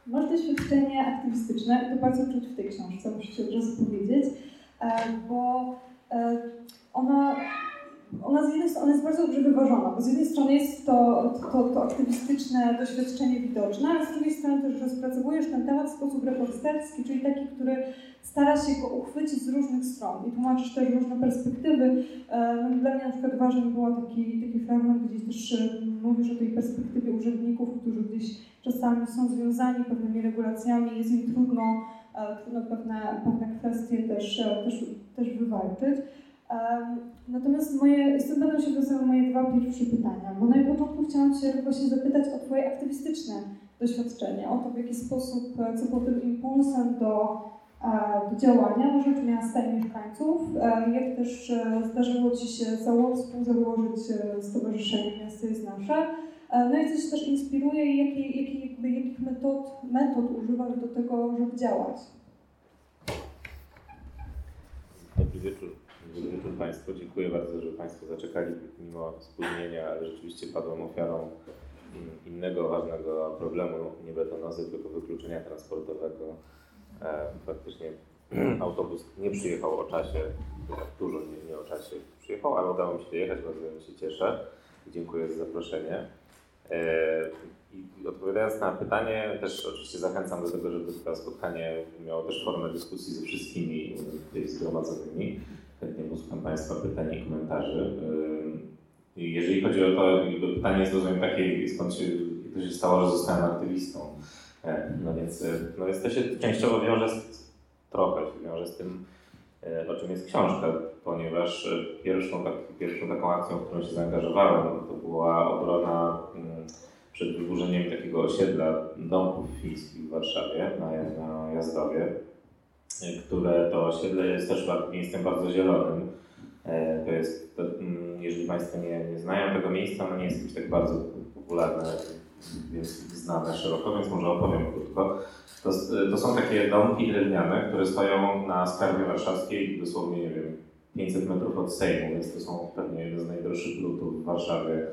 Masz doświadczenie aktywistyczne, to bardzo czuć w tej książce, muszę Ci od razu powiedzieć, bo ona z jednej strony jest bardzo dobrze wyważona, bo z jednej strony jest to aktywistyczne doświadczenie widoczne, ale z drugiej strony też rozpracowujesz ten temat w sposób reporterski, czyli taki, który stara się go uchwycić z różnych stron i tłumaczysz też różne perspektywy. Dla mnie na przykład ważny był taki fragment, gdzie też mówisz o tej perspektywie urzędników, którzy gdzieś czasami są związani pewnymi regulacjami, jest im trudno pewne kwestie też wywalczyć. Natomiast z tym będą się wiązały moje dwa pierwsze pytania, bo na początku chciałam Cię właśnie zapytać o Twoje aktywistyczne doświadczenie, o to, w jaki sposób, co było tym impulsem do działania na rzecz miasta i mieszkańców, jak też zdarzyło Ci się współzałożyć Stowarzyszenie Miasto jest Nasze, no i co Cię też inspiruje i jakich metod używasz do tego, żeby działać? Dobry wieczór Państwu. Dziękuję bardzo, że Państwo zaczekali mimo spóźnienia, ale rzeczywiście padłem ofiarą innego ważnego problemu, nie betonozy, tylko wykluczenia transportowego. Faktycznie autobus nie przyjechał o czasie, dużo nie o czasie przyjechał, ale udało mi się dojechać, bardzo się cieszę i dziękuję za zaproszenie. I odpowiadając na pytanie, też oczywiście zachęcam do tego, żeby to spotkanie miało też formę dyskusji ze wszystkimi tutaj zgromadzonymi. Chętnie posłucham Państwa pytań i komentarzy. Jeżeli chodzi o to, pytanie jest rozumiem takie, skąd to się stało, że zostałem aktywistą. No więc to się częściowo wiąże z tym, o czym jest książka, ponieważ pierwszą taką akcją, w którą się zaangażowałem, to była obrona przed wyburzeniem takiego osiedla domków fińskich w Warszawie, na Jazdowie, które to osiedle jest też miejscem bardzo zielonym. To jest, jeżeli Państwo nie znają tego miejsca, ono nie jest tak bardzo popularne, więc znane szeroko, więc może opowiem krótko. To są takie domki drewniane, które stoją na Skarwie Warszawskiej, dosłownie, nie wiem, 500 metrów od Sejmu, więc to są pewnie jeden z najdroższych gruntów w Warszawie.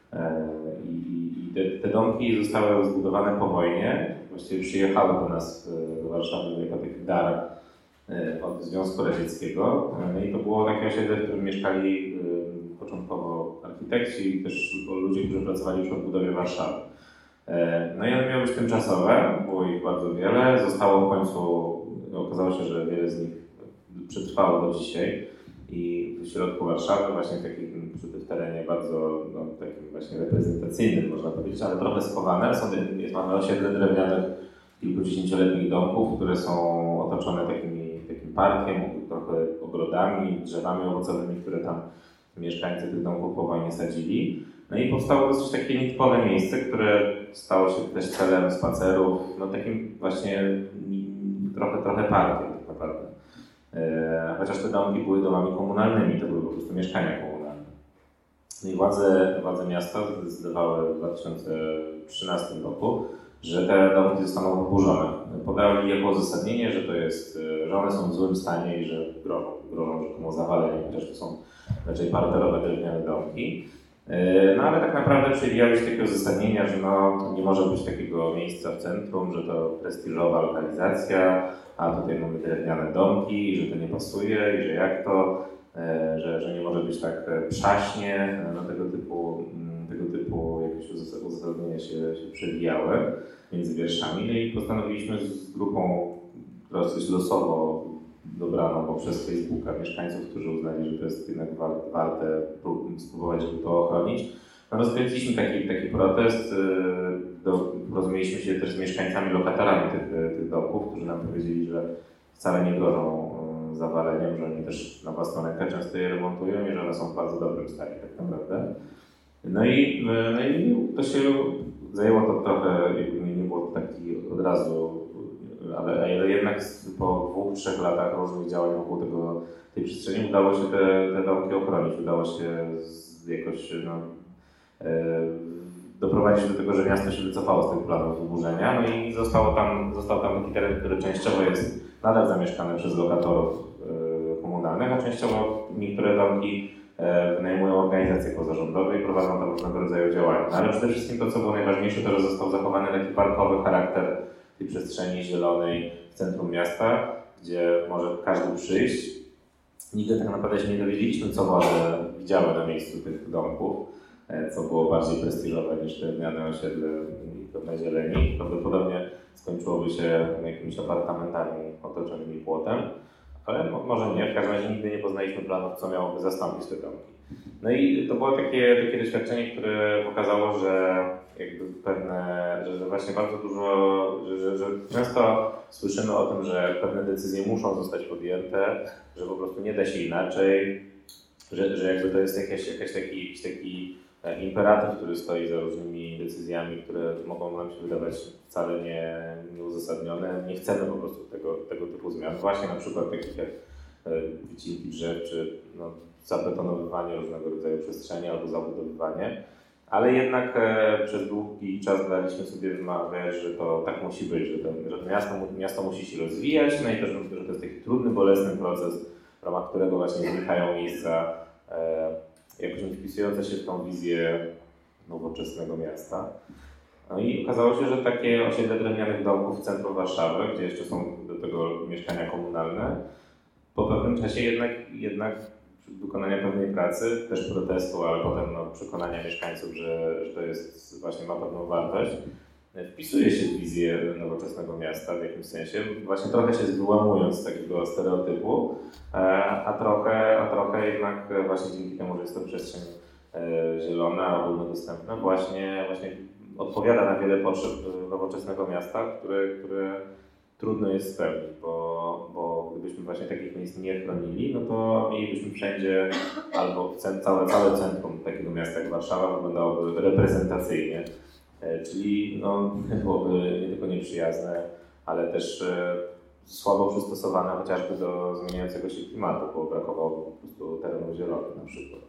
I te domki zostały zbudowane po wojnie, właściwie przyjechały do nas do Warszawy jako taki dar od Związku Radzieckiego. I to było takie osiedle, w którym mieszkali początkowo architekci i też ludzie, którzy pracowali przy odbudowie Warszawy. No i one miały być tymczasowe, było ich bardzo wiele. Zostało w końcu, okazało się, że wiele z nich przetrwało do dzisiaj. I w środku Warszawy, właśnie w terenie bardzo takim właśnie reprezentacyjnym, można powiedzieć, ale trochę schowane. Mamy osiedle drewnianych kilkudziesięcioletnich domków, które są otoczone takim parkiem, trochę ogrodami, drzewami owocowymi, które tam mieszkańcy tych domków po wojnie sadzili. No i powstało dosyć takie nietypowe miejsce, które stało się też celem spacerów, takim właśnie trochę parkiem tak naprawdę. Chociaż te domki były domami komunalnymi, to były po prostu mieszkania komunalne. No i władze miasta zdecydowały w 2013 roku, że te domki zostaną wyburzone. Podali jako uzasadnienie, że one są w złym stanie i że grożą rzekomo zawaleniem, chociaż to są raczej parterowe drewniane domki. No ale tak naprawdę przewijały się takie uzasadnienia, że nie może być takiego miejsca w centrum, że to prestiżowa lokalizacja, a tutaj mamy drewniane domki i że to nie pasuje i że jak to, że nie może być tak przaśnie, tego typu jakieś uzasadnienia się przewijały między wierszami. No i postanowiliśmy z grupą dosyć losowo dobraną poprzez Facebooka mieszkańców, którzy uznali, że to jest jednak warte spróbować, żeby to ochronić. Rozkręciliśmy taki protest, porozumieliśmy się też z mieszkańcami, lokatorami tych domków, którzy nam powiedzieli, że wcale nie grożą zawaleniem, że oni też na własną rękę często je remontują i że one są w bardzo dobrym stanie tak naprawdę. No i to się zajęło to trochę, nie było to taki od razu, ale jednak po 2-3 latach różnych działań wokół tej przestrzeni udało się te domki ochronić, udało się jakoś doprowadzić do tego, że miasto się wycofało z tych planów wyburzenia, no i został tam taki teren, który częściowo jest nadal zamieszkany przez lokatorów komunalnych, a częściowo niektóre domki wynajmują organizacje pozarządowe i prowadzą tam różnego rodzaju działania. No, ale przede wszystkim to, co było najważniejsze, to, że został zachowany taki parkowy charakter tej przestrzeni zielonej w centrum miasta, gdzie może każdy przyjść. Nigdy tak naprawdę się nie dowiedzieliśmy, co może widziały na miejscu tych domków, co było bardziej prestiżowe niż drewniane osiedle i pełne zieleni. Prawdopodobnie skończyłoby się jakimiś apartamentami otoczonymi płotem, ale może nie. W każdym razie nigdy nie poznaliśmy planów, co miałoby zastąpić te domki. No i to było takie doświadczenie, które pokazało, że jakby że właśnie bardzo dużo, że często słyszymy o tym, że pewne decyzje muszą zostać podjęte, że po prostu nie da się inaczej, że jakby to jest jakiś taki imperatyw, który stoi za różnymi decyzjami, które mogą nam się wydawać wcale nieuzasadnione. Nie chcemy po prostu tego typu zmian. Właśnie na przykład takich jak wycinki drzew, czy zabetonowywanie różnego rodzaju przestrzeni albo zabudowywanie. Ale jednak przez długi czas daliśmy sobie wymawiać, że to tak musi być, że miasto musi się rozwijać, no i też, że to jest taki trudny, bolesny proces, w ramach którego właśnie znikają miejsca jakoś nie wpisujące się w tą wizję nowoczesnego miasta. No i okazało się, że takie osiedle drewnianych domków w centrum Warszawy, gdzie jeszcze są do tego mieszkania komunalne, po pewnym czasie jednak wykonania pewnej pracy, też protestu, ale potem przekonania mieszkańców, że to jest właśnie ma pewną wartość, wpisuje się w wizję nowoczesnego miasta w jakimś sensie, właśnie trochę się wyłamując z takiego stereotypu, a trochę jednak właśnie dzięki temu, że jest to przestrzeń zielona, ogólnodostępna, właśnie odpowiada na wiele potrzeb nowoczesnego miasta, które trudno jest spełnić, bo gdybyśmy właśnie takich miejsc nie chronili, no to mielibyśmy wszędzie albo całe centrum takiego miasta jak Warszawa wyglądałoby reprezentacyjnie, czyli byłoby nie tylko nieprzyjazne, ale też słabo przystosowane chociażby do zmieniającego się klimatu, bo brakowałoby po prostu terenów zielonych na przykład.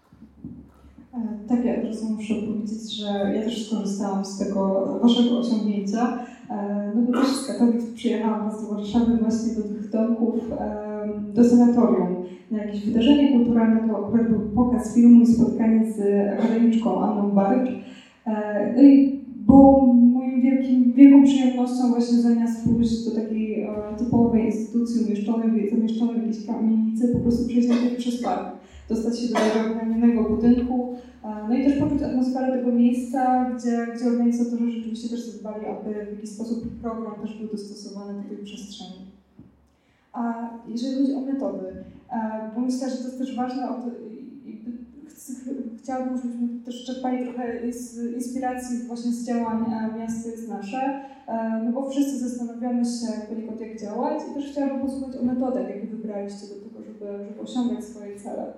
Tak, ja od razu muszę powiedzieć, że ja też skorzystałam z tego waszego osiągnięcia, no bo też z Katowic przyjechałam do Warszawy właśnie do tych domków, do sanatorium na jakieś wydarzenie kulturalne, to akurat był pokaz filmu i spotkanie z akademiczką Anną Barcz. No i było moją wielką przyjemnością właśnie zamiast pójść do takiej typowej instytucji zamieszczonej w jakiejś kamienicy, po prostu przejść najpierw przez park, dostać się do tego drewnianego budynku, no i też poczuć atmosferę tego miejsca, gdzie organizatorzy rzeczywiście też zadbali, aby w jakiś sposób program też był dostosowany do tej przestrzeni. A jeżeli chodzi o metody, bo myślę, że to jest też ważne, chciałabym, żebyśmy też czerpali trochę inspiracji właśnie z działań Miasto jest nasze, no bo wszyscy zastanawiamy się poniekąd jak działać i też chciałabym posłuchać o metodach, jakie wybraliście do tego, żeby osiągać swoje cele.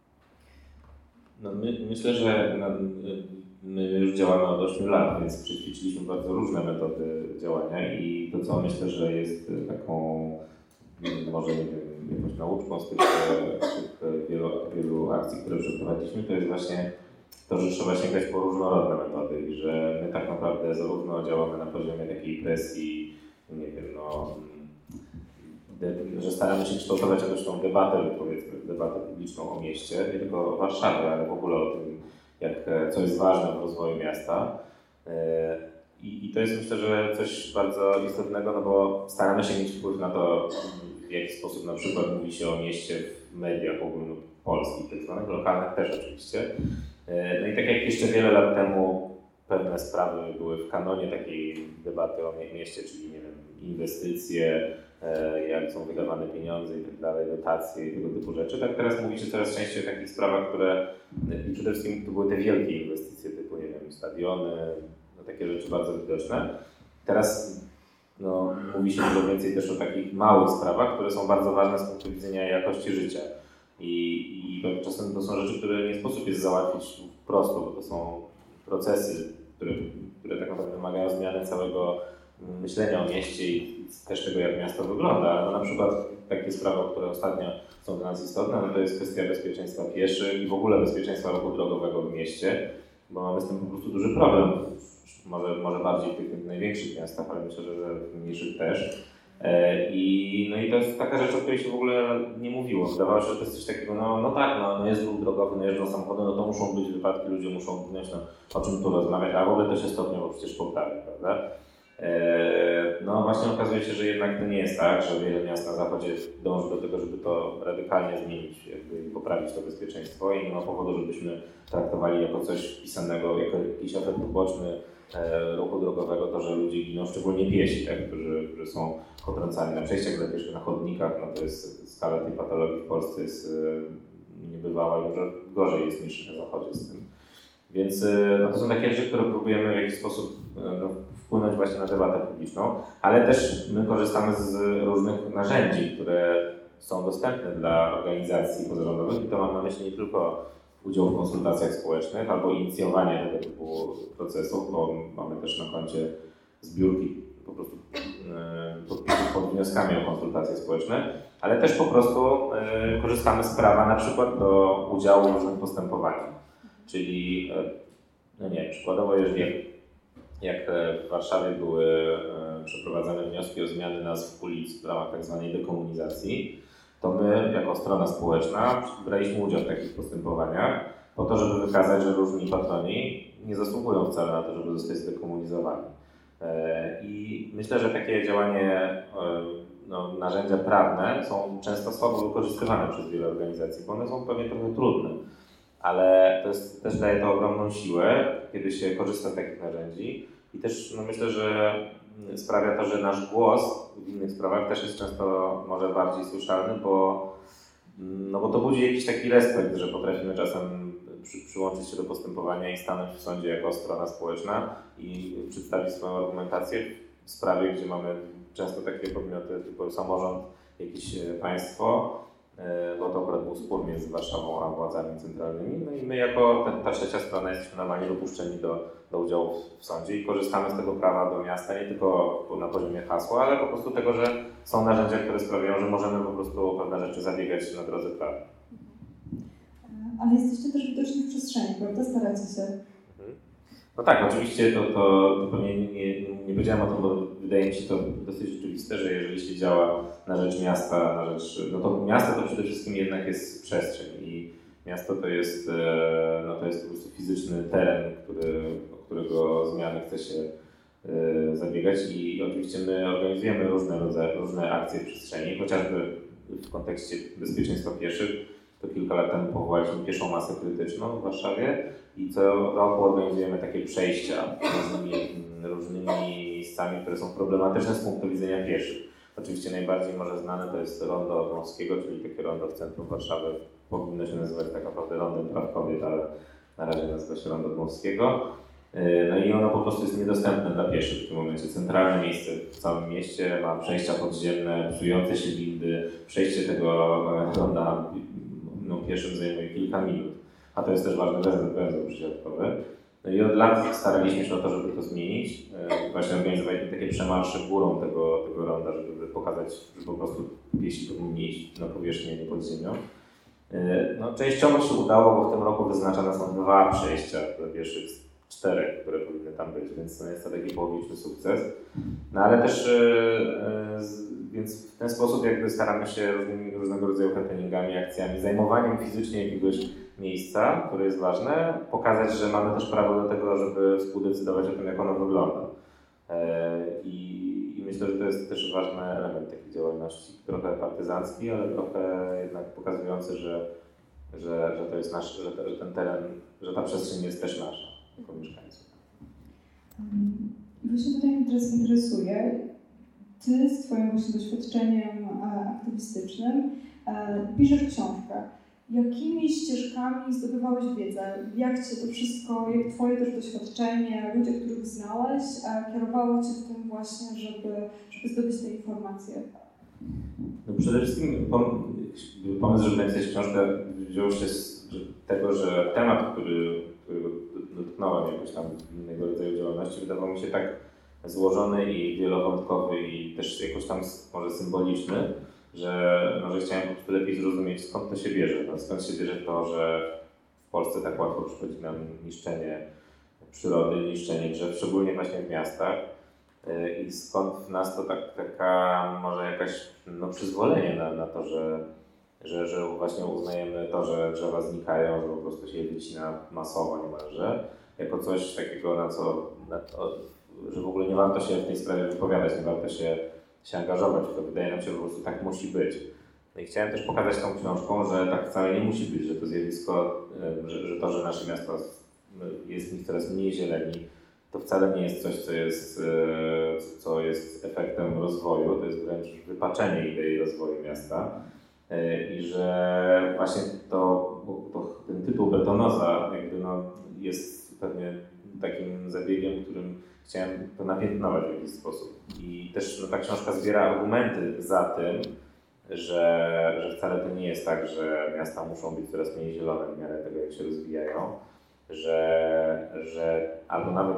No myślę, że my już działamy od 8 lat, więc przećwiczyliśmy bardzo różne metody działania i to, co myślę, że jest taką, może nie wiem, jakąś nauczką z tych wielu akcji, które przeprowadziliśmy, to jest właśnie to, że trzeba sięgać po różnorodne metody i że my tak naprawdę zarówno działamy na poziomie takiej presji, nie wiem, że staramy się kształtować jakąś tą debatę publiczną o mieście, nie tylko o Warszawie, ale w ogóle o tym, co jest ważne w rozwoju miasta. I to jest, myślę, że coś bardzo istotnego, no bo staramy się mieć wpływ na to, w jaki sposób na przykład mówi się o mieście w mediach ogólnopolskich, tak zwanych, lokalnych też oczywiście. No i tak jak jeszcze wiele lat temu pewne sprawy były w kanonie takiej debaty o mieście, czyli nie wiem, inwestycje, jak są wydawane pieniądze i tak dalej, dotacje i tego typu rzeczy. Tak teraz mówi się coraz częściej o takich sprawach, które i przede wszystkim to były te wielkie inwestycje typu, nie wiem, stadiony, takie rzeczy bardzo widoczne. Teraz mówi się dużo więcej też o takich małych sprawach, które są bardzo ważne z punktu widzenia jakości życia. I czasem to są rzeczy, które nie sposób jest załatwić prosto, bo to są procesy, które tak naprawdę wymagają zmiany całego myślenia o mieście i też tego, jak miasto wygląda. Ale na przykład takie sprawy, które ostatnio są dla nas istotne, to jest kwestia bezpieczeństwa pieszych i w ogóle bezpieczeństwa ruchu drogowego w mieście, bo mamy z tym po prostu duży problem. Może bardziej w tych największych miastach, ale myślę, że w mniejszych też. I to jest taka rzecz, o której się w ogóle nie mówiło. Wydawało się, że to jest coś takiego, jest ruch drogowy, jeżdżą samochody, to muszą być wypadki, ludzie muszą ginąć, o czym tu rozmawiać, a w ogóle to się stopniowo przecież poprawia, prawda? no właśnie okazuje się, że jednak to nie jest tak, że wiele miast na zachodzie dąży do tego, żeby to radykalnie zmienić, jakby poprawić to bezpieczeństwo i nie ma powodu, żebyśmy traktowali jako coś wpisanego, jako jakiś efekt uboczny ruchu drogowego, to, że ludzie giną, szczególnie piesi, tak, którzy są potrącani na przejściach dla pieszych, na chodnikach, no to jest skala tej patologii w Polsce jest niebywała i może gorzej jest niż na zachodzie z tym. Więc no to są takie rzeczy, które próbujemy w jakiś sposób wpłynąć właśnie na debatę publiczną, ale też my korzystamy z różnych narzędzi, które są dostępne dla organizacji pozarządowych i to mam na myśli nie tylko udział w konsultacjach społecznych albo inicjowanie tego typu procesów, bo mamy też na koncie zbiórki po prostu podpisów pod wnioskami o konsultacje społeczne, ale też po prostu korzystamy z prawa na przykład do udziału w różnych postępowaniach. Czyli, no nie, przykładowo jeżeli jak w Warszawie były przeprowadzane wnioski o zmiany nazw ulic w ramach tzw. dekomunizacji, to my jako strona społeczna braliśmy udział w takich postępowaniach po to, żeby wykazać, że różni patroni nie zasługują wcale na to, żeby zostać zdekomunizowani. I myślę, że takie działanie, narzędzia prawne są często słabo wykorzystywane przez wiele organizacji, bo one są pewnie trochę trudne. Ale też daje to ogromną siłę, kiedy się korzysta z takich narzędzi i też myślę, że sprawia to, że nasz głos w innych sprawach też jest często może bardziej słyszalny, bo to budzi jakiś taki respekt, że potrafimy czasem przyłączyć się do postępowania i stanąć w sądzie jako strona społeczna i przedstawić swoją argumentację w sprawie, gdzie mamy często takie podmioty typu samorząd, jakieś państwo, bo to akurat był spór między Warszawą a władzami centralnymi. No i my jako ta trzecia strona jesteśmy normalnie dopuszczeni do udziału w sądzie i korzystamy z tego prawa do miasta nie tylko na poziomie hasła, ale po prostu tego, że są narzędzia, które sprawiają, że możemy po prostu o pewne rzeczy zabiegać na drodze prawnej. Ale jesteście też widoczni w przestrzeni, prawda? Staracie się. No tak, oczywiście to pewnie nie powiedziałem o tym, bo wydaje mi się to dosyć rzeczywiste, że jeżeli się działa na rzecz miasta, no to miasto to przede wszystkim jednak jest przestrzeń i miasto to jest po prostu fizyczny teren, o którego zmiany chce się zabiegać i oczywiście my organizujemy różne akcje w przestrzeni, chociażby w kontekście bezpieczeństwa pieszych. To kilka lat temu powołaliśmy pieszą masę krytyczną w Warszawie i co roku organizujemy takie przejścia różnymi miejscami, które są problematyczne z punktu widzenia pieszych. Oczywiście najbardziej może znane to jest rondo Dmowskiego, czyli takie rondo w centrum Warszawy. Powinno się nazywać tak naprawdę rondem praw kobiet, ale na razie nazywa się rondo Dmowskiego. No i ono po prostu jest niedostępne dla pieszych w tym momencie. Centralne miejsce w całym mieście ma przejścia podziemne, psujące się windy. Przejście tego ronda pieszym zajmuje kilka minut, a to jest też ważny węzeł przysiadkowy. No i od lat staraliśmy się o to, żeby to zmienić. Właśnie organizowaliśmy takie przemarsze górą tego ronda, żeby pokazać, że po prostu piesi powinni iść na powierzchnię, nie pod ziemią. Częściowo się udało, bo w tym roku wyznaczane są 2 przejścia dla pieszych z 4, które powinny tam być, więc jest to taki połowiczny sukces. No ale też więc w ten sposób jakby staramy się różnego rodzaju happeningami, akcjami, zajmowaniem fizycznie jakiegoś miejsca, które jest ważne, pokazać, że mamy też prawo do tego, żeby współdecydować o tym, jak ono wygląda. I myślę, że to jest też ważny element takiej działalności, trochę partyzancki, ale trochę jednak pokazujący, że to jest nasz, że ten teren, że ta przestrzeń jest też nasza jako mieszkańców. Właśnie tutaj mnie teraz interesuje, Ty z Twoim właśnie doświadczeniem aktywistycznym piszesz książkę. Jakimi ścieżkami zdobywałeś wiedzę? Jak Cię to wszystko, jak Twoje też doświadczenie, ludzie, których znałeś, kierowało Cię w tym właśnie, żeby zdobyć te informacje? No przede wszystkim pomysł, żeby napisać książkę wziął się z tego, że temat, którego dotknąłem jakoś tam innego rodzaju działalności, wydawał mi się tak złożony i wielowątkowy i też jakoś tam może symboliczny, że chciałem po prostu lepiej zrozumieć, skąd to się bierze. Skąd się bierze to, że w Polsce tak łatwo przychodzi nam niszczenie przyrody, niszczenie drzew, szczególnie właśnie w miastach. I skąd w nas to taka może jakaś przyzwolenie na to, że właśnie uznajemy to, że drzewa znikają, że po prostu się je wycina masowo niemalże, jako coś takiego, na co że w ogóle nie warto się w tej sprawie wypowiadać, nie warto się angażować, to wydaje nam się, że po prostu tak musi być. No i chciałem też pokazać tą książką, że tak wcale nie musi być, że to zjawisko, że nasze miasto jest w nich coraz mniej zieleni, to wcale nie jest coś, co jest efektem rozwoju, to jest wręcz wypaczenie idei rozwoju miasta. I że właśnie ten tytuł betonoza jest pewnie takim zabiegiem, którym chciałem to napiętnować w jakiś sposób. I też ta książka zbiera argumenty za tym, że wcale to nie jest tak, że miasta muszą być coraz mniej zielone w miarę tego, jak się rozwijają, że albo nawet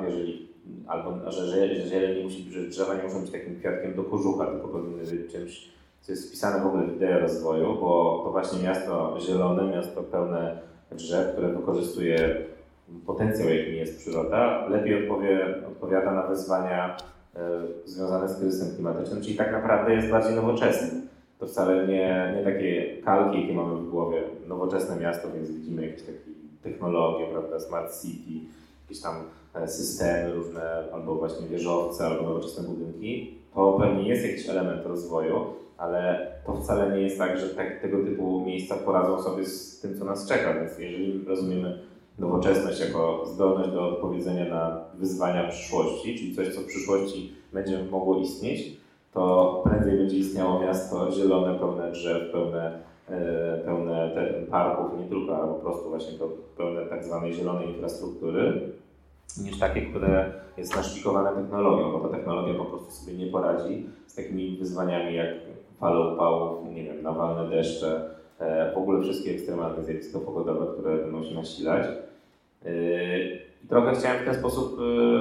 że zieleń nie musi być, że drzewa nie muszą być takim kwiatkiem do kożucha, tylko powinny być czymś, co jest wpisane w ogóle w ideę rozwoju, bo to właśnie miasto zielone, miasto pełne drzew, które wykorzystuje potencjał, jakim jest przyroda, lepiej odpowiada na wyzwania związane z kryzysem klimatycznym, czyli tak naprawdę jest bardziej nowoczesny. To wcale nie takie kalki, jakie mamy w głowie, nowoczesne miasto, więc widzimy jakieś takie technologie, prawda, smart city, jakieś tam systemy różne, albo właśnie wieżowce, albo nowoczesne budynki. To pewnie jest jakiś element rozwoju, ale to wcale nie jest tak, że tego typu miejsca poradzą sobie z tym, co nas czeka. Więc jeżeli rozumiemy nowoczesność jako zdolność do odpowiedzenia na wyzwania przyszłości, czyli coś, co w przyszłości będzie mogło istnieć, to prędzej będzie istniało miasto zielone, pełne drzew, pełne parków, nie tylko, ale po prostu właśnie pełne tak zwanej zielonej infrastruktury, niż takie, które jest naszpikowane technologią, bo ta technologia po prostu sobie nie poradzi z takimi wyzwaniami jak fale upałów, nie wiem, nawalne deszcze, w ogóle wszystkie ekstremalne zjawiska pogodowe, które będą się nasilać. I trochę chciałem w ten sposób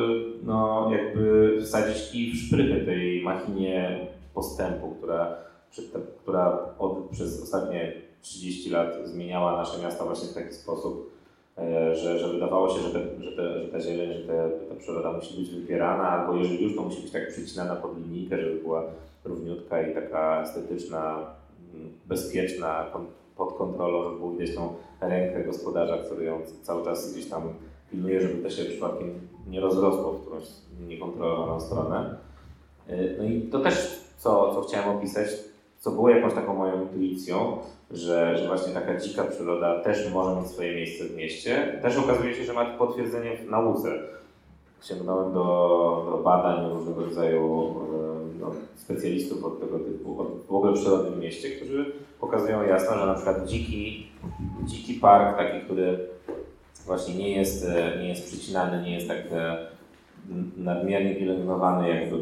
jakby wsadzić kij w szprychy tej machinie postępu, która przez ostatnie 30 lat zmieniała nasze miasta właśnie w taki sposób, że wydawało się, że ta zieleń, że ta przyroda musi być wypierana, albo jeżeli już, to musi być tak przycinana pod linijkę, żeby była równiutka i taka estetyczna, bezpieczna, pod kontrolą, żeby było widać tą rękę gospodarza, który ją cały czas gdzieś tam pilnuje, żeby to się przypadkiem nie rozrosło w którąś niekontrolowaną stronę. No i to też, co chciałem opisać, co było jakąś taką moją intuicją, że właśnie taka dzika przyroda też może mieć swoje miejsce w mieście. Też okazuje się, że ma potwierdzenie w nauce. Sięgnąłem do badań różnego rodzaju specjalistów od tego typu, w ogóle przyrody w mieście, którzy pokazują jasno, że na przykład dziki park, taki, który właśnie nie jest przycinany, nie jest tak nadmiernie pielęgnowany jakby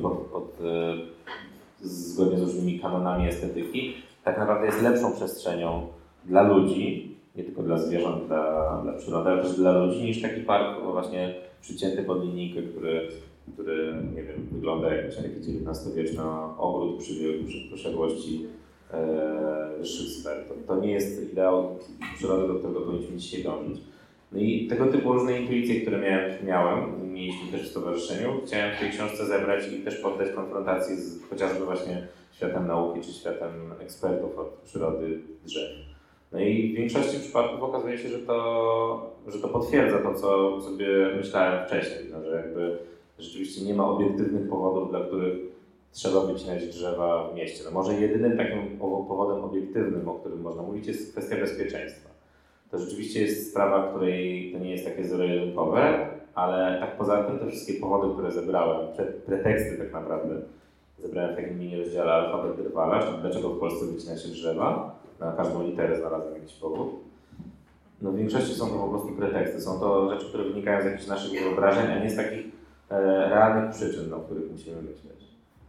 zgodnie z różnymi kanonami estetyki, tak naprawdę jest lepszą przestrzenią dla ludzi, nie tylko dla zwierząt, dla przyrody, ale też dla ludzi, niż taki park właśnie przycięty pod linijkę, który nie wiem, wygląda jak jakiś XIX-wieczny ogród przy posiadłości wyższych sfer. To nie jest ideał przyrody, do którego powinniśmy dzisiaj dążyć. No i tego typu różne intuicje, które mieliśmy też w stowarzyszeniu, chciałem w tej książce zebrać i też poddać konfrontacji z chociażby właśnie światem nauki czy światem ekspertów od przyrody drzew. No i w większości przypadków okazuje się, że to potwierdza to, co sobie myślałem wcześniej, no, że jakby rzeczywiście nie ma obiektywnych powodów, dla których trzeba wycinać drzewa w mieście. No może jedynym takim powodem obiektywnym, o którym można mówić, jest kwestia bezpieczeństwa. To rzeczywiście jest sprawa, której to nie jest takie zero-jedynkowe, ale tak poza tym te wszystkie powody, które zebrałem, preteksty tak naprawdę, zebrałem w takim mini rozdziale alfabet Drwala, czyli dlaczego w Polsce wycina się drzewa. Na każdą literę znalazłem jakiś powód. No w większości są to po prostu preteksty. Są to rzeczy, które wynikają z jakichś naszych wyobrażeń, a nie z takich realnych przyczyn, o których musimy myśleć.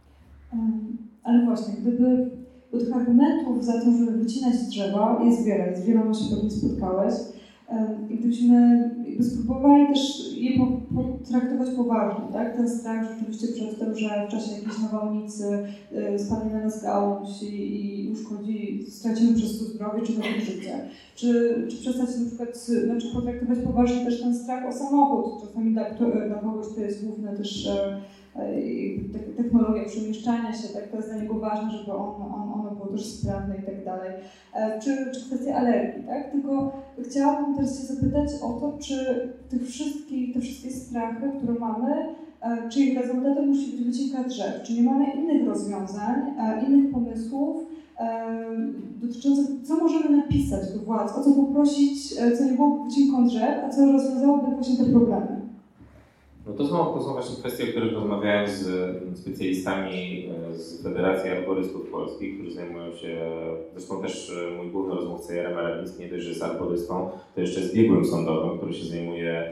Ale właśnie, bo tych argumentów za tym, żeby wycinać drzewa jest wiele, z wieloma się pewnie spotkałeś. I gdybyśmy spróbowali też je potraktować poważnie, tak? Ten strach rzeczywiście przed tym, że w czasie jakiejś nawałnicy spadnie na nas gałąź i uszkodzi, stracimy przez to zdrowie czy nawet życie. Czy przestać na przykład, potraktować poważnie też ten strach o samochód. Czasami dla kogoś to jest główne też technologia przemieszczania się, tak? To jest dla niego ważne, żeby ono było też sprawne i tak dalej. Czy kwestia alergii, tak? Tylko chciałabym teraz się zapytać o to, czy te wszystkie strachy, które mamy, czyli rezultatem musi być wycinka drzew. Czy nie mamy innych rozwiązań, innych pomysłów dotyczących, co możemy napisać do władz, o co poprosić, co nie byłoby wycinką drzew, a co rozwiązałoby właśnie te problemy? No to są właśnie kwestie, o których rozmawiałem z specjalistami z Federacji Arborystów Polskich, którzy zajmują się, zresztą też mój główny rozmówca Jarema Rabiński nie dość, że jest arborystą, to jeszcze jest biegłym sądowym, który się zajmuje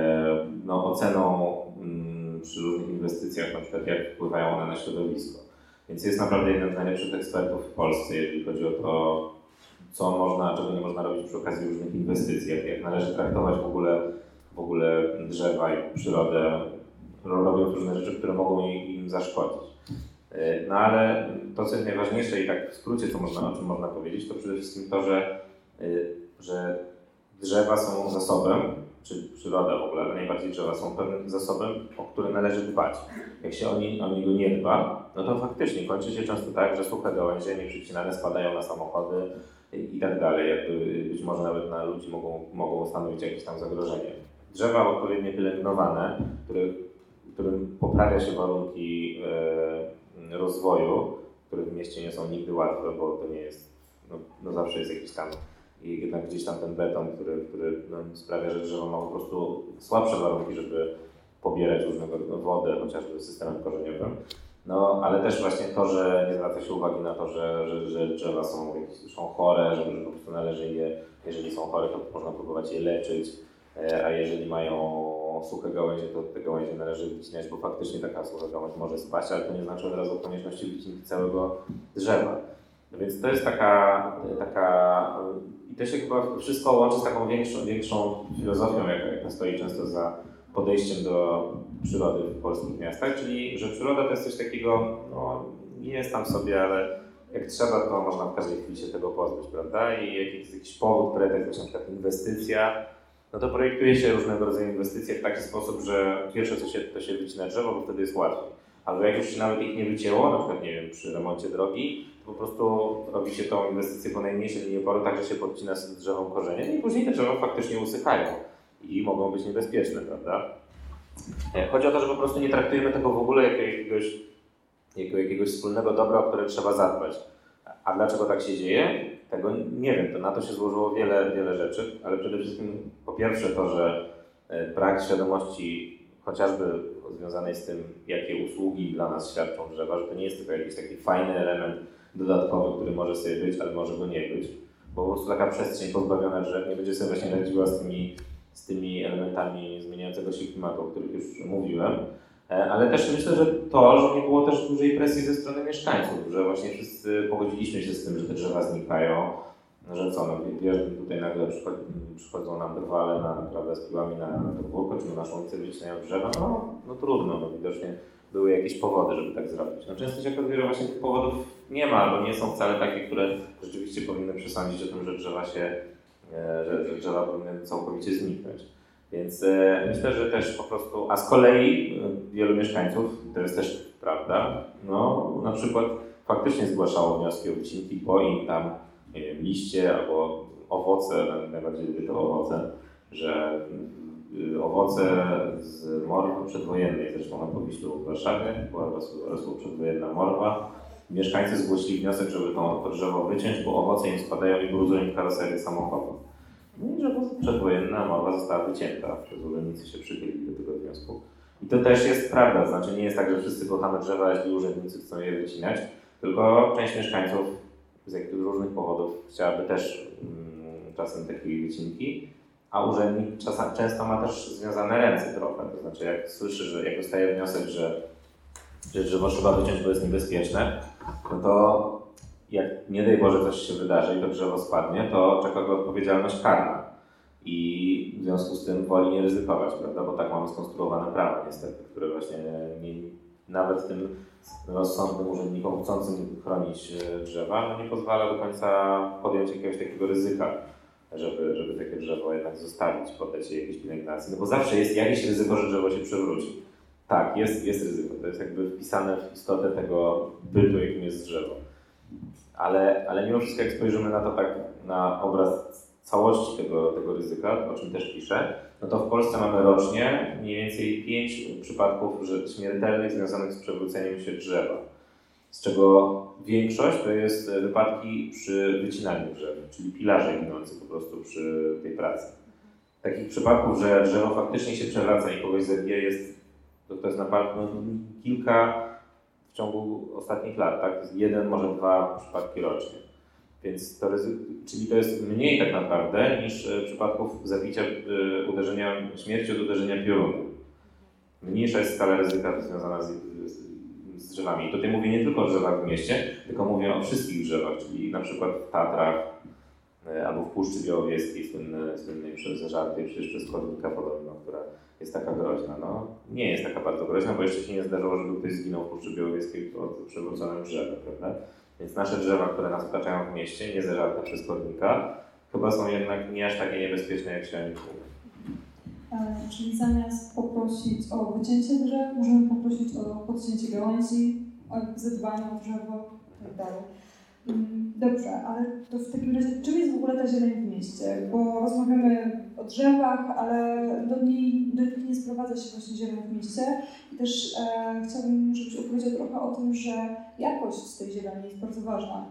oceną przy różnych inwestycjach, na przykład jak wpływają one na środowisko. Więc jest naprawdę jednym z najlepszych ekspertów w Polsce, jeżeli chodzi o to, co można, czego nie można robić przy okazji różnych inwestycji, jak należy traktować w ogóle drzewa i przyrodę, robią różne rzeczy, które mogą im zaszkodzić. No ale to, co jest najważniejsze i tak w skrócie, o czym można powiedzieć, to przede wszystkim to, że drzewa są zasobem, czy przyroda w ogóle, ale najbardziej drzewa są pewnym zasobem, o który należy dbać. Jak się o niego nie dba, no to faktycznie kończy się często tak, że suche gałęzie nieprzecinane spadają na samochody i tak dalej. Być może nawet na ludzi mogą stanowić jakieś tam zagrożenie. Drzewa odpowiednio pielęgnowane, którym poprawia się warunki rozwoju, które w mieście nie są nigdy łatwe, bo to nie jest, zawsze jest jakiś tam, jednak gdzieś tam ten beton, który sprawia, że drzewo ma po prostu słabsze warunki, żeby pobierać różnego wodę, chociażby systemem korzeniowym. No, ale też właśnie to, że nie zwraca się uwagi na to, że drzewa są chore, że po prostu należy je, jeżeli są chore, to można próbować je leczyć, a jeżeli mają suche gałęzie, to te gałęzie należy wycinać, bo faktycznie taka sucha gałąź może spaść, ale to nie znaczy od razu konieczności wycinki całego drzewa. No więc to jest taka i to się chyba wszystko łączy z taką większą filozofią, jaka stoi często za podejściem do przyrody w polskich miastach, czyli że przyroda to jest coś takiego, nie jest tam sobie, ale jak trzeba, to można w każdej chwili się tego pozbyć, prawda? I jak jest jakiś powód, pretekst, na przykład inwestycja, no to projektuje się różnego rodzaju inwestycje w taki sposób, że pierwsze to się wycina drzewo, bo wtedy jest łatwiej. Albo jak już się nawet ich nie wycięło, na przykład nie wiem, przy remoncie drogi, to po prostu robi się tą inwestycję po najmniejszej linii oporu, tak że się podcina z drzewom korzenie i później te drzewa faktycznie usychają i mogą być niebezpieczne, prawda? Chodzi o to, że po prostu nie traktujemy tego w ogóle jako jakiegoś wspólnego dobra, o które trzeba zadbać. A dlaczego tak się dzieje? Tego nie wiem, to na to się złożyło wiele rzeczy, ale przede wszystkim po pierwsze to, że brak świadomości chociażby związanej z tym, jakie usługi dla nas świadczą drzewa, że to nie jest tylko jakiś taki fajny element dodatkowy, który może sobie być, ale może go nie być, bo po prostu taka przestrzeń pozbawiona drzew nie będzie sobie właśnie radziła z tymi elementami zmieniającego się klimatu, o których już mówiłem. Ale też myślę, że nie było też dużej presji ze strony mieszkańców, że właśnie wszyscy pogodziliśmy się z tym, że te drzewa znikają, że tutaj nagle przychodzą nam drwale prawda, z piłami na podwórko, czy na naszą ulicę wycinają drzewa, no trudno, widocznie były jakieś powody, żeby tak zrobić. Często się okazuje, że właśnie tych powodów nie ma, albo nie są wcale takie, które rzeczywiście powinny przesądzić o tym, że drzewa powinny całkowicie zniknąć. Więc myślę, że też po prostu, a z kolei wielu mieszkańców, to jest też prawda, na przykład faktycznie zgłaszało wnioski o wycinki, bo im tam, nie wiem, liście albo owoce, najbardziej lubię to owoce, że owoce z morwy przedwojennej, zresztą na Powiślu w Warszawie, była rosła przedwojenna morwa. Mieszkańcy zgłosili wniosek, żeby to drzewo wyciąć, bo owoce im spadają i brudzą im karoserię samochodu. No i że przedwojenna morwa została wycięta, przez urzędnicy się przychylili do tego wniosku. I to też jest prawda, znaczy nie jest tak, że wszyscy kochamy drzewa, jeśli urzędnicy chcą je wycinać, tylko część mieszkańców z jakichś różnych powodów chciałaby też czasem takiej wycinki, a urzędnik często ma też związane ręce trochę, to znaczy jak słyszy, że jak dostaje wniosek, że drzewo trzeba wyciąć, bo jest niebezpieczne, no to jak nie daj Boże coś się wydarzy i to drzewo spadnie, to czeka go odpowiedzialność karna. I w związku z tym woli nie ryzykować, prawda? Bo tak mamy skonstruowane prawo niestety, które właśnie nawet tym rozsądnym urzędnikom chcącym chronić drzewa nie pozwala do końca podjąć jakiegoś takiego ryzyka, żeby takie drzewo jednak zostawić, poddać je jakiejś pielęgnacji. No bo zawsze jest jakieś ryzyko, że drzewo się przewróci. Tak, jest ryzyko. To jest jakby wpisane w istotę tego bytu, jakim jest drzewo. Ale mimo wszystko, jak spojrzymy na to tak, na obraz całości tego ryzyka, o czym też piszę, no to w Polsce mamy rocznie mniej więcej 5 przypadków śmiertelnych związanych z przewróceniem się drzewa, z czego większość to jest wypadki przy wycinaniu drzew, czyli pilarze ginący po prostu przy tej pracy. Takich przypadków, że drzewo faktycznie się przewraca i kogoś zabija, to jest naprawdę kilka w ciągu ostatnich lat, tak? 1, może 2 przypadki rocznie. Więc czyli to jest mniej tak naprawdę niż przypadków zabicia, śmierci od uderzenia piorunem. Mniejsza jest skala ryzyka związana z drzewami. I tutaj mówię nie tylko o drzewach w mieście, tylko mówię o wszystkich drzewach, czyli na przykład w Tatrach albo w Puszczy Białowieskiej, słynnej zażartej przecież przez chodnika podobno, która jest taka groźna. No, nie jest taka bardzo groźna, bo jeszcze się nie zdarzyło, żeby ktoś zginął w Puszczy Białowieskiej od przewróconym drzewem, prawda? Więc nasze drzewa, które nas otaczają w mieście, nie zażarte przez chodnika, chyba są jednak nie aż takie niebezpieczne, jak się o nich mówi. Czyli zamiast poprosić o wycięcie drzew, możemy poprosić o podcięcie gałęzi, o zadbanie o drzewo itd. Dobrze, ale to w takim razie czym jest w ogóle ta zieleń w mieście? Bo rozmawiamy o drzewach, ale do niej nie sprowadza się właśnie zieleń w mieście. I też chciałabym, żebyś opowiedział trochę o tym, że jakość tej zieleni jest bardzo ważna.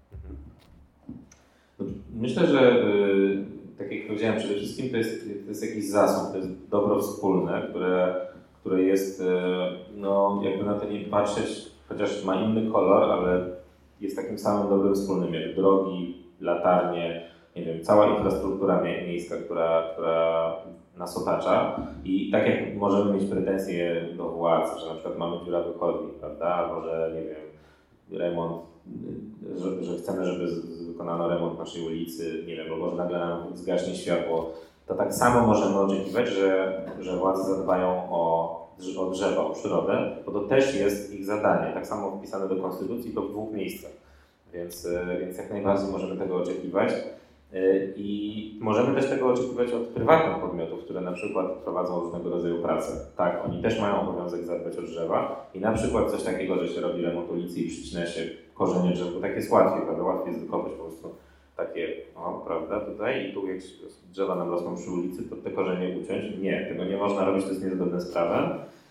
Myślę, że tak jak powiedziałem, przede wszystkim to jest jakiś zasób, to jest dobro wspólne, które jest, no jakby na to nie patrzeć, chociaż ma inny kolor, ale jest takim samym dobrem wspólnym, jak drogi, latarnie, nie wiem, cała infrastruktura miejska, która nas otacza. I tak jak możemy mieć pretensje do władz, że na przykład mamy dziurawy chodnik, prawda, albo że nie wiem, remont, że chcemy, żeby wykonano remont naszej ulicy, nie wiem, albo że nagle nam zgaśnie światło, to tak samo możemy oczekiwać, że władze zadbają o drzewa, o przyrodę, bo to też jest ich zadanie, tak samo wpisane do konstytucji, to w 2 miejscach, więc jak najbardziej możemy tego oczekiwać. I możemy też tego oczekiwać od prywatnych podmiotów, które na przykład prowadzą różnego rodzaju pracę. Tak, oni też mają obowiązek zadbać o drzewa i na przykład coś takiego, że się robi remont ulicy i przycina się korzenie drzew, bo tak jest łatwiej, prawda? Łatwiej jest wykopać po prostu takie, prawda, tutaj i tu jak drzewa nam rosną przy ulicy, to te korzenie uciąć. Nie, tego nie można robić, to jest niezgodne z prawem.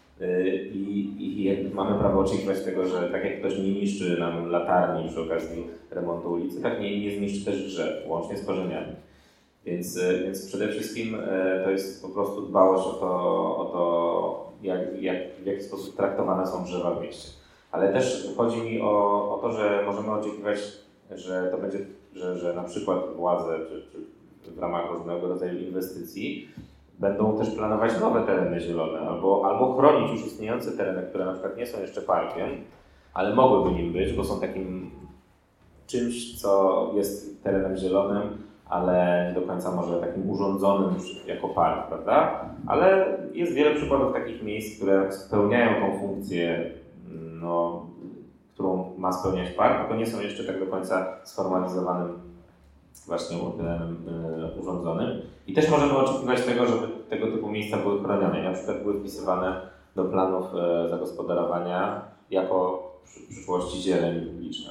I mamy prawo oczekiwać tego, że tak jak ktoś nie niszczy nam latarni przy okazji remontu ulicy, tak nie zniszczy też drzew, łącznie z korzeniami. Więc przede wszystkim to jest po prostu dbałość o to w jaki sposób traktowane są drzewa w mieście. Ale też chodzi mi o to, że możemy oczekiwać, że to będzie, że na przykład władze czy w ramach różnego rodzaju inwestycji będą też planować nowe tereny zielone albo chronić już istniejące tereny, które na przykład nie są jeszcze parkiem, ale mogłyby nim być, bo są takim czymś, co jest terenem zielonym, ale nie do końca może takim urządzonym jako park, prawda? Ale jest wiele przykładów takich miejsc, które spełniają tą funkcję, no, którą ma spełniać park, tylko nie są jeszcze tak do końca sformalizowanym właśnie terenem urządzonym. I też możemy oczekiwać tego, żeby tego typu miejsca były chronione. Na przykład były wpisywane do planów zagospodarowania jako w przyszłości zieleń publiczna.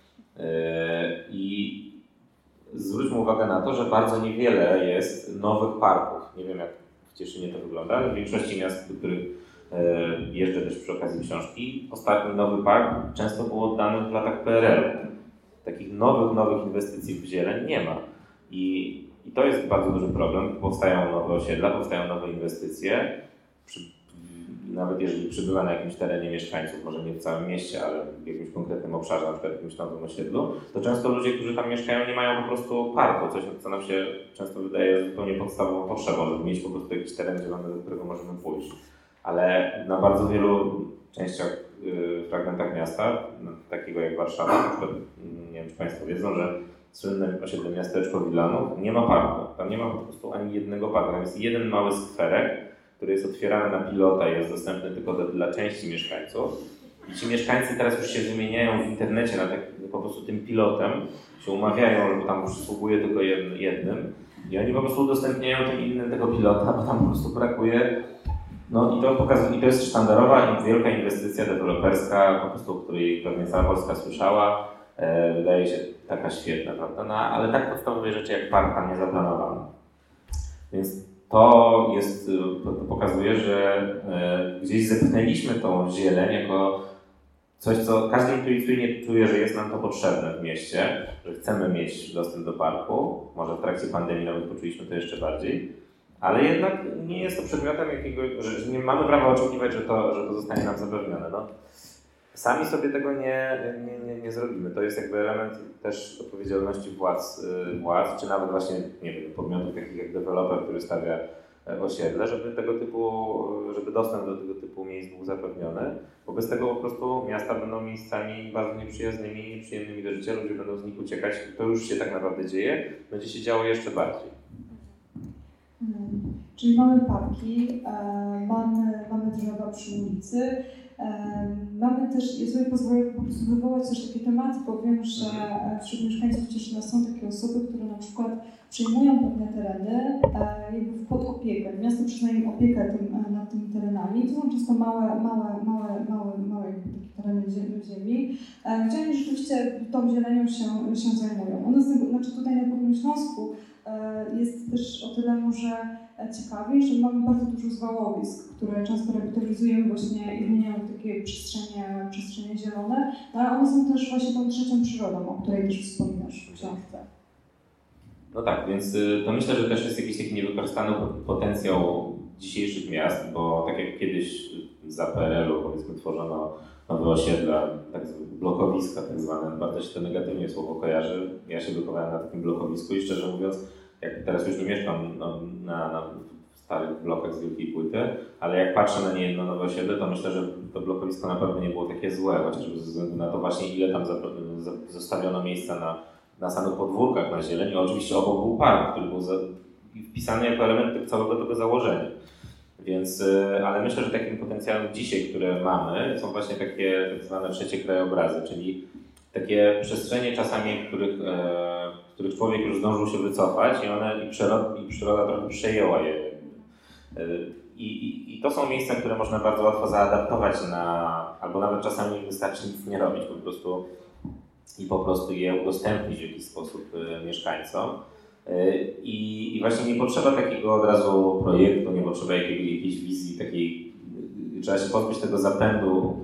I zwróćmy uwagę na to, że bardzo niewiele jest nowych parków. Nie wiem, jak w Cieszynie to wygląda, ale w większości miast, do których jeżdżę też przy okazji książki, ostatni nowy park często był oddany w latach PRL-u. Takich nowych inwestycji w zieleń nie ma. I to jest bardzo duży problem. Powstają nowe osiedla, powstają nowe inwestycje. Nawet jeżeli przybywa na jakimś terenie mieszkańców, może nie w całym mieście, ale w jakimś konkretnym obszarze, na przykład w jakimś nowym osiedlu, to często ludzie, którzy tam mieszkają, nie mają po prostu parku. Coś, co nam się często wydaje zupełnie podstawową potrzebą, żeby mieć po prostu jakiś teren zielony, do którego możemy pójść. Ale na bardzo wielu częściach, fragmentach miasta, takiego jak Warszawa, na przykład, nie wiem czy Państwo wiedzą, że słynne osiedle miasteczko Wilanów nie ma parku. Tam nie ma po prostu ani jednego parku. Tam jest jeden mały skwerek, który jest otwierany na pilota i jest dostępny tylko dla części mieszkańców. I ci mieszkańcy teraz już się wymieniają w internecie po prostu tym pilotem, się umawiają, że tam przysługuje tylko jednym i oni po prostu udostępniają tym innym tego pilota, bo tam po prostu brakuje. No i to pokazuje, i to jest sztandarowa i wielka inwestycja deweloperska, po prostu o której pewnie cała Polska słyszała. wydaje się taka świetna, prawda? No, ale tak podstawowe rzeczy jak park tam nie zaplanowano. Więc to pokazuje, że gdzieś zepchnęliśmy tą zieleń jako coś, co każdy intuicyjnie czuje, że jest nam to potrzebne w mieście, że chcemy mieć dostęp do parku. Może w trakcie pandemii nawet poczuliśmy to jeszcze bardziej, ale jednak nie jest to przedmiotem że nie mamy prawa oczekiwać, że to zostanie nam zapewnione. No, sami sobie tego nie zrobimy. To jest jakby element też odpowiedzialności władz, czy nawet właśnie, nie wiem, podmiotów takich jak deweloper, który stawia osiedle, żeby dostęp do tego typu miejsc był zapewniony, bo bez tego po prostu miasta będą miejscami bardzo nieprzyjaznymi i nieprzyjemnymi do życia, ludzie będą z nich uciekać. To już się tak naprawdę dzieje, będzie się działo jeszcze bardziej. Czyli mamy parki, mamy drzewa przy ulicy, mamy też, ja sobie pozwolę po prostu wywołać też takie tematy, bo wiem, że wśród mieszkańców Cieszyna są takie osoby, które na przykład przejmują pewne tereny jakby pod opiekę. Miasto przyznaje im opiekę nad tymi terenami. To są często małe takie tereny ziemi, gdzie oni rzeczywiście tą zielenią się zajmują. Znaczy tutaj na Górnym Śląsku jest też o tyle może ciekawie, że mamy bardzo dużo zwałowisk, które często rewitalizujemy właśnie i zmieniają w takie przestrzenie zielone, no ale one są też właśnie tą trzecią przyrodą, o której też wspominasz w książce. No tak, więc to myślę, że też jest jakiś taki niewykorzystany potencjał dzisiejszych miast, bo tak jak kiedyś za PRL-u powiedzmy tworzono nowe osiedla, blokowiska tak zwane, bardzo się to negatywnie słowo kojarzy. Ja się wychowałem na takim blokowisku i szczerze mówiąc, jak teraz już nie mieszkam na starych blokach z wielkiej płyty, ale jak patrzę na niejedno nowe osiedle, to myślę, że to blokowisko naprawdę nie było takie złe, chociażby ze względu na to właśnie ile tam zostawiono miejsca na samych podwórkach, na zieleni. Oczywiście obok był park, który był wpisany jako element całego tego założenia. Więc, ale myślę, że takim potencjałem dzisiaj, które mamy, są właśnie takie tak zwane trzecie krajobrazy, czyli takie przestrzenie czasami, których człowiek już zdążył się wycofać i przyroda trochę przejęła je. I to są miejsca, które można bardzo łatwo zaadaptować albo nawet czasami wystarczy nic nie robić po prostu je udostępnić w jakiś sposób mieszkańcom. I właśnie nie potrzeba takiego od razu projektu, nie potrzeba jakiejś wizji takiej, trzeba się pozbyć tego zapędu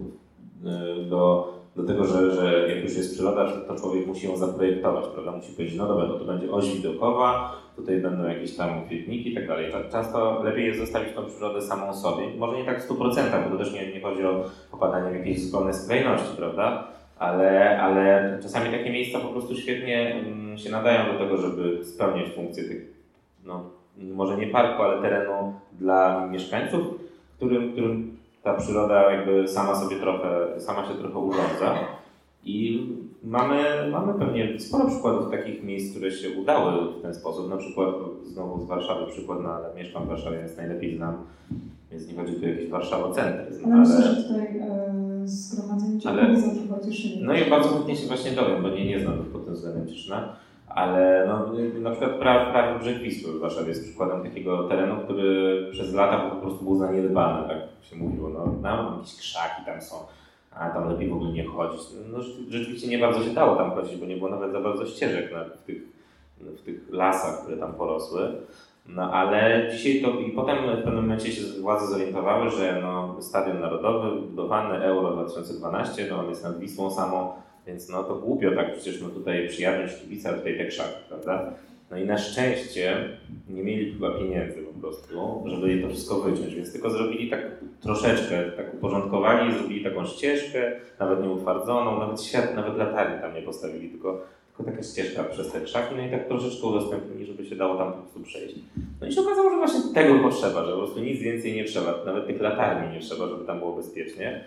do tego, że jak już jest przyroda, to człowiek musi ją zaprojektować, prawda? Musi powiedzieć, no dobra, to będzie oś widokowa, tutaj będą jakieś tam kwietniki i tak dalej. Często lepiej jest zostawić tą przyrodę samą sobie, może nie tak w 100%, bo to też nie chodzi o popadanie w jakieś zupełne skrajności, prawda? Ale czasami takie miejsca po prostu świetnie się nadają do tego, żeby spełniać funkcję tych, no może nie parku, ale terenu dla mieszkańców, którym ta przyroda jakby sama się trochę urządza. I mamy pewnie sporo przykładów takich miejsc, które się udały w ten sposób. Na przykład znowu z Warszawy przykład, mieszkam w Warszawie, więc najlepiej znam, więc nie chodzi tu o jakieś warszawocentryzm. Ale myślę, że tutaj zgromadzenie Cię powiedzą trochę o Cieszynie. No i bardzo chętnie się właśnie dowiem, bo nie znam pod tym względem Cieszyna. Ale na przykład prawy brzeg Wisły w Warszawie jest przykładem takiego terenu, który przez lata po prostu był zaniedbany, tak się mówiło. Jakieś krzaki tam są, a tam lepiej w ogóle nie chodzić. Rzeczywiście nie bardzo się dało tam chodzić, bo nie było nawet za bardzo ścieżek w tych lasach, które tam porosły. No ale dzisiaj i potem w pewnym momencie się władze zorientowały, że Stadion Narodowy budowany Euro 2012, on jest nad Wisłą samą, więc to głupio tak przecież tutaj przyjadać kibice, a tutaj te krzaki, prawda? No i na szczęście nie mieli chyba pieniędzy po prostu, żeby to wszystko wyciąć, więc tylko zrobili tak troszeczkę, tak uporządkowali, zrobili taką ścieżkę, nawet nie utwardzoną, nawet latarni tam nie postawili, tylko taka ścieżka przez te krzaki, no i tak troszeczkę udostępnili, żeby się dało tam po prostu przejść. No i się okazało, że właśnie tego potrzeba, że po prostu nic więcej nie trzeba, nawet tych latarni nie trzeba, żeby tam było bezpiecznie.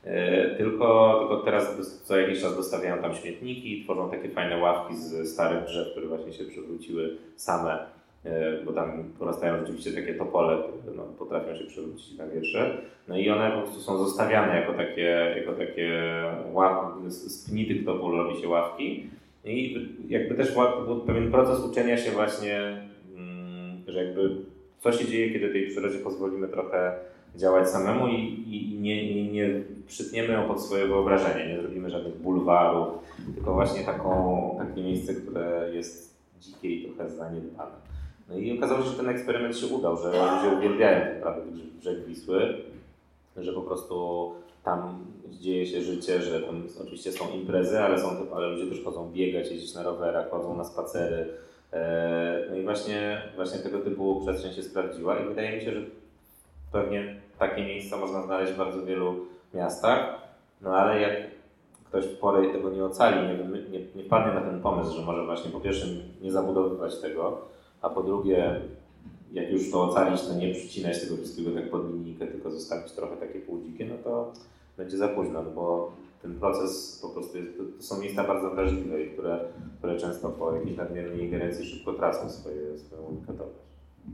Tylko teraz co jakiś czas dostawiają tam śmietniki, tworzą takie fajne ławki z starych drzew, które właśnie się przewróciły same, bo tam porastają rzeczywiście takie topole, które potrafią się przewrócić na wietrze. No i one po prostu są zostawiane jako takie ławki, z pni tych topól robi się ławki. I jakby też był pewien proces uczenia się właśnie, że jakby co się dzieje, kiedy tej przyrodzie pozwolimy trochę działać samemu i nie przytniemy ją pod swoje wyobrażenie, nie zrobimy żadnych bulwarów, tylko właśnie takie miejsce, które jest dzikie i trochę zaniedbane. No i okazało się, że ten eksperyment się udał, że ludzie uwielbiają ten prawy brzeg Wisły, że po prostu tam dzieje się życie, że tam oczywiście są imprezy, ale ludzie też chodzą biegać, jeździć na rowerach, chodzą na spacery. No i właśnie tego typu przestrzeń się sprawdziła i wydaje mi się, że pewnie takie miejsca można znaleźć w bardzo wielu miastach, no ale jak ktoś w porę tego nie ocali, nie wpadnie na ten pomysł, że może właśnie po pierwsze nie zabudowywać tego, a po drugie, jak już to ocalić, to nie przycinać tego wszystkiego tak pod linijkę, tylko zostawić trochę takie półdzikie, no to będzie za późno, no bo ten proces po prostu to są miejsca bardzo wrażliwe, które często po jakiejś nadmiernej ingerencji szybko tracą swoją unikatowość.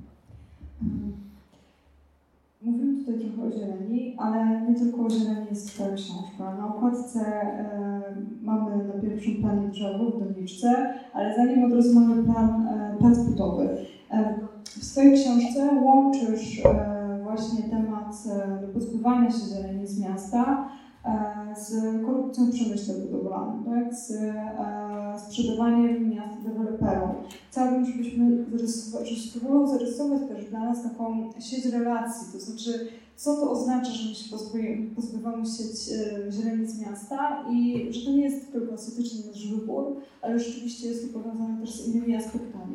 Mówimy tutaj trochę o zieleni, ale nie tylko o zieleni jest ta książka. Na okładce mamy na pierwszym planie drzewo w doniczce, ale za nim od razu mamy plac budowy. W swojej książce łączysz właśnie temat pozbywania się zieleni z miasta z korupcją w przemyśle budowlanym, tak? Z sprzedawaniem miasta deweloperom. Chciałabym, żebyśmy spróbował zarysować też dla nas taką sieć relacji, to znaczy co to oznacza, że my się pozbywamy zieleni z miasta i że to nie jest tylko estetyczny nasz wybór, ale rzeczywiście jest to powiązane też z innymi aspektami.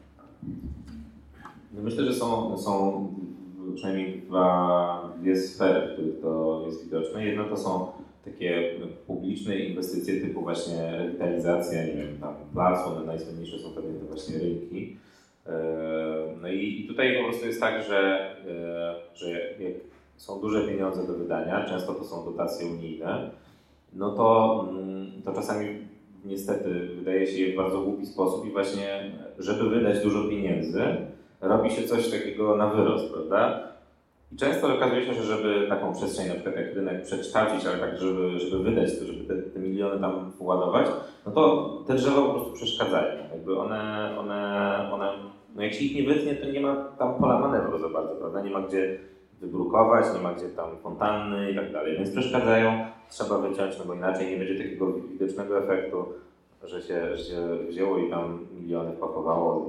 Myślę, że są przynajmniej dwie sfery, w których to jest widoczne. Jedno to są takie publiczne inwestycje typu właśnie rewitalizacja, nie wiem, tam placu, one najsłynniejsze są pewnie te właśnie rynki. No i tutaj po prostu jest tak, że jak są duże pieniądze do wydania, często to są dotacje unijne, no to czasami niestety wydaje się je w bardzo głupi sposób i właśnie, żeby wydać dużo pieniędzy, robi się coś takiego na wyrost, prawda? I często okazuje się, że żeby taką przestrzeń, na przykład jak rynek przekształcić, ale tak, żeby wydać to, żeby te miliony tam władować, no to te drzewa po prostu przeszkadzają. Jakby one, no jak się ich nie wytnie, to nie ma tam pola manewru za bardzo, prawda? Nie ma gdzie wybrukować, nie ma gdzie tam fontanny i tak dalej, więc przeszkadzają, trzeba wyciąć, no bo inaczej nie będzie takiego widocznego efektu, że się wzięło i tam miliony wpakowało,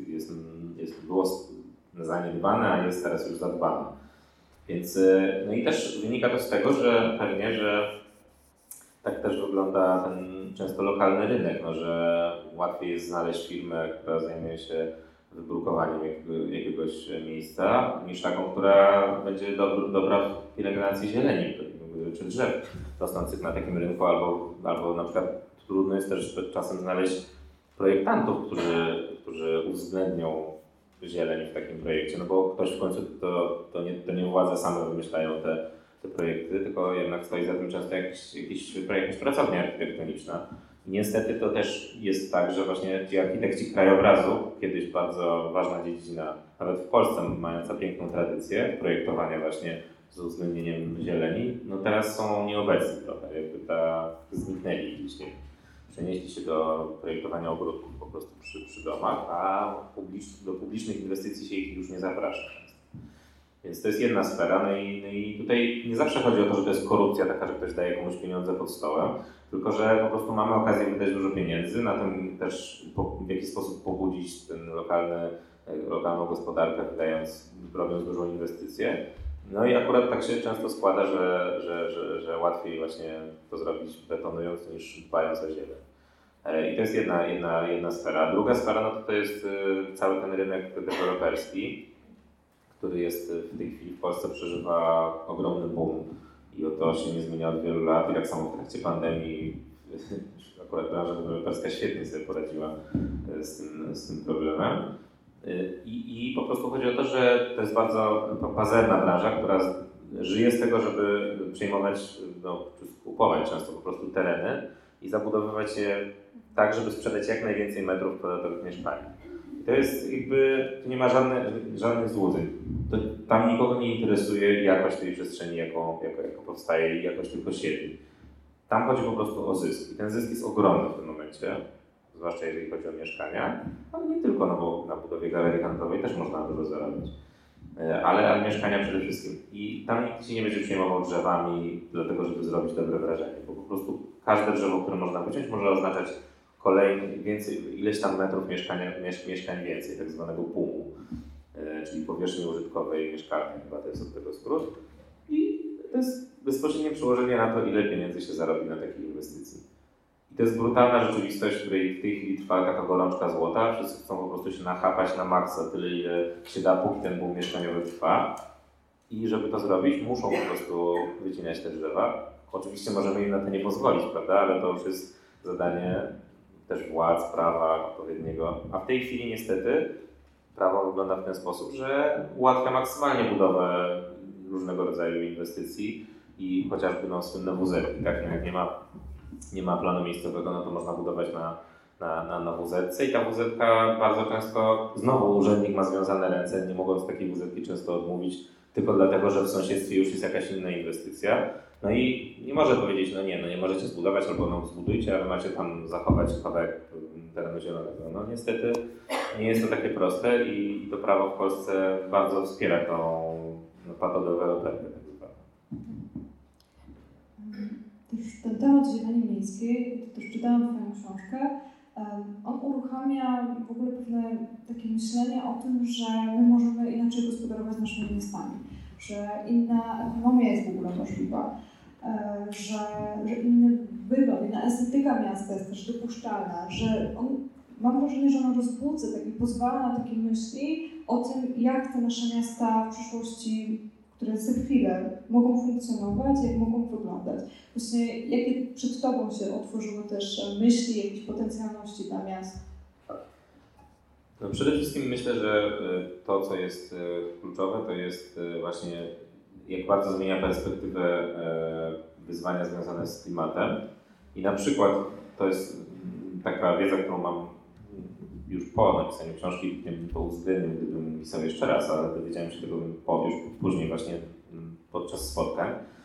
było zaniedbane, a jest teraz już zadbane. Więc, no i też wynika to z tego, że pewnie, że tak też wygląda ten często lokalny rynek, no, że łatwiej jest znaleźć firmę, która zajmuje się wybrukowaniem jakiegoś miejsca, niż taką, która będzie dobra w pielęgnacji zieleni czy drzew rosnących na takim rynku, albo na przykład trudno jest też czasem znaleźć projektantów, którzy uwzględnią zieleń w takim projekcie, no bo ktoś w końcu to nie władze same wymyślają te projekty, tylko jednak stoi za tym często jakaś pracownia architektoniczna. I niestety to też jest tak, że właśnie ci architekci krajobrazu, kiedyś bardzo ważna dziedzina, nawet w Polsce mająca piękną tradycję projektowania właśnie z uwzględnieniem zieleni, no teraz są nieobecni trochę, jakby zniknęli gdzieś, nie wiem. Przenieśli się do projektowania ogródków po prostu przy domach, a do publicznych inwestycji się ich już nie zaprasza. Więc to jest jedna sfera, no i tutaj nie zawsze chodzi o to, że to jest korupcja taka, że ktoś daje komuś pieniądze pod stołem, tylko że po prostu mamy okazję wydać dużo pieniędzy, na tym też w jakiś sposób pobudzić ten lokalną gospodarkę, robiąc dużą inwestycję. No i akurat tak się często składa, że łatwiej właśnie to zrobić betonując niż dbając o zieleń. I to jest jedna sfera. Druga sfera to jest cały ten rynek deweloperski, który jest w tej chwili w Polsce przeżywa ogromny boom i to się nie zmienia od wielu lat i tak samo w trakcie pandemii akurat branża deweloperska świetnie sobie poradziła z tym problemem. I po prostu chodzi o to, że to jest bardzo pazerna branża, która żyje z tego, żeby przejmować, czy kupować często po prostu tereny i zabudowywać je tak, żeby sprzedać jak najwięcej metrów kwadratowych mieszkania. I to jest tu nie ma żadnych złudzeń. Tam nikogo nie interesuje jakość tej przestrzeni, jako powstaje i jakość tylko siebie. Tam chodzi po prostu o zysk. I ten zysk jest ogromny w tym momencie. Zwłaszcza jeżeli chodzi o mieszkania, ale nie tylko, no bo na budowie galerii handlowej też można dużo zarobić, ale mieszkania przede wszystkim. I tam nikt się nie będzie przejmował drzewami dlatego, żeby zrobić dobre wrażenie, bo po prostu każde drzewo, które można wyciąć, może oznaczać ileś tam metrów mieszkań więcej, tak zwanego PUM-u, czyli powierzchni użytkowej mieszkalnej, chyba to jest od tego skrót. I to jest bezpośrednie przełożenie na to, ile pieniędzy się zarobi na takiej inwestycji. I to jest brutalna rzeczywistość, w której w tej chwili trwa taka gorączka złota. Wszyscy chcą po prostu się nachapać na maksa tyle, ile się da, póki ten boom mieszkaniowy trwa. I żeby to zrobić, muszą po prostu wycinać te drzewa. Oczywiście możemy im na to nie pozwolić, prawda? Ale to już jest zadanie też władz, prawa odpowiedniego. A w tej chwili niestety prawo wygląda w ten sposób, że ułatwia maksymalnie budowę różnego rodzaju inwestycji i chociażby słynne WZ-ki, tak? Jak nie ma planu miejscowego, no to można budować na WZ-ce i ta WZ-ka bardzo często, znowu urzędnik ma związane ręce, nie mogąc takiej WZ-ki często odmówić, tylko dlatego, że w sąsiedztwie już jest jakaś inna inwestycja. No i nie może powiedzieć, nie możecie zbudować albo zbudujcie, ale macie tam zachować kawałek terenu zielonego. No niestety nie jest to takie proste i to prawo w Polsce bardzo wspiera tą patodeweloperkę. Też ten temat zieleni miejskiej, to też czytałam Twoją książkę, on uruchamia w ogóle pewne takie myślenie o tym, że my możemy inaczej gospodarować naszymi miastami, że inna ekonomia jest w ogóle możliwa, że inny wygląd, inna estetyka miasta jest też dopuszczalna, że mam wrażenie, że on rozbudza i pozwala na takie myśli o tym, jak te nasze miasta w przyszłości, które za chwilę mogą funkcjonować, jak mogą wyglądać. Właśnie jakie przed Tobą się otworzyły też myśli, jakieś potencjalności dla miast? No przede wszystkim myślę, że to, co jest kluczowe, to jest właśnie jak bardzo zmienia perspektywę wyzwania związane z klimatem. I na przykład to jest taka wiedza, którą mam już po napisaniu książki, nie bym to uwzględnił, gdybym pisał jeszcze raz, ale dowiedziałem się tego już później właśnie podczas spotkań.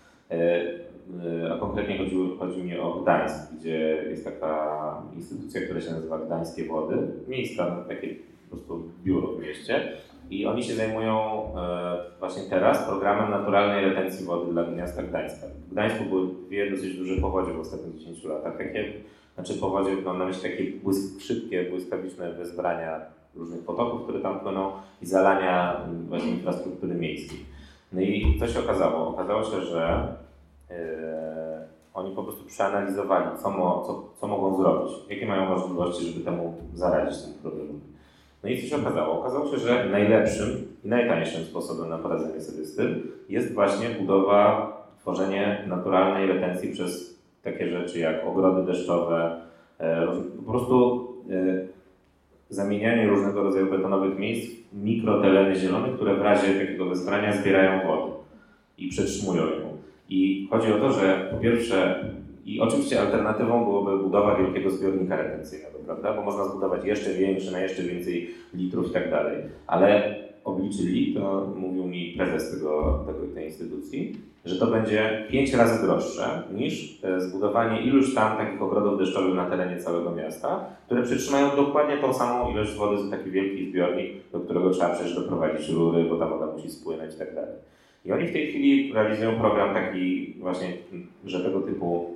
A konkretnie chodzi mi o Gdańsk, gdzie jest taka instytucja, która się nazywa Gdańskie Wody. Miejsca, takie po prostu biuro w mieście. I oni się zajmują właśnie teraz programem naturalnej retencji wody dla miasta Gdańska. W Gdańsku były dwie dosyć duże powodzie w ostatnich 10 latach. Powodzie, mam na myśli takie szybkie, błyskawiczne wezbrania różnych potoków, które tam płyną i zalania właśnie infrastruktury miejskiej. No i co się okazało? Okazało się, że oni po prostu przeanalizowali, co mogą zrobić, jakie mają możliwości, żeby temu zaradzić temu problemowi. No i co się okazało? Okazało się, że najlepszym i najtańszym sposobem na poradzenie sobie z tym jest właśnie tworzenie naturalnej retencji przez takie rzeczy jak ogrody deszczowe, po prostu zamienianie różnego rodzaju betonowych miejsc w mikrotereny zielone, które w razie takiego wezbrania zbierają wodę i przetrzymują ją. I chodzi o to, że po pierwsze, i oczywiście alternatywą byłoby budowa wielkiego zbiornika retencyjnego, prawda? Bo można zbudować jeszcze większy, na jeszcze więcej litrów i tak dalej. Ale obliczyli, to mówił mi prezes tej instytucji, że to będzie 5 razy droższe niż zbudowanie iluś tam takich ogrodów deszczowych na terenie całego miasta, które przytrzymają dokładnie tą samą ilość wody z taki wielki zbiornik, do którego trzeba przecież doprowadzić rury, bo ta woda musi spłynąć i tak dalej. I oni w tej chwili realizują program taki właśnie, że tego typu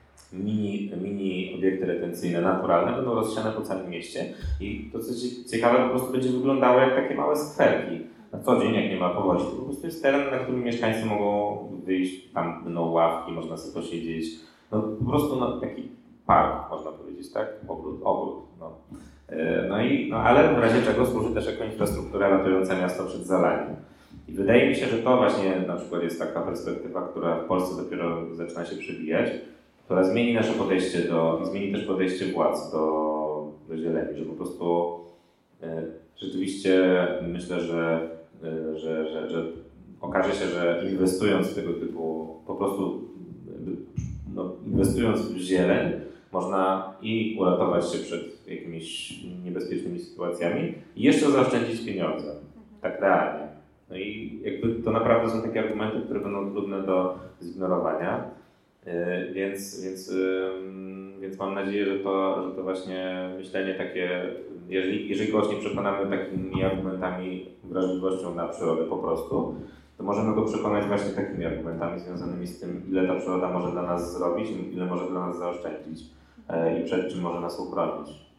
mini obiekty retencyjne naturalne będą rozsiane po całym mieście i to, co ciekawe, po prostu będzie wyglądało jak takie małe skwerki. Na co dzień, jak nie ma powodzi, to po prostu jest teren, na którym mieszkańcy mogą wyjść, tam będą ławki, można sobie posiedzieć. No po prostu taki park, można powiedzieć, tak? Ogród. Ale w razie czego służy też jako infrastruktura ratująca miasto przed zalaniem. I wydaje mi się, że to właśnie na przykład jest taka perspektywa, która w Polsce dopiero zaczyna się przebijać, która zmieni nasze podejście zmieni też podejście władz do zieleni, że po prostu rzeczywiście myślę, że okaże się, że inwestując w tego typu, po prostu inwestując w zieleń, można i uratować się przed jakimiś niebezpiecznymi sytuacjami i jeszcze zaoszczędzić pieniądze, tak realnie. No i jakby to naprawdę są takie argumenty, które będą trudne do zignorowania, więc mam nadzieję, że to właśnie myślenie takie, jeżeli kogoś nie przekonamy takimi argumentami, wrażliwością na przyrodę po prostu, to możemy go przekonać właśnie takimi argumentami związanymi z tym, ile ta przyroda może dla nas zrobić, ile może dla nas zaoszczędzić i przed czym może nas uchronić.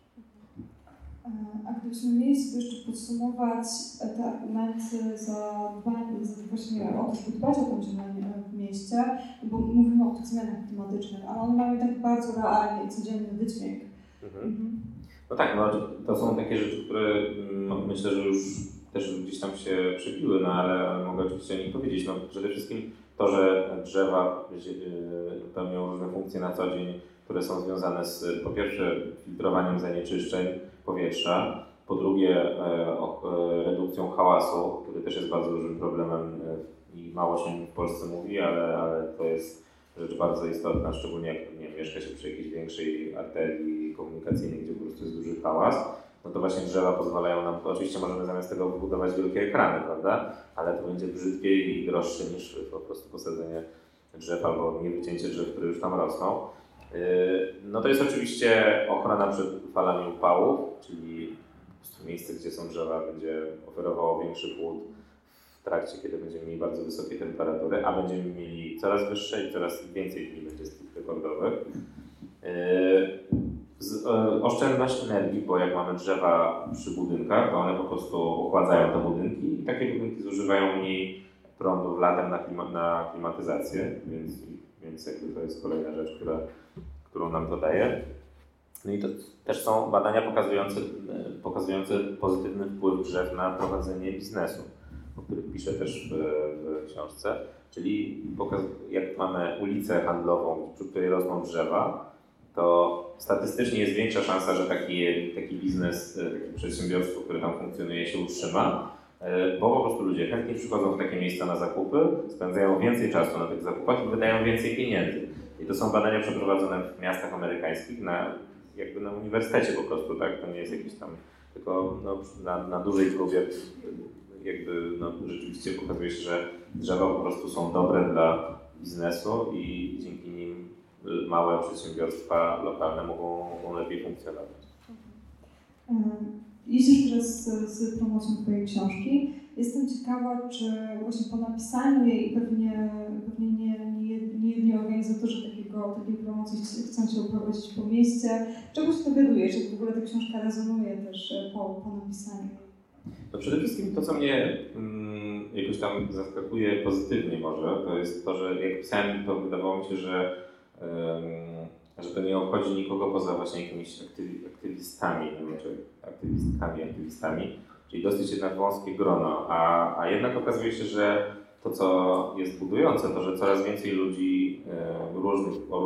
A gdybyśmy mieli sobie jeszcze podsumować te argumenty za właśnie o to, żeby dbać o tą zieleń w mieście, bo mówimy o tych zmianach klimatycznych, ale one mają tak bardzo realny i codzienny wydźwięk. No tak, no, to są takie rzeczy, które myślę, że już też gdzieś tam się przebiły, no ale mogę oczywiście o nich powiedzieć. No, przede wszystkim to, że drzewa pełnią różne funkcje na co dzień, które są związane z, po pierwsze, filtrowaniem zanieczyszczeń powietrza, po drugie redukcją hałasu, który też jest bardzo dużym problemem i mało się w Polsce mówi, ale to jest rzecz bardzo istotna, szczególnie jak mieszka się przy jakiejś większej arterii komunikacyjnej, gdzie po prostu jest duży hałas. No to właśnie drzewa pozwalają nam, to oczywiście możemy zamiast tego wybudować wielkie ekrany, prawda? Ale to będzie brzydkie i droższe niż po prostu posadzenie drzew albo nie wycięcie drzew, które już tam rosną. No to jest oczywiście ochrona przed falami upałów, czyli po prostu miejsce, gdzie są drzewa, będzie oferowało większy chłód w trakcie, kiedy będziemy mieli bardzo wysokie temperatury, a będziemy mieli coraz wyższe i coraz więcej dni będzie z tych rekordowych. Oszczędność energii, bo jak mamy drzewa przy budynkach, to one po prostu ochładzają te budynki i takie budynki zużywają mniej prądu latem na klimatyzację, więc jakby to jest kolejna rzecz, którą nam to daje. No i to też są badania pokazujące pozytywny wpływ drzew na prowadzenie biznesu, o których piszę też w książce. Czyli jak mamy ulicę handlową, przy której rosną drzewa, to statystycznie jest większa szansa, że taki biznes, takie przedsiębiorstwo, które tam funkcjonuje, się utrzyma, bo po prostu ludzie chętnie przychodzą w takie miejsca na zakupy, spędzają więcej czasu na tych zakupach i wydają więcej pieniędzy. I to są badania przeprowadzone w miastach amerykańskich, jakby na uniwersytecie po prostu, tak? To nie jest jakiś tam, tylko na dużej próbie jakby rzeczywiście pokazuje się, że drzewa po prostu są dobre dla biznesu i dzięki nim małe przedsiębiorstwa lokalne mogą lepiej funkcjonować. Jeździsz teraz z promocją Twojej książki. Jestem ciekawa, czy właśnie po napisaniu jej i pewnie nie jedni organizatorzy takiej promocji chcą Cię oprowadzić po mieście. Czego się dowiadujesz, jak w ogóle ta książka rezonuje też po napisaniu? No przede wszystkim to, co mnie jakoś tam zaskakuje pozytywnie może, to jest to, że jak pisałem, to wydawało mi się, że to nie obchodzi nikogo poza właśnie jakimiś aktywistami, czy aktywistami, czyli dosyć jednak wąskie grono, a jednak okazuje się, że to, co jest budujące, to, że coraz więcej ludzi o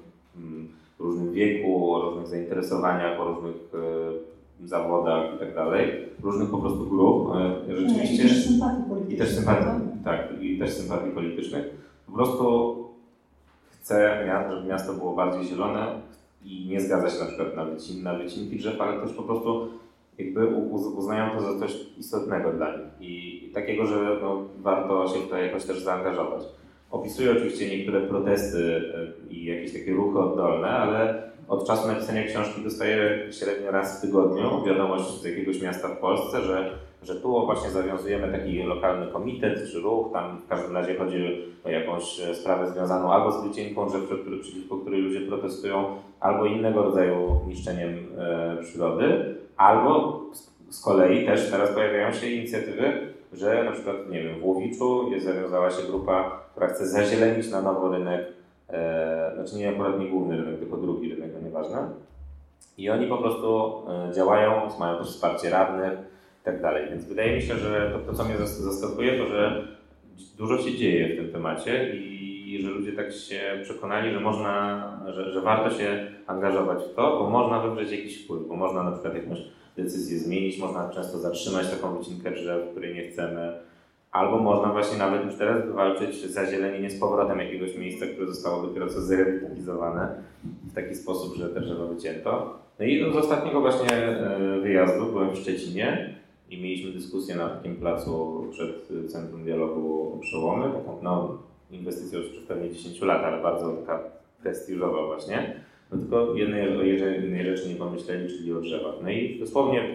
różnym wieku, o różnych zainteresowaniach, o różnych zawodach i tak dalej, różnych po prostu grup, rzeczywiście. I też sympatii politycznych. I też sympatii politycznych. Po prostu chcę, żeby miasto było bardziej zielone i nie zgadza się na przykład na wycinki drzew, ale też po prostu jakby uznają to za coś istotnego dla nich i takiego, że warto się tutaj jakoś też zaangażować. Opisuję oczywiście niektóre protesty i jakieś takie ruchy oddolne, ale od czasu napisania książki dostaję średnio raz w tygodniu wiadomość z jakiegoś miasta w Polsce, że tu właśnie zawiązujemy taki lokalny komitet czy ruch, tam w każdym razie chodzi o jakąś sprawę związaną albo z wycinką drzew, przeciwko której ludzie protestują, albo innego rodzaju niszczeniem przyrody, albo z kolei też teraz pojawiają się inicjatywy, że na przykład, nie wiem, w Łowiczu zawiązała się grupa, która chce zazielenić na nowo rynek, znaczy nie akurat nie główny rynek, tylko drugi rynek, no nieważne. I oni po prostu działają, mają też wsparcie radnych i tak dalej. Więc wydaje mi się, że to co mnie zaskakuje, to że dużo się dzieje w tym temacie i że ludzie tak się przekonali, że że warto się angażować w to, bo można wywrzeć jakiś wpływ, bo można na przykład jakąś decyzję zmienić, można często zatrzymać taką wycinkę drzew, której nie chcemy, albo można właśnie nawet już teraz wywalczyć zazielenienie z powrotem jakiegoś miejsca, które zostało dopiero co zrewitalizowane w taki sposób, że te drzewa wycięto. No i z ostatniego właśnie wyjazdu byłem w Szczecinie i mieliśmy dyskusję na takim placu przed Centrum Dialogu Przełomy, taką inwestycją już przez pewnie 10 lat, ale bardzo taka prestiżowa właśnie. No tylko jednej rzeczy nie pomyśleli, czyli o drzewach. No i dosłownie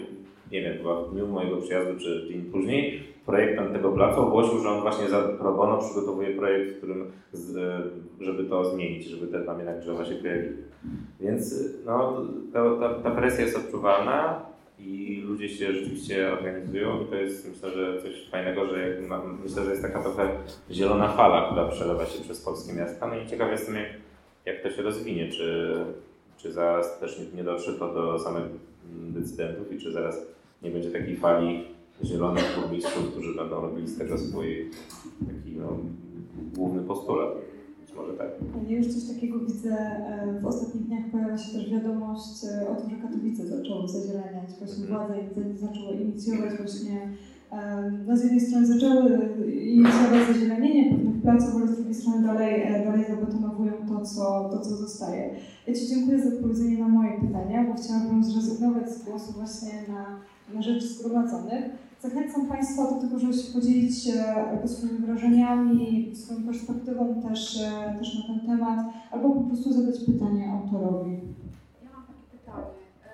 nie wiem, chyba w dniu mojego przyjazdu czy dzień później, projektant tego placu ogłosił, że on właśnie za pro bono przygotowuje projekt, w którym żeby to zmienić, żeby te pamiętne drzewa się pojawiły. Więc no, ta presja jest odczuwalna i ludzie się rzeczywiście organizują i to jest, myślę, że coś fajnego, że myślę, że jest taka trochę zielona fala, która przelewa się przez polskie miasta. No i ciekaw jestem, jak to się rozwinie, czy zaraz też nie dotrze to do samych decydentów i czy zaraz nie będzie takiej fali zielonych burmistrzów, którzy będą robili z tego swój taki główny postulat. Być może tak. Ja już coś takiego widzę. W ostatnich dniach pojawia się też wiadomość o tym, że Katowice zaczęły zazieleniać. Właśnie władze zaczęły inicjować właśnie, no z jednej strony zaczęły inicjować zazielenienie pewnych placów, ale z drugiej strony dalej zabetonowują to, co zostaje. Ja Ci dziękuję za odpowiedzenie na moje pytania, bo chciałabym zrezygnować z głosu właśnie na rzeczy zgromadzonych. Zachęcam Państwa do tego, żeby się podzielić albo swoimi wrażeniami, swoją perspektywą też na ten temat, albo po prostu zadać pytanie autorowi. Ja mam takie pytanie.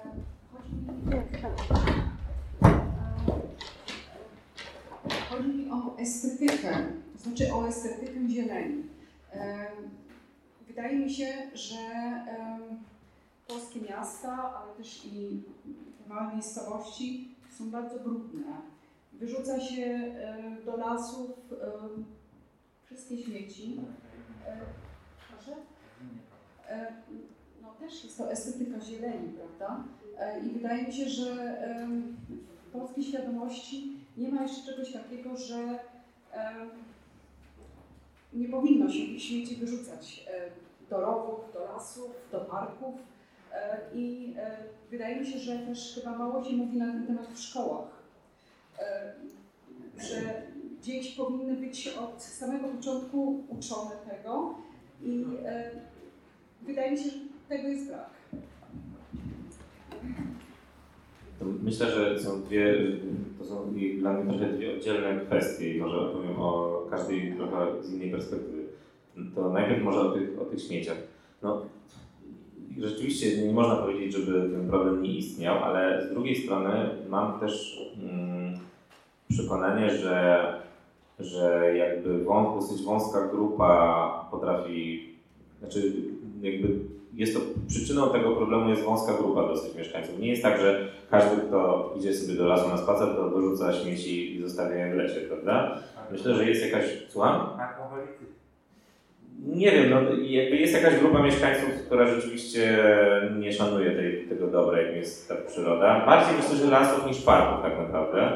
Chodzi mi o estetykę, to znaczy o estetykę zieleni. Wydaje mi się, że polskie miasta, ale też i małe miejscowości są bardzo brudne. Wyrzuca się do lasów wszystkie śmieci. Proszę? No też jest to estetyka zieleni, prawda? I wydaje mi się, że w polskiej świadomości nie ma jeszcze czegoś takiego, że nie powinno się śmieci wyrzucać do rowów, do lasów, do parków. I wydaje mi się, że też chyba mało się mówi na ten temat w szkołach. Że dzieci powinny być od samego początku uczone tego i wydaje mi się, że tego jest brak. To myślę, że to są dla mnie trochę dwie oddzielne kwestie i może opowiem o każdej trochę z innej perspektywy. To najpierw może o tych śmieciach. No, rzeczywiście nie można powiedzieć, żeby ten problem nie istniał, ale z drugiej strony mam też przekonanie, że jakby dosyć wąska grupa potrafi, znaczy jakby jest to przyczyną tego problemu jest wąska grupa dosyć mieszkańców. Nie jest tak, że każdy, kto idzie sobie do lasu na spacer, to wyrzuca śmieci i zostawia je w lesie, prawda? Myślę, że jest jakaś... Słucham? Alkoholicy. Nie wiem, no jakby jest jakaś grupa mieszkańców, która rzeczywiście nie szanuje tego dobra, jakim jest ta przyroda. Bardziej myślę, że lasów niż parków tak naprawdę.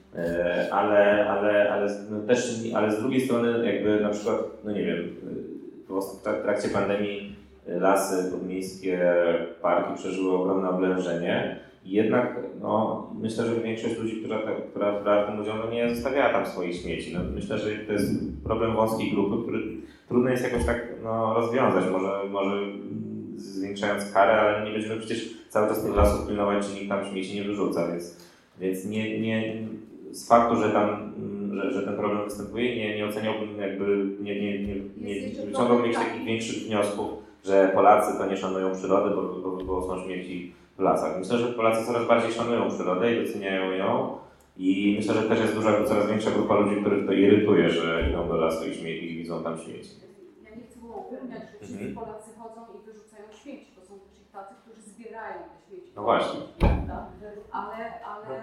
Ale z drugiej strony jakby na przykład, no nie wiem, w trakcie pandemii lasy podmiejskie, parki przeżyły ogromne oblężenie. Jednak no, myślę, że większość ludzi, która brała w tym udział, nie zostawiała tam swoich śmieci. No, myślę, że to jest problem wąskiej grupy, który trudno jest jakoś tak rozwiązać. Może zwiększając karę, ale nie będziemy przecież cały czas tych lasów pilnować, czy nikt tam śmieci nie wyrzuca. Więc nie z faktu, że ten problem występuje, nie oceniałbym jakby, nie wyciągałbym jakichś takich większych wniosków, że Polacy to nie szanują przyrody, bo są śmieci w lasach. Myślę, że Polacy coraz bardziej szanują przyrodę i doceniają ją i myślę, że też jest coraz większa grupa ludzi, których to irytuje, że idą do lasu i widzą tam śmieci. Ja nie chcę upewniać, że wszyscy Polacy chodzą i wyrzucają śmieci. To są też i tacy, którzy zbierają te śmieci. No właśnie. Ale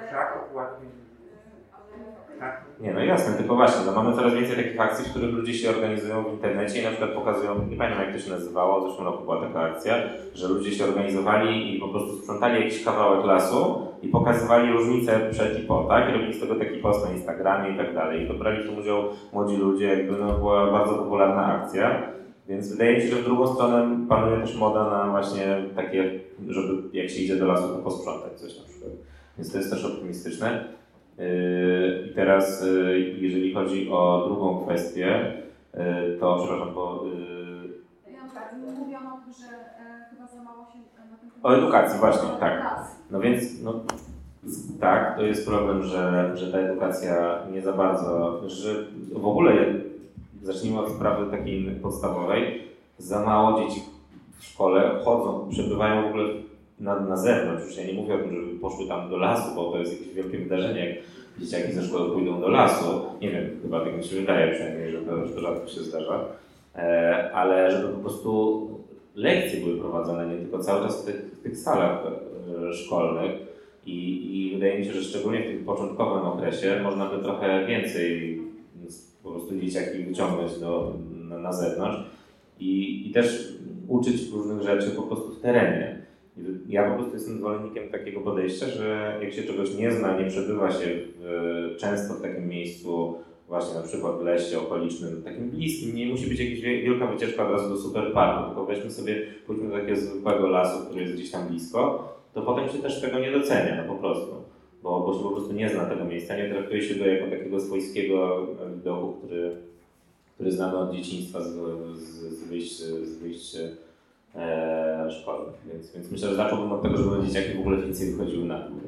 Nie, no jasne, tylko właśnie, no mamy coraz więcej takich akcji, w których ludzie się organizują w internecie i na przykład pokazują, nie pamiętam jak to się nazywało, w zeszłym roku była taka akcja, że ludzie się organizowali i po prostu sprzątali jakiś kawałek lasu i pokazywali różnice przed i po, tak? I robili z tego taki post na Instagramie i tak dalej. I to brali w tym udział młodzi ludzie, jakby no była bardzo popularna akcja. Więc wydaje mi się, że w drugą stronę panuje też moda na właśnie takie, żeby jak się idzie do lasu, to posprzątać coś na przykład. Więc to jest też optymistyczne. I teraz, jeżeli chodzi o drugą kwestię, to przepraszam, bo... Mówiono, że chyba za mało się na tym... O edukacji, właśnie, tak. No więc, no, tak, to jest problem, że ta edukacja nie za bardzo, że w ogóle, zacznijmy od sprawy takiej podstawowej, za mało dzieci w szkole chodzą, przebywają w ogóle na zewnątrz. Już ja nie mówię o tym, żeby poszły tam do lasu, bo to jest jakieś wielkie wydarzenie, jak dzieciaki ze szkoły pójdą do lasu. Nie wiem, chyba tak mi się wydaje przynajmniej, że to rzadko się zdarza. Ale żeby po prostu lekcje były prowadzone, nie tylko cały czas w tych salach szkolnych. I wydaje mi się, że szczególnie w tym początkowym okresie można by trochę więcej po prostu dzieciaki wyciągnąć na zewnątrz i też uczyć różnych rzeczy po prostu w terenie. Ja po prostu jestem zwolennikiem takiego podejścia, że jak się czegoś nie zna, nie przebywa się często w takim miejscu, właśnie na przykład w lesie okolicznym, takim bliskim, nie musi być jakaś wielka wycieczka od razu do superparku, tylko weźmy sobie, pójdźmy do takiego zwykłego lasu, który jest gdzieś tam blisko, to potem się też tego nie docenia, no po prostu. Bo się po prostu nie zna tego miejsca, nie traktuje się go jako takiego swojskiego widoku, który znamy od dzieciństwa z wyjść szkolnych. Więc myślę, że zacząłbym od tego, żeby dzieciaki w ogóle więcej wychodziły na dół.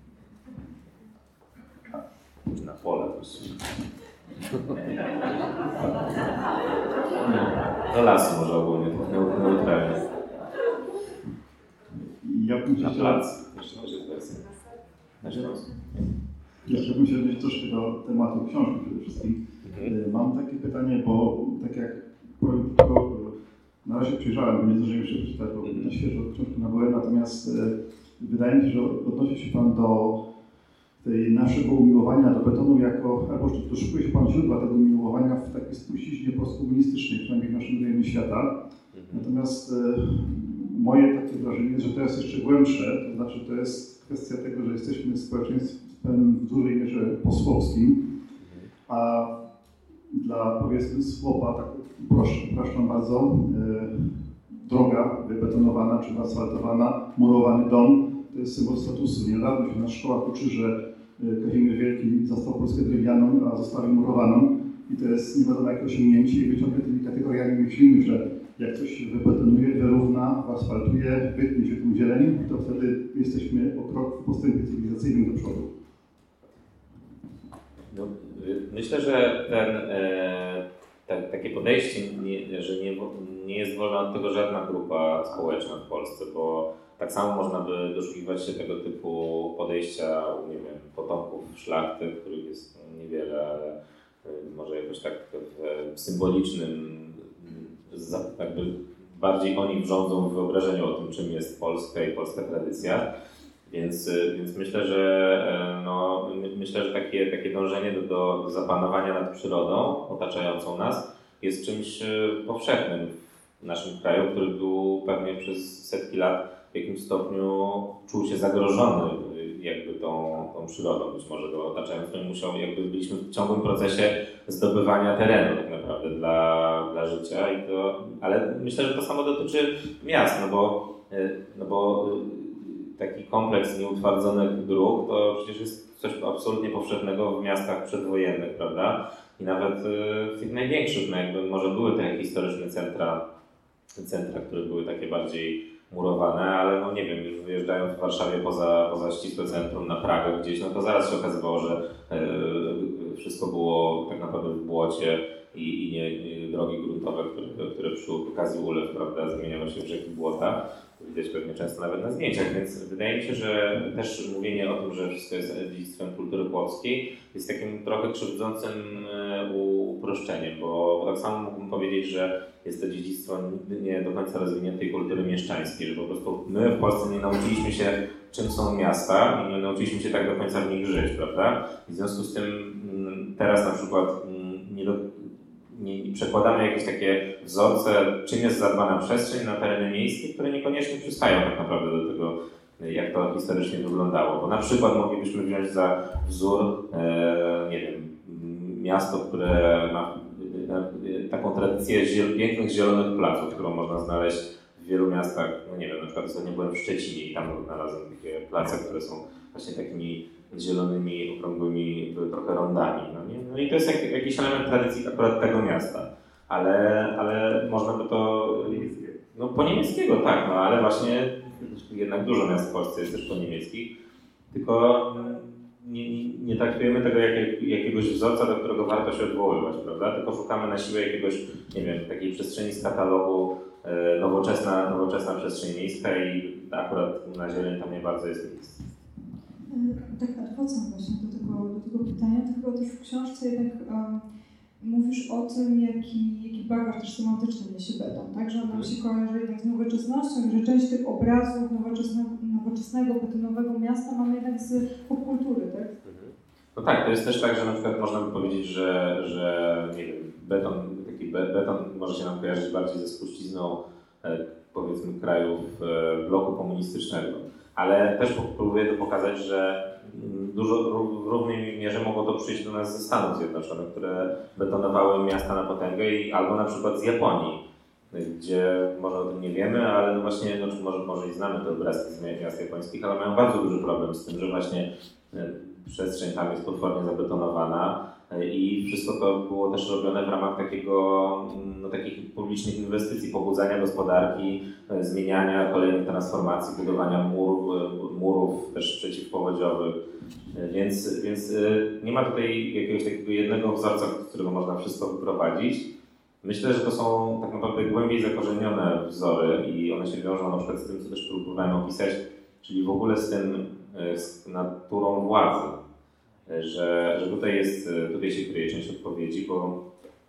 Na pole właściwie. Do lasu może ogólnie, tak neutralnie. Na plac. Jeszcze też jest wersja. Jeszcze bym się odnieść troszkę do tematu książki przede wszystkim. Mam takie pytanie, bo tak jak powiem, tylko na razie przyjrzałem, bo nie zdążyłem jeszcze przeczytać, bo na świeżo książkę nabyłem, natomiast wydaje mi się, że odnosi się Pan do tej naszego umiłowania do betonu jako, albo doszukuje się Pan źródła tego umiłowania w takiej spuściźnie postkomunistycznej, przynajmniej w naszym rejonie świata. Natomiast moje takie wrażenie jest, że to jest jeszcze głębsze, to znaczy to jest kwestia tego, że jesteśmy społeczeństwem w dużej mierze posłowskim, a dla, powiedzmy, słopa, tak upraszczam bardzo, droga wybetonowana czy asfaltowana, murowany dom, to jest symbol statusu. Niedawno się na szkołach uczy, że Kazimierz Wielki zastał Polskę drewnianą, a zostawił murowaną i to jest nie wiadomo jakie osiągnięcie i my ciągle tymi kategoriami myślimy, że jak coś wybetonuje, wyrówna, asfaltuje, wytnie się tą zieleń, to wtedy jesteśmy o krok w postępie cywilizacyjnym do przodu. No, myślę, że takie podejście, że nie jest wolna od tego żadna grupa społeczna w Polsce, bo tak samo można by doszukiwać się tego typu podejścia u, nie wiem, potomków szlachty, których jest niewiele, ale może jakoś tak w symbolicznym, jakby bardziej oni rządzą w wyobrażeniu o tym, czym jest Polska i polska tradycja. Więc myślę, że takie dążenie do zapanowania nad przyrodą otaczającą nas jest czymś powszechnym w naszym kraju, który był pewnie przez setki lat w jakimś stopniu czuł się zagrożony jakby tą przyrodą, być może go otaczającą, byliśmy w ciągłym procesie zdobywania terenu tak naprawdę dla życia, ale myślę, że to samo dotyczy miast, no bo taki kompleks nieutwardzonych dróg to przecież jest coś absolutnie powszechnego w miastach przedwojennych, prawda? I nawet w tych największych, no jakby może były te historyczne centra, które były takie bardziej murowane, ale no nie wiem, już wyjeżdżając w Warszawie poza ścisłe centrum na Pragę gdzieś, no to zaraz się okazywało, że wszystko było tak naprawdę w błocie i nie drogi gruntowe, które przy okazji ulew, prawda, zamieniały się w rzeki błota. Widać pewnie często nawet na zdjęciach, więc wydaje mi się, że też mówienie o tym, że wszystko jest dziedzictwem kultury chłopskiej jest takim trochę krzywdzącym uproszczeniem, bo tak samo mógłbym powiedzieć, że jest to dziedzictwo nigdy nie do końca rozwiniętej kultury mieszczańskiej, że po prostu my w Polsce nie nauczyliśmy się, czym są miasta i nie nauczyliśmy się tak do końca w nich żyć, prawda? I w związku z tym teraz na przykład nie przekładamy jakieś takie wzorce, czym jest zadbana przestrzeń na tereny miejskie, które niekoniecznie przystają tak naprawdę do tego, jak to historycznie wyglądało. Bo na przykład moglibyśmy wziąć za wzór, nie wiem, miasto, które ma taką tradycję pięknych zielonych placów, którą można znaleźć w wielu miastach. No nie wiem, na przykład ostatnio byłem w Szczecinie i tam znalazłem takie place, które są właśnie takimi zielonymi, okrągłymi, trochę rondami. No i to jest jakiś element tradycji akurat tego miasta. Ale można by to... No po niemieckiego tak, no ale właśnie jednak dużo miast w Polsce jest też po niemieckich. Tylko nie traktujemy tego jak jakiegoś wzorca, do którego warto się odwoływać, prawda? Tylko szukamy na siłę jakiegoś, nie wiem, takiej przestrzeni z katalogu nowoczesna przestrzeń miejska i akurat na zieleń tam nie bardzo jest miejsce. Tak, wracam właśnie do tego pytania. Ty chyba też w książce jednak mówisz o tym, jaki bagaż też semantyczny niesie beton, tak? Że on nam się kojarzy jednak z nowoczesnością i że część tych obrazów nowoczesnego betonowego miasta mamy jednak z popkultury, tak? No tak, to jest też tak, że na przykład można by powiedzieć, że nie wiem, beton może się nam kojarzyć bardziej ze spuścizną powiedzmy krajów bloku komunistycznego, ale też próbuję to pokazać, że w równej mierze mogło to przyjść do nas ze Stanów Zjednoczonych, które betonowały miasta na potęgę albo na przykład z Japonii, gdzie może o tym nie wiemy, ale no właśnie, może i znamy te obrazki z miast japońskich, ale mają bardzo duży problem z tym, że właśnie przestrzeń tam jest potwornie zabetonowana i wszystko to było też robione w ramach takich publicznych inwestycji, pobudzania gospodarki, zmieniania kolejnych transformacji, budowania murów też przeciwpowodziowych. Więc nie ma tutaj jakiegoś takiego jednego wzorca, z którego można wszystko wyprowadzić. Myślę, że to są tak naprawdę głębiej zakorzenione wzory i one się wiążą na przykład z tym, co też próbowałem opisać, czyli w ogóle z naturą władzy. Że tutaj się kryje część odpowiedzi, bo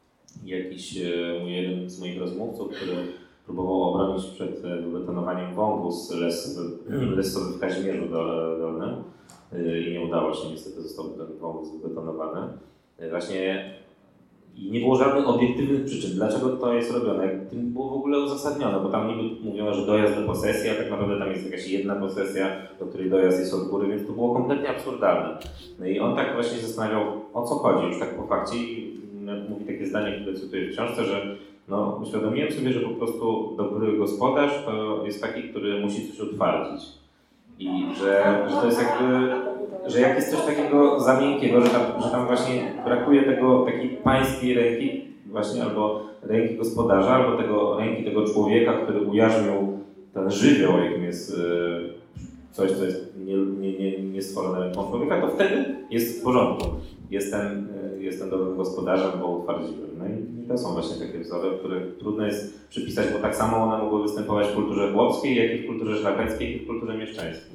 jeden z moich rozmówców, który próbował obronić przed wybetonowaniem wąwóz lesowy w Kazimierzu Dolnym i nie udało się, niestety został ten wąwóz wybetonowany. Właśnie i nie było żadnych obiektywnych przyczyn, dlaczego to jest robione. Jak to było w ogóle uzasadnione, bo tam niby mówiono, że dojazd do posesji, a tak naprawdę tam jest jakaś jedna posesja, do której dojazd jest od góry, więc to było kompletnie absurdalne. No i on tak właśnie zastanawiał, o co chodzi już tak po fakcie i mówi takie zdanie, które cytuję w książce, że uświadomiłem sobie, że po prostu dobry gospodarz to jest taki, który musi coś utwardzić. I że to jest jakby, że jak jest coś takiego za miękkiego, że tam właśnie brakuje takiej pańskiej ręki właśnie, albo ręki gospodarza, albo ręki tego człowieka, który ujarzmił ten żywioł, jakim jest coś, co jest nie stworzone ręką człowieka, to wtedy jest w porządku. Jestem dobrym gospodarzem, bo utwardziłem. No i to są właśnie takie wzory, które trudno jest przypisać, bo tak samo one mogły występować w kulturze chłopskiej, jak i w kulturze szlacheckiej, jak i w kulturze mieszczańskiej.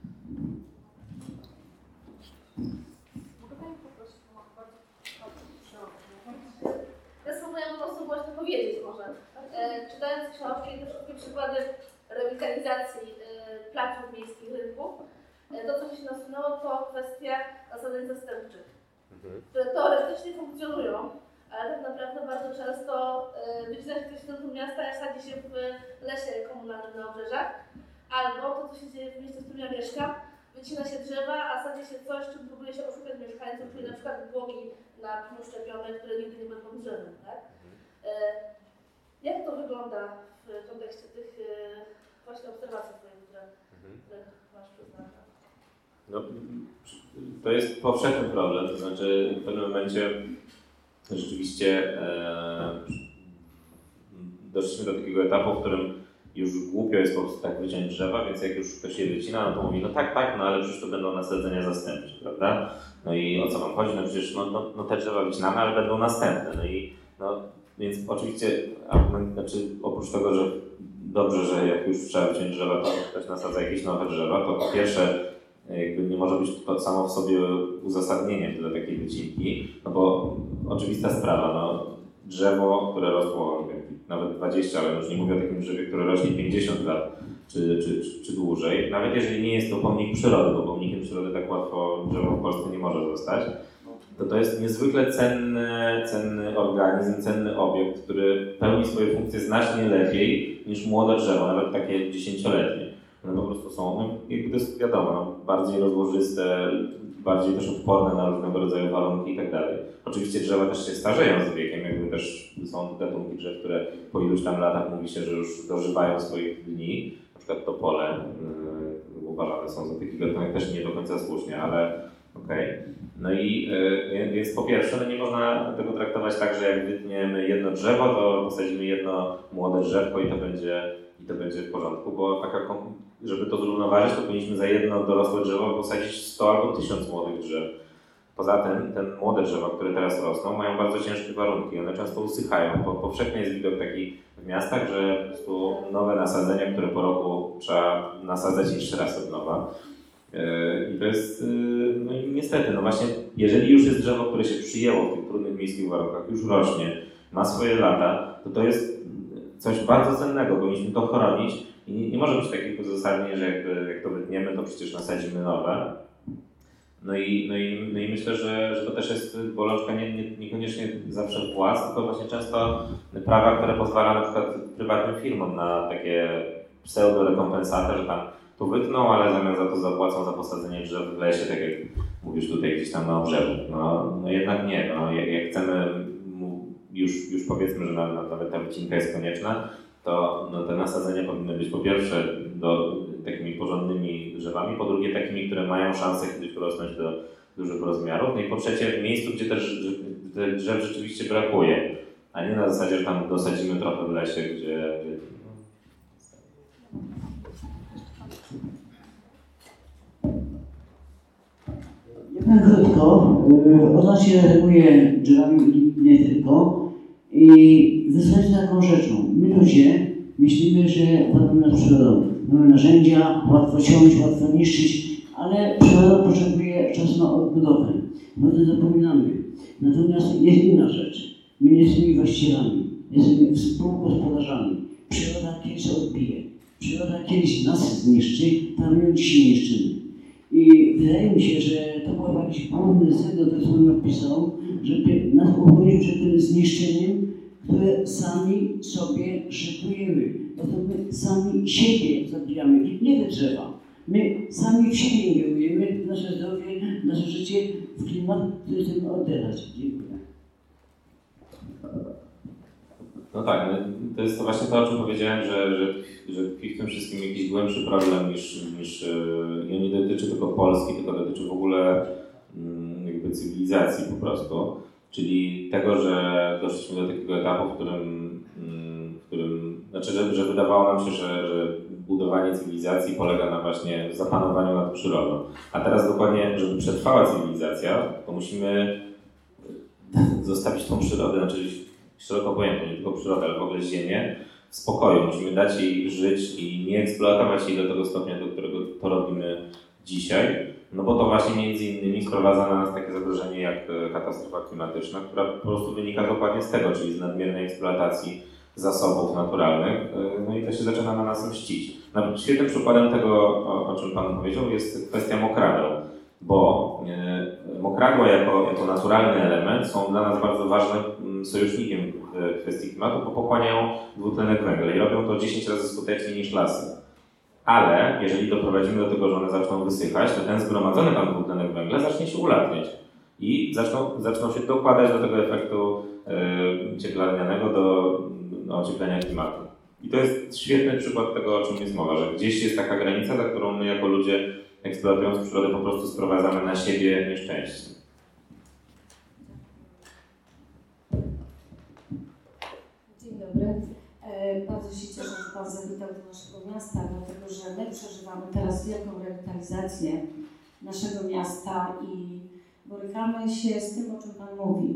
Ja spróbuję po prostu głośno powiedzieć może. Czytając książki i te wszystkie przykłady rewitalizacji placów miejskich, rynków, to co się nasunęło to kwestia zasadzeń zastępczych, które teoretycznie funkcjonują, ale tak naprawdę bardzo często wycina się coś z centrum miasta, jak sadzi się w lesie komunalnym na obrzeżach, albo to co się dzieje w mieście, w którym ja mieszkam, wycina się drzewa, a sadzi się coś, czym próbuje się oszukać mieszkańców, czyli na przykład błogi na pniu szczepione, które nigdy nie będą drzewem, tak? Jak to wygląda w kontekście tych właśnie obserwacji twoich, które masz przyznane? No, to jest powszechny problem, to znaczy w pewnym momencie rzeczywiście doszliśmy do takiego etapu, w którym już głupio jest po prostu tak wyciąć drzewa, więc jak już ktoś je wycina, no to mówi, no tak, ale przecież to będą nasadzenia zastępcze, prawda? No i o co wam chodzi? No przecież te drzewa wycinamy, ale będą następne. Więc oczywiście oprócz tego, że dobrze, że jak już trzeba wyciąć drzewa, to ktoś nasadza jakieś nowe drzewa, to po pierwsze jakby nie może być to samo w sobie uzasadnieniem dla takiej wycinki, no bo oczywista sprawa, drzewo, które rosło nawet 20, ale już nie mówię o takim drzewie, które rośnie 50 lat czy dłużej, nawet jeżeli nie jest to pomnik przyrody, bo pomnikiem przyrody tak łatwo drzewo w Polsce nie może zostać, to jest niezwykle cenny organizm, cenny obiekt, który pełni swoje funkcje znacznie lepiej niż młode drzewo, nawet takie 10-letnie. One po prostu są, jakby to jest wiadomo, bardziej rozłożyste, bardziej też odporne na różnego rodzaju warunki i tak dalej. Oczywiście drzewa też się starzeją z wiekiem, jakby też są gatunki drzew, które po iluś tam latach mówi się, że już dożywają swoich dni, na przykład topole uważane są za taki gatunek, też nie do końca słusznie, ale okej. No i więc po pierwsze, nie można tego traktować tak, że jak wytniemy jedno drzewo, to posadzimy jedno młode drzewko i to będzie w porządku, bo żeby to zrównoważyć, to powinniśmy za jedno dorosłe drzewo posadzić 100 albo 1000 młodych drzew. Poza tym te młode drzewa, które teraz rosną, mają bardzo ciężkie warunki. One często usychają. Powszechny jest widok taki w miastach, że po prostu nowe nasadzenia, które po roku trzeba nasadzać jeszcze raz od nowa. I to jest, no i niestety, no właśnie, jeżeli już jest drzewo, które się przyjęło w tych trudnych miejskich warunkach, już rośnie, ma swoje lata, to jest coś bardzo cennego, powinniśmy to chronić i nie może być takiego uzasadnienia, że jak to wytniemy, to przecież nasadzimy nowe. No i myślę, że to też jest bolączka niekoniecznie zawsze władz, tylko właśnie często prawa, które pozwala na przykład prywatnym firmom na takie pseudo-rekompensaty, że tam tu wytną, ale zamiast za to zapłacą za posadzenie drzew w lesie, tak jak mówisz tutaj gdzieś tam na obrzeżu. No jednak nie. No, jak chcemy, już powiedzmy, że nawet ta wycinka jest konieczna, to no, te nasadzenia powinny być po pierwsze takimi porządnymi drzewami, po drugie takimi, które mają szansę kiedyś urosnąć do dużych rozmiarów, no i po trzecie w miejscu, gdzie też drzew rzeczywiście brakuje, a nie na zasadzie, że tam dosadzimy trochę w lesie, gdzie Ja krótko, ona się zajmuje drzewami nie tylko i zasadniczo taką rzeczą. My ludzie myślimy, że władamy nad przyrodą. Mamy narzędzia, łatwo ciąć, łatwo niszczyć, ale przyroda potrzebuje czasu na odbudowę. No to zapominamy. Natomiast jest inna rzecz. My nie jesteśmy właścicielami, jesteśmy współgospodarzami. Przyroda kiedyś się odbije. Przyroda kiedyś nas zniszczy, tam my dzisiaj niszczymy. I wydaje mi się, że to był jakiś główny cel, to co on napisał, żeby nas uchronić przed tym zniszczeniem, które sami sobie szykujemy. Bo to my sami siebie zabijamy, nie te drzewa. My sami w siebie ingerujemy w nasze zdrowie, w nasze życie, w klimat, który chcemy oddychać. Dziękuję. No tak, no to jest właśnie to, o czym powiedziałem, że tkwi w tym wszystkim jakiś głębszy problem niż i nie dotyczy tylko Polski, tylko dotyczy w ogóle jakby cywilizacji po prostu. Czyli tego, że doszliśmy do takiego etapu, w którym znaczy, że wydawało nam się, że budowanie cywilizacji polega na właśnie zapanowaniu nad przyrodą. A teraz dokładnie, żeby przetrwała cywilizacja, to musimy zostawić tą przyrodę, znaczy szeroko pojętą, nie tylko przyrodę, ale w ogóle ziemię w spokoju. Musimy dać jej żyć i nie eksploatować jej do tego stopnia, do którego to robimy dzisiaj. No bo to właśnie między innymi sprowadza na nas takie zagrożenie jak katastrofa klimatyczna, która po prostu wynika dokładnie z tego, czyli z nadmiernej eksploatacji zasobów naturalnych. No i to się zaczyna na nas mścić. Świetnym przykładem tego, o czym Pan powiedział, jest kwestia mokradeł, bo mokradła jako naturalny element są dla nas bardzo ważnym sojusznikiem w kwestii klimatu, bo pochłaniają dwutlenek węgla i robią to 10 razy skuteczniej niż lasy. Ale jeżeli doprowadzimy do tego, że one zaczną wysychać, to ten zgromadzony tam dwutlenek węgla zacznie się ulatniać i zaczną się dokładać do tego efektu cieplarnianego, do ocieplenia klimatu. I to jest świetny przykład tego, o czym jest mowa, że gdzieś jest taka granica, za którą my jako ludzie, eksploatując przyrodę, po prostu sprowadzamy na siebie nieszczęście. Dzień dobry. Bardzo się cieszę, że Pan zawitał do naszego miasta, dlatego że my przeżywamy teraz wielką rewitalizację naszego miasta i borykamy się z tym, o czym Pan mówi.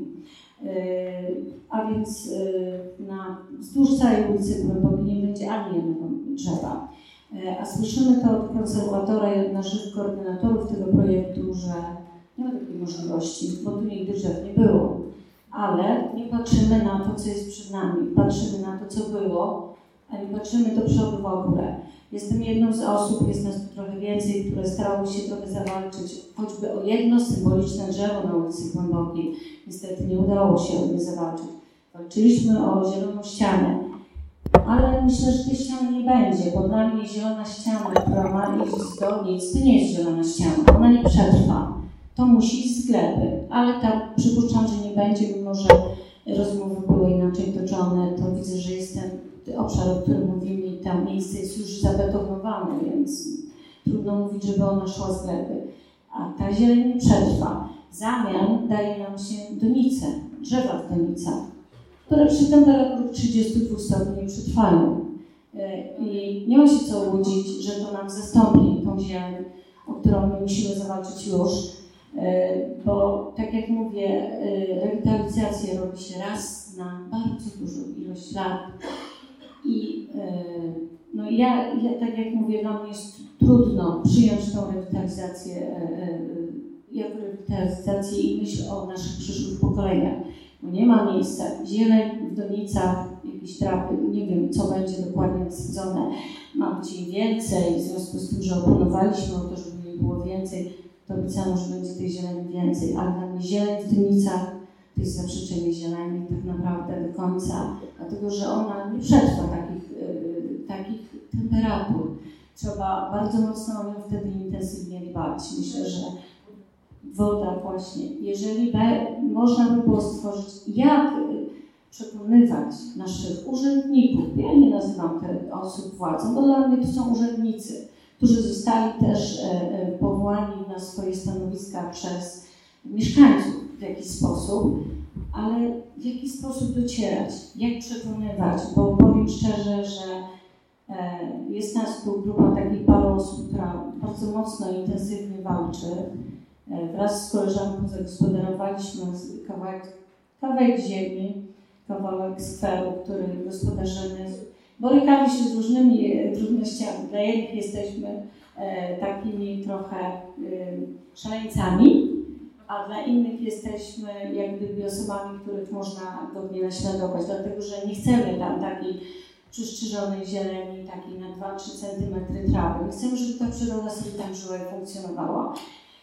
A więc wzdłuż całej ulicy Głębokiej nie będzie ani jednego drzewa. A słyszymy to od konserwatora i od naszych koordynatorów tego projektu, że nie ma takiej możliwości, bo tu nigdy drzew nie było. Ale nie patrzymy na to, co jest przed nami. Patrzymy na to, co było, a nie patrzymy do przodu w ogóle. Jestem jedną z osób, jest nas tu trochę więcej, które starały się trochę zawalczyć choćby o jedno symboliczne drzewo na ulicy Głębokiej. Niestety nie udało się o nie zawalczyć. Walczyliśmy o zieloną ścianę, ale myślę, że tej ściany nie będzie, bo dla mnie zielona ściana, która ma iść do nic, to nie jest zielona ściana, ona nie przetrwa. To musi iść z gleby, ale tam przypuszczam, że nie będzie, mimo że rozmowy były inaczej toczone, to widzę, że jest ten obszar, o którym mówimy i tam miejsce jest już zabetonowane, więc trudno mówić, żeby ona szła z gleby. A ta zieleń nie przetrwa. W zamian daje nam się donice, drzewa w donicach, które przy temperaturze 32 stopni nie przetrwają. I nie ma się co łudzić, że to nam zastąpi tą zieleń, o którą my musimy zawalczyć już. Bo tak jak mówię, rewitalizację robi się raz na bardzo dużą ilość lat i no ja tak jak mówię, dla mnie jest trudno przyjąć tą rewitalizację jako rewitalizację i myśl o naszych przyszłych pokoleniach. Bo nie ma miejsca, zieleń w donicach, jakieś trapy, nie wiem co będzie dokładnie nasadzone, ma być jej więcej, w związku z tym, że opanowaliśmy o to, żeby jej było więcej, to obiecano, że będzie tej zieleni więcej, ale dla mnie zieleń w donicach to jest zaprzeczenie zieleni tak naprawdę do końca, dlatego że ona nie przetrwa takich temperatur. Trzeba bardzo mocno o nią wtedy intensywnie dbać. Myślę, że woda właśnie, jeżeli można by było stworzyć, jak przekonywać naszych urzędników, ja nie nazywam tych osób władzą, bo dla mnie to są urzędnicy, którzy zostali też powołani na swoje stanowiska przez mieszkańców w jakiś sposób, ale w jaki sposób docierać, jak przekonywać, bo powiem szczerze, że jest nas tu grupa takich paru osób, która bardzo mocno i intensywnie walczy. Wraz z koleżanką zagospodarowaliśmy kawałek ziemi, kawałek skweru, który gospodarzymy. Borykamy się z różnymi trudnościami. Dla jednych jesteśmy takimi trochę szaleńcami, a dla innych jesteśmy jak gdyby osobami, których można godnie naśladować, dlatego że nie chcemy tam takiej przyszczerzonej zieleni, takiej na 2-3 cm trawy. My chcemy, żeby ta przyroda sobie tam żyła i funkcjonowała.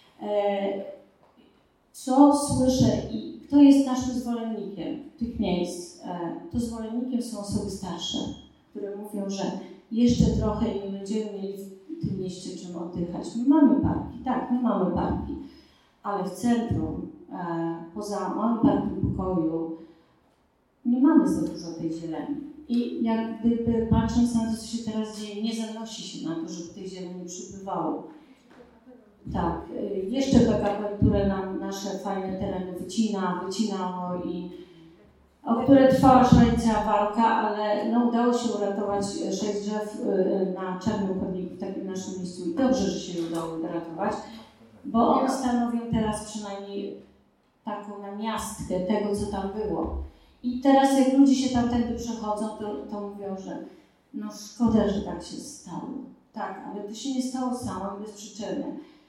Co słyszę i kto jest naszym zwolennikiem tych miejsc? To zwolennikiem są osoby starsze, które mówią, że jeszcze trochę i nie będziemy mieli w tym mieście czym oddychać. My mamy parki, tak, my mamy parki, ale w centrum, poza małym parkiem pokoju, nie mamy za dużo tej zieleni. I jak gdyby patrząc na to, co się teraz dzieje, nie zanosi się na to, żeby tej zieleni przybywało. Tak, jeszcze PKP, które nam nasze fajne tereny wycinało i o które trwała szaleńcza walka, ale no, udało się uratować 6 drzew na czarnym chodniku w takim naszym miejscu i dobrze, że się udało uratować, bo one stanowią teraz przynajmniej taką namiastkę tego, co tam było. I teraz jak ludzie się tamtędy przechodzą, to mówią, że no szkoda, że tak się stało. Tak, ale to się nie stało samo i bez przyczyny.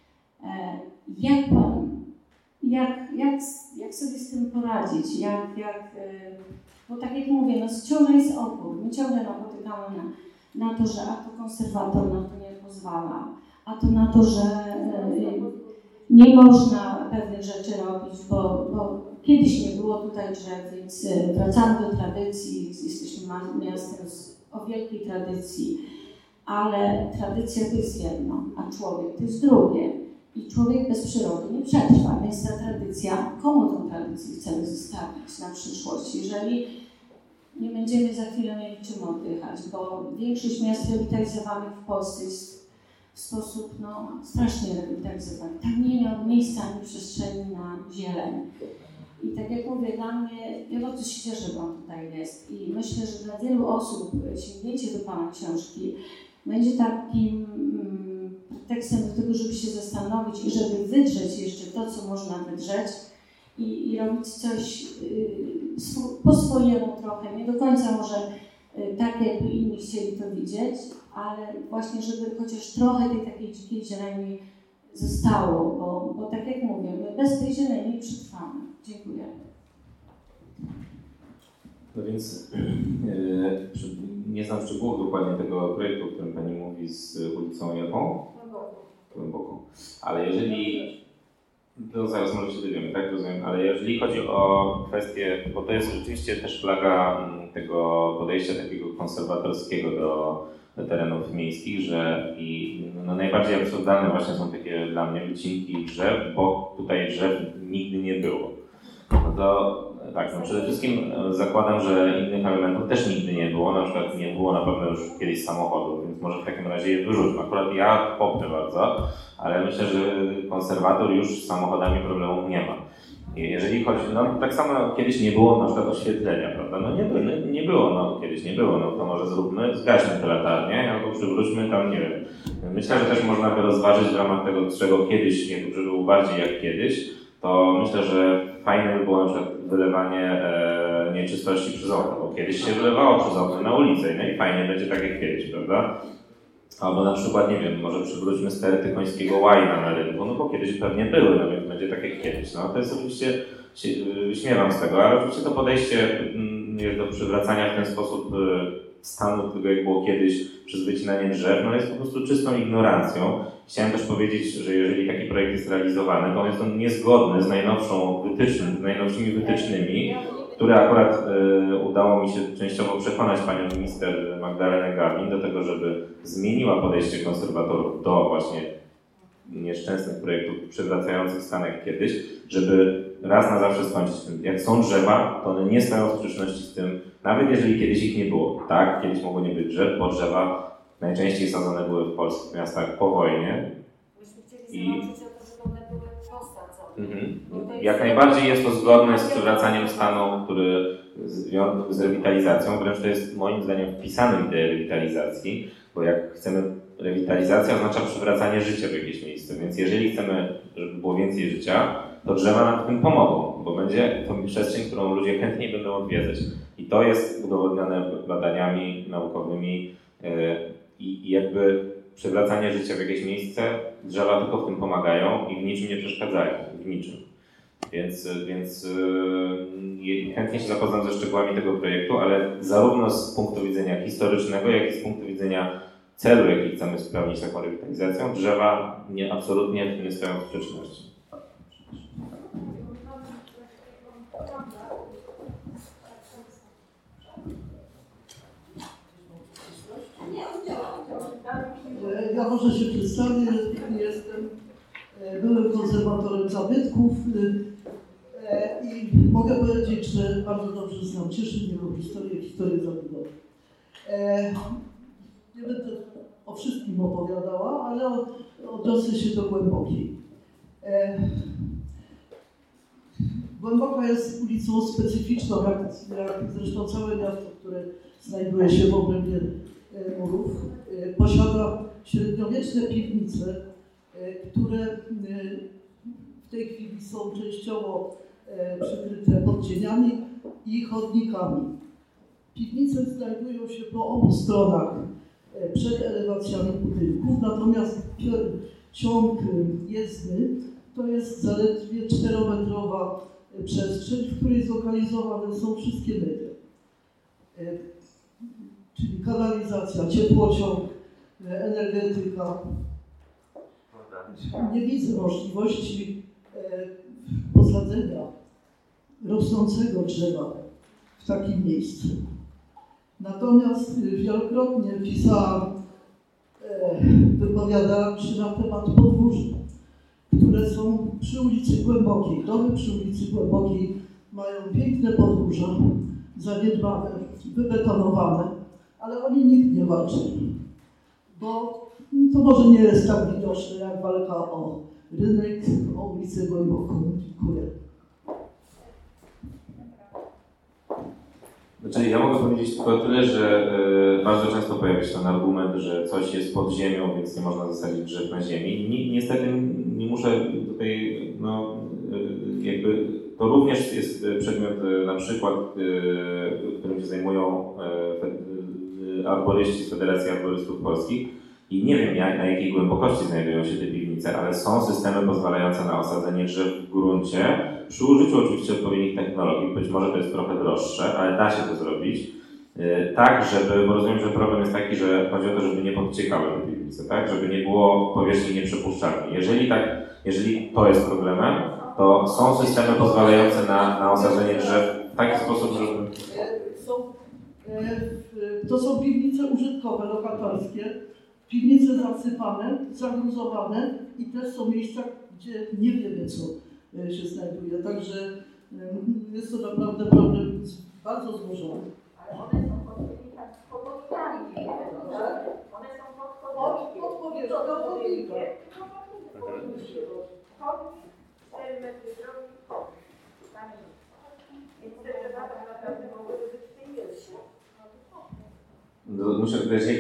Jak sobie z tym poradzić? Bo tak jak mówię, no ciągle jest opór. My ciągle napotykamy na to, że a to konserwator na to nie pozwala, a to na to, że nie można pewnych rzeczy robić, bo kiedyś nie było tutaj drzew, więc wracamy do tradycji, jesteśmy miastem o wielkiej tradycji, ale tradycja to jest jedno, a człowiek to jest drugie. I człowiek bez przyrody nie przetrwa, więc ta tradycja, komu tą tradycję chcemy zostawić na przyszłość, jeżeli nie będziemy za chwilę mieli czym oddychać, bo większość miast rewitalizowanych w Polsce jest w sposób strasznie rewitalizowany. Tam nie miał miejsca ani przestrzeni na zieleń. I tak jak mówię, dla mnie, ja bardzo się cieszę, że on tutaj jest i myślę, że dla wielu osób sięgnięcie do Pana książki będzie takim tekstem do tego, żeby się zastanowić i żeby wydrzeć jeszcze to, co można wydrzeć i robić coś po swojemu trochę, nie do końca może tak, jakby inni chcieli to widzieć, ale właśnie, żeby chociaż trochę tej takiej dzikiej zieleni zostało, bo tak jak mówię, my bez tej zieleni nie przetrwamy. Dziękuję. No więc nie znam szczegółów dokładnie tego projektu, o którym Pani mówi z ulicą jaką? Głęboko. Ale jeżeli, to zaraz może się dowiemy, tak rozumiem, ale jeżeli chodzi o kwestię, bo to jest rzeczywiście też flaga tego podejścia takiego konserwatorskiego do terenów miejskich, że najbardziej absurdalne właśnie są takie dla mnie wycinki drzew, bo tutaj drzew nigdy nie było. No to Tak, no przede wszystkim zakładam, że innych elementów też nigdy nie było, na przykład nie było na pewno już kiedyś samochodów, więc może w takim razie je wyrzućmy. Akurat ja poprę bardzo, ale myślę, że konserwator już z samochodami problemu nie ma. Jeżeli chodzi, no tak samo kiedyś nie było na przykład oświetlenia, prawda? No nie było, no kiedyś nie było, no to może zgaśmy te latarnie, albo przywróćmy tam, nie wiem. Myślę, że też można by rozważyć w ramach tego, czego kiedyś, żeby było bardziej jak kiedyś, to myślę, że fajne by było na przykład wylewanie nieczystości przez okno, bo kiedyś się wylewało przez okno na ulicę, no i fajnie będzie tak jak kiedyś, prawda? Albo na przykład, nie wiem, może przywróćmy sterty końskiego łajna na rynku, no bo kiedyś pewnie były, no więc będzie tak jak kiedyś. No to jest oczywiście, śmiewam z tego, ale oczywiście to podejście do przywracania w ten sposób stanu tego, jak było kiedyś przez wycinanie drzew, no jest po prostu czystą ignorancją. Chciałem też powiedzieć, że jeżeli taki projekt jest realizowany, to jest on niezgodny z najnowszymi wytycznymi, które akurat udało mi się częściowo przekonać panią minister Magdalenę Gawin do tego, żeby zmieniła podejście konserwatorów do właśnie nieszczęsnych projektów przywracających stan jak kiedyś, żeby raz na zawsze skończyć z tym. Jak są drzewa, to one nie stoją w sprzeczności z tym, nawet jeżeli kiedyś ich nie było. Tak, kiedyś mogło nie być drzew, bo drzewa najczęściej sadzone były w polskich miastach po wojnie. Myśmy chcieli zobaczyć o to, żeby one były posadzone. Jak najbardziej jest to zgodne z przywracaniem stanu, który z rewitalizacją, wręcz to jest moim zdaniem wpisane w ideę rewitalizacji, bo jak chcemy, rewitalizacja oznacza przywracanie życia w jakieś miejsce, więc jeżeli chcemy, żeby było więcej życia, to drzewa nam w tym pomogą, bo będzie to przestrzeń, którą ludzie chętniej będą odwiedzać. I to jest udowodnione badaniami naukowymi i jakby przywracanie życia w jakieś miejsce, drzewa tylko w tym pomagają i w niczym nie przeszkadzają, w niczym. Więc chętnie się zapoznam ze szczegółami tego projektu, ale zarówno z punktu widzenia historycznego, jak i z punktu widzenia celu, jaki chcemy spełnić taką rewitalizacją, drzewa absolutnie nie stoją w sprzeczności. Ja może się przedstawię, jestem byłym konserwatorem zabytków i mogę powiedzieć, że bardzo dobrze znam Cieszynową historię zabytków. Nie będę o wszystkim opowiadała, ale odniosę się do Głębokiej. Głęboka jest ulicą specyficzną, jak zresztą całe miasto, które znajduje się w obrębie murów. Posiada średniowieczne piwnice, które w tej chwili są częściowo przykryte podziemiami i chodnikami. Piwnice znajdują się po obu stronach przed elewacjami budynków, natomiast ciąg jezdny to jest zaledwie 4-metrowa przestrzeń, w której zlokalizowane są wszystkie media. Czyli kanalizacja, ciepłociąg, energetyka. Nie widzę możliwości posadzenia rosnącego drzewa w takim miejscu. Natomiast wielokrotnie pisałam, wypowiadałam się na temat podwórz, które są przy ulicy Głębokiej. Domy przy ulicy Głębokiej mają piękne podwórza, zaniedbane, wybetonowane, ale o nie nikt nie walczy, bo to może nie jest tak widoczne jak walka o rynek, o ulicę Głęboką. Dziękuję. Znaczy, ja mogę powiedzieć tylko tyle, że bardzo często pojawia się ten argument, że coś jest pod ziemią, więc nie można zasadzić drzew na ziemi. Niestety nie muszę tutaj, jakby to również jest przedmiot na przykład, którym się zajmują arboryści z Federacji Arborystów Polskich. I nie wiem, na jakiej głębokości znajdują się te piwnice, ale są systemy pozwalające na osadzenie drzew w gruncie, przy użyciu oczywiście odpowiednich technologii. Być może to jest trochę droższe, ale da się to zrobić. Tak, żeby, bo rozumiem, że problem jest taki, że chodzi o to, żeby nie podciekały te piwnice, tak? Żeby nie było powierzchni nieprzepuszczalnej. Jeżeli to jest problemem, to są systemy pozwalające na osadzenie drzew w taki sposób, żeby... To są piwnice użytkowe, lokatorskie. Piwnice zasypane, zagruzowane i też są miejsca, gdzie nie wiemy, co się znajduje. Także Jest to naprawdę problem bardzo złożony. Ale one są podpowierzchniami. One są podpowierzchniami. 4 metry drogi, więc te drzewa tak naprawdę mogłyby być w tej wieży. Muszę powiedzieć,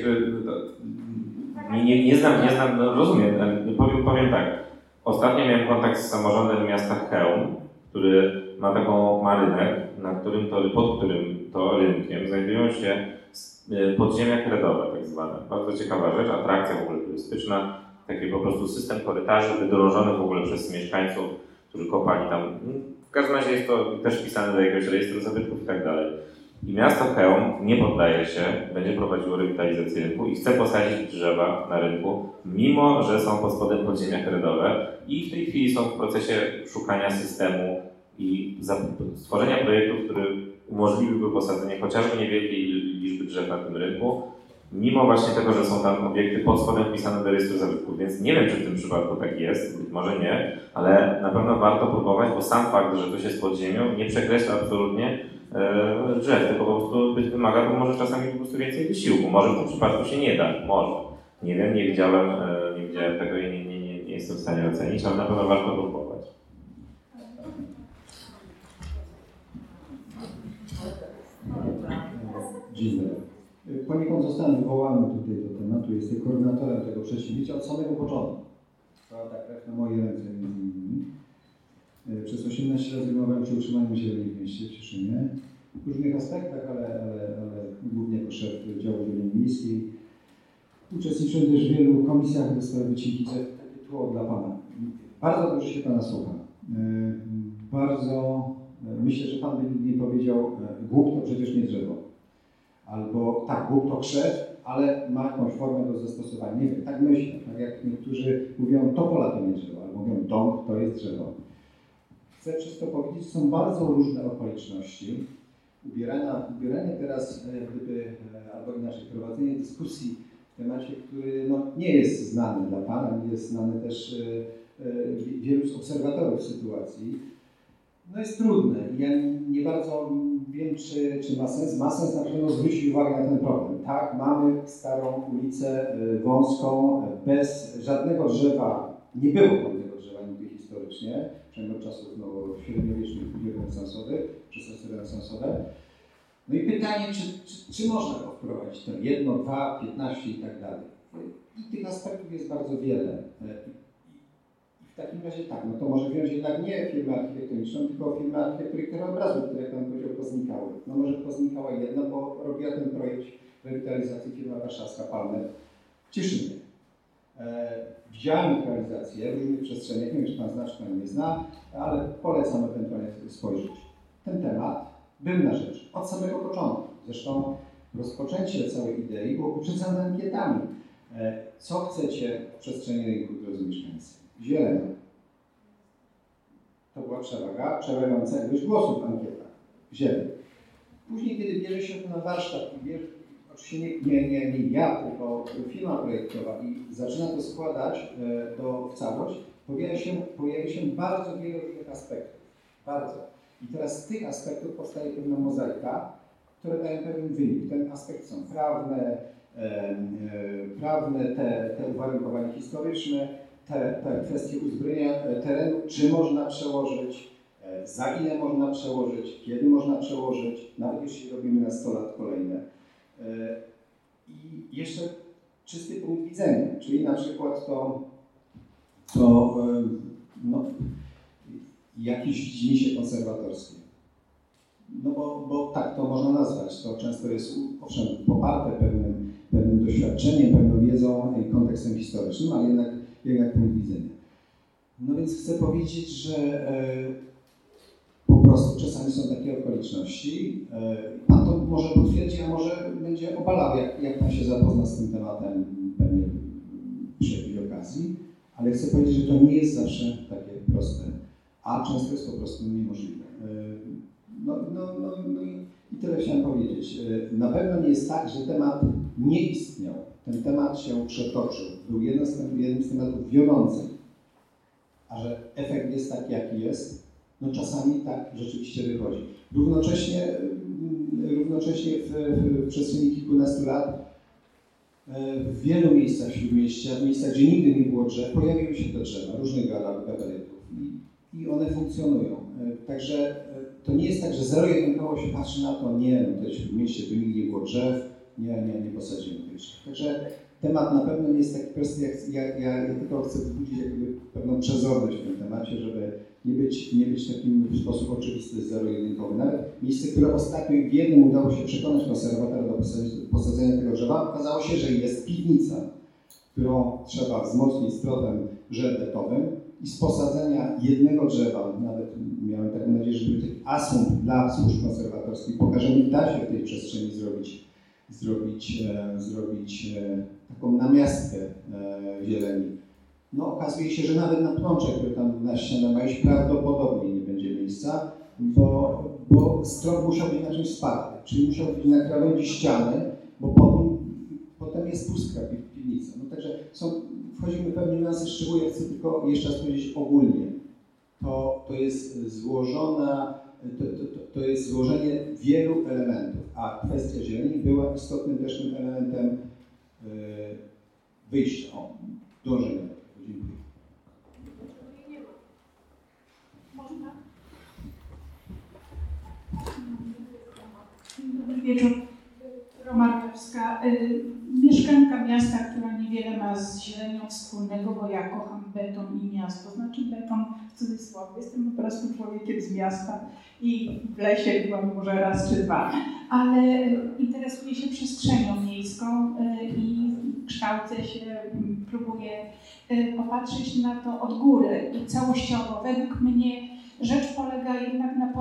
nie znam, no rozumiem, ale powiem tak. Ostatnio miałem kontakt z samorządem miasta Chełm, który ma rynek, pod którym to rynkiem znajdują się podziemia kredowe tak zwane. Bardzo ciekawa rzecz, atrakcja w ogóle turystyczna, taki po prostu system korytarzy wydrążony w ogóle przez mieszkańców, którzy kopali tam. W każdym razie jest to też wpisane do jakiegoś rejestru zabytków i tak dalej. I miasto Chełm nie poddaje się, będzie prowadziło rewitalizację rynku i chce posadzić drzewa na rynku, mimo że są pod spodem podziemia kredowe i w tej chwili są w procesie szukania systemu i stworzenia projektów, który umożliwiłby posadzenie chociażby niewielkiej liczby drzew na tym rynku, mimo właśnie tego, że są tam obiekty pod spodem wpisane do rejestru zabytków. Więc nie wiem, czy w tym przypadku tak jest, być może nie, ale na pewno warto próbować, bo sam fakt, że coś jest pod ziemią, nie przekreśla absolutnie drzew, tylko po prostu wymaga to może czasami po prostu więcej wysiłku. Może w tym przypadku się nie da, może. Nie wiem, nie widziałem tego i nie jestem w stanie ocenić, ale na pewno warto próbować. Dzień dobry. Poniekąd zostałem wywołany tutaj do tematu. Jestem koordynatorem tego przedsięwzięcia od samego początku. Prawda, krew na moje ręce między innymi. Przez 18 lat zajmowałem się utrzymaniem zieleni w mieście w Cieszynie. W różnych aspektach, ale głównie jako szef działu zieleni miejskiej. Uczestniczyłem też w wielu komisjach do sprawy Cięcice. Takie tło dla Pana. Bardzo dobrze się Pana słucha. Myślę, że Pan by nie powiedział, głuk to przecież nie drzewo. Albo tak, głuk to krzew, ale ma jakąś formę do zastosowania. Nie wiem, tak myślę. Tak jak niektórzy mówią, topola to nie drzewo, albo mówią, dąb to jest drzewo. Chcę przez to powiedzieć, że są bardzo różne okoliczności. Ubieranie teraz, albo inaczej, prowadzenie dyskusji w temacie, który nie jest znany dla Pana, nie jest znany też wielu z obserwatorów sytuacji, jest trudne. Ja nie bardzo wiem, czy ma sens. Ma sens na pewno zwrócić uwagę na ten problem. Tak, mamy starą ulicę wąską, bez żadnego drzewa, nie było żadnego drzewa nigdy historycznie, przynajmniej od czasów średniowiecznych, renesansowych, czy czasy renesansowe. No i pytanie, czy można go wprowadzić? To 1, 2, 15 i tak dalej. I tych aspektów jest bardzo wiele. W takim razie tak, to może wziąć jednak nie firmę architektoniczną, tylko firmę architektury krajobrazu, które, jak Pan powiedział, poznikały. Może poznikała jedna, bo robiła ten projekt rewitalizacji firma warszawska Palmer w Cieszynie. Widziałem ich realizację w różnych przestrzeniach, nie wiem, czy Pan zna, czy Pan nie zna, ale polecam ewentualnie spojrzeć. Ten temat był na rzecz od samego początku. Zresztą rozpoczęcie całej idei było poprzedzone ankietami. Co chcecie w przestrzeni rynku, drodzy mieszkańcy? Zieleń. To była przeważająca ilość głosów w ankietach. Zieleń. Później, kiedy bierze się to na warsztat, oczywiście nie ja, tylko firma projektowa i zaczyna to składać w całość, pojawia się bardzo wiele różnych aspektów. Bardzo. I teraz z tych aspektów powstaje pewna mozaika, które dają pewien wynik. Ten aspekt są prawne, te uwarunkowania historyczne, te kwestie uzbrojenia terenu, czy można przełożyć, za ile można przełożyć, kiedy można przełożyć, nawet jeśli robimy na 100 lat kolejne. I jeszcze czysty punkt widzenia, czyli na przykład jakieś widzimisię konserwatorskie. Bo tak to można nazwać. To często jest owszem poparte pewnym doświadczeniem, pewną wiedzą i kontekstem historycznym, ale jednak punkt widzenia. Więc chcę powiedzieć, że po prostu czasami są takie okoliczności. Pan to może potwierdzi, a może będzie obalał, jak Pan się zapozna z tym tematem pewnie przy jakiejś okazji, ale chcę powiedzieć, że to nie jest zawsze takie proste, a często jest po prostu niemożliwe. I tyle chciałem powiedzieć. Na pewno nie jest tak, że temat nie istniał. Ten temat się przetoczył. Był jednym z tematów wiodących. A że efekt jest taki, jaki jest, No czasami tak rzeczywiście wychodzi. Równocześnie w przestrzeni kilkunastu lat w wielu miejscach w Śródmieścia, w miejscach, gdzie nigdy nie było drzew, pojawiły się te drzewa różnych gabarytów i one funkcjonują. Także to nie jest tak, że zero-jedynkowo się patrzy na to, nie, no to w Śródmieście tu nigdy nie było drzew, nie posadzimy tych drzew. Także temat na pewno nie jest taki prosty, ja tylko chcę wzbudzić jakby pewną przezorność w tym temacie, żeby nie być takim w sposób oczywisty zero-jedynkowy. Nawet miejsce, które ostatnio w jednym udało się przekonać konserwatora do posadzenia tego drzewa, okazało się, że jest piwnica, którą trzeba wzmocnić strotem żelbetowym i z posadzenia jednego drzewa, nawet miałem taką nadzieję, że był taki asumpt dla służb konserwatorskich, pokażemy, da się w tej przestrzeni zrobić taką namiastkę zieleni. No okazuje się, że nawet na plącze, które tam na ścianę ma iść, prawdopodobnie nie będzie miejsca, bo strop musiał być na czymś wsparty, czyli musiał być na krawędzi ściany, bo potem jest pustka piwnica. No także wchodzimy pewnie w niuanse szczegóły, ja chcę tylko jeszcze raz powiedzieć ogólnie. To jest złożenie wielu elementów, a kwestia zieleni była istotnym też tym elementem wyjścia, dążenia do tego. Dziękuję. Dobry wieczór. Romarkowska, mieszkanka miasta, która niewiele ma z zielenią wspólnego, bo ja kocham beton i miasto, znaczy beton w cudzysłowie. Jestem po prostu człowiekiem z miasta i w lesie byłam może raz czy dwa, ale interesuję się przestrzenią miejską i kształcę się, próbuję popatrzeć na to od góry i całościowo. Według mnie rzecz polega jednak na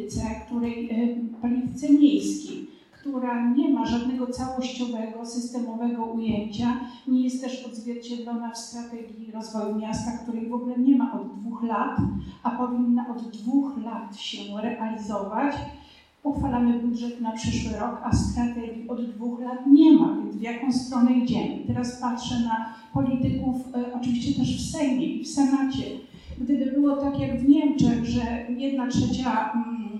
polityce miejskiej, która nie ma żadnego całościowego, systemowego ujęcia, nie jest też odzwierciedlona w strategii rozwoju miasta, której w ogóle nie ma od 2 lat, a powinna od 2 lat się realizować. Uchwalamy budżet na przyszły rok, a strategii od 2 lat nie ma, więc w jaką stronę idziemy? Teraz patrzę na polityków, oczywiście też w Sejmie i w Senacie. Gdyby było tak jak w Niemczech, że 1/3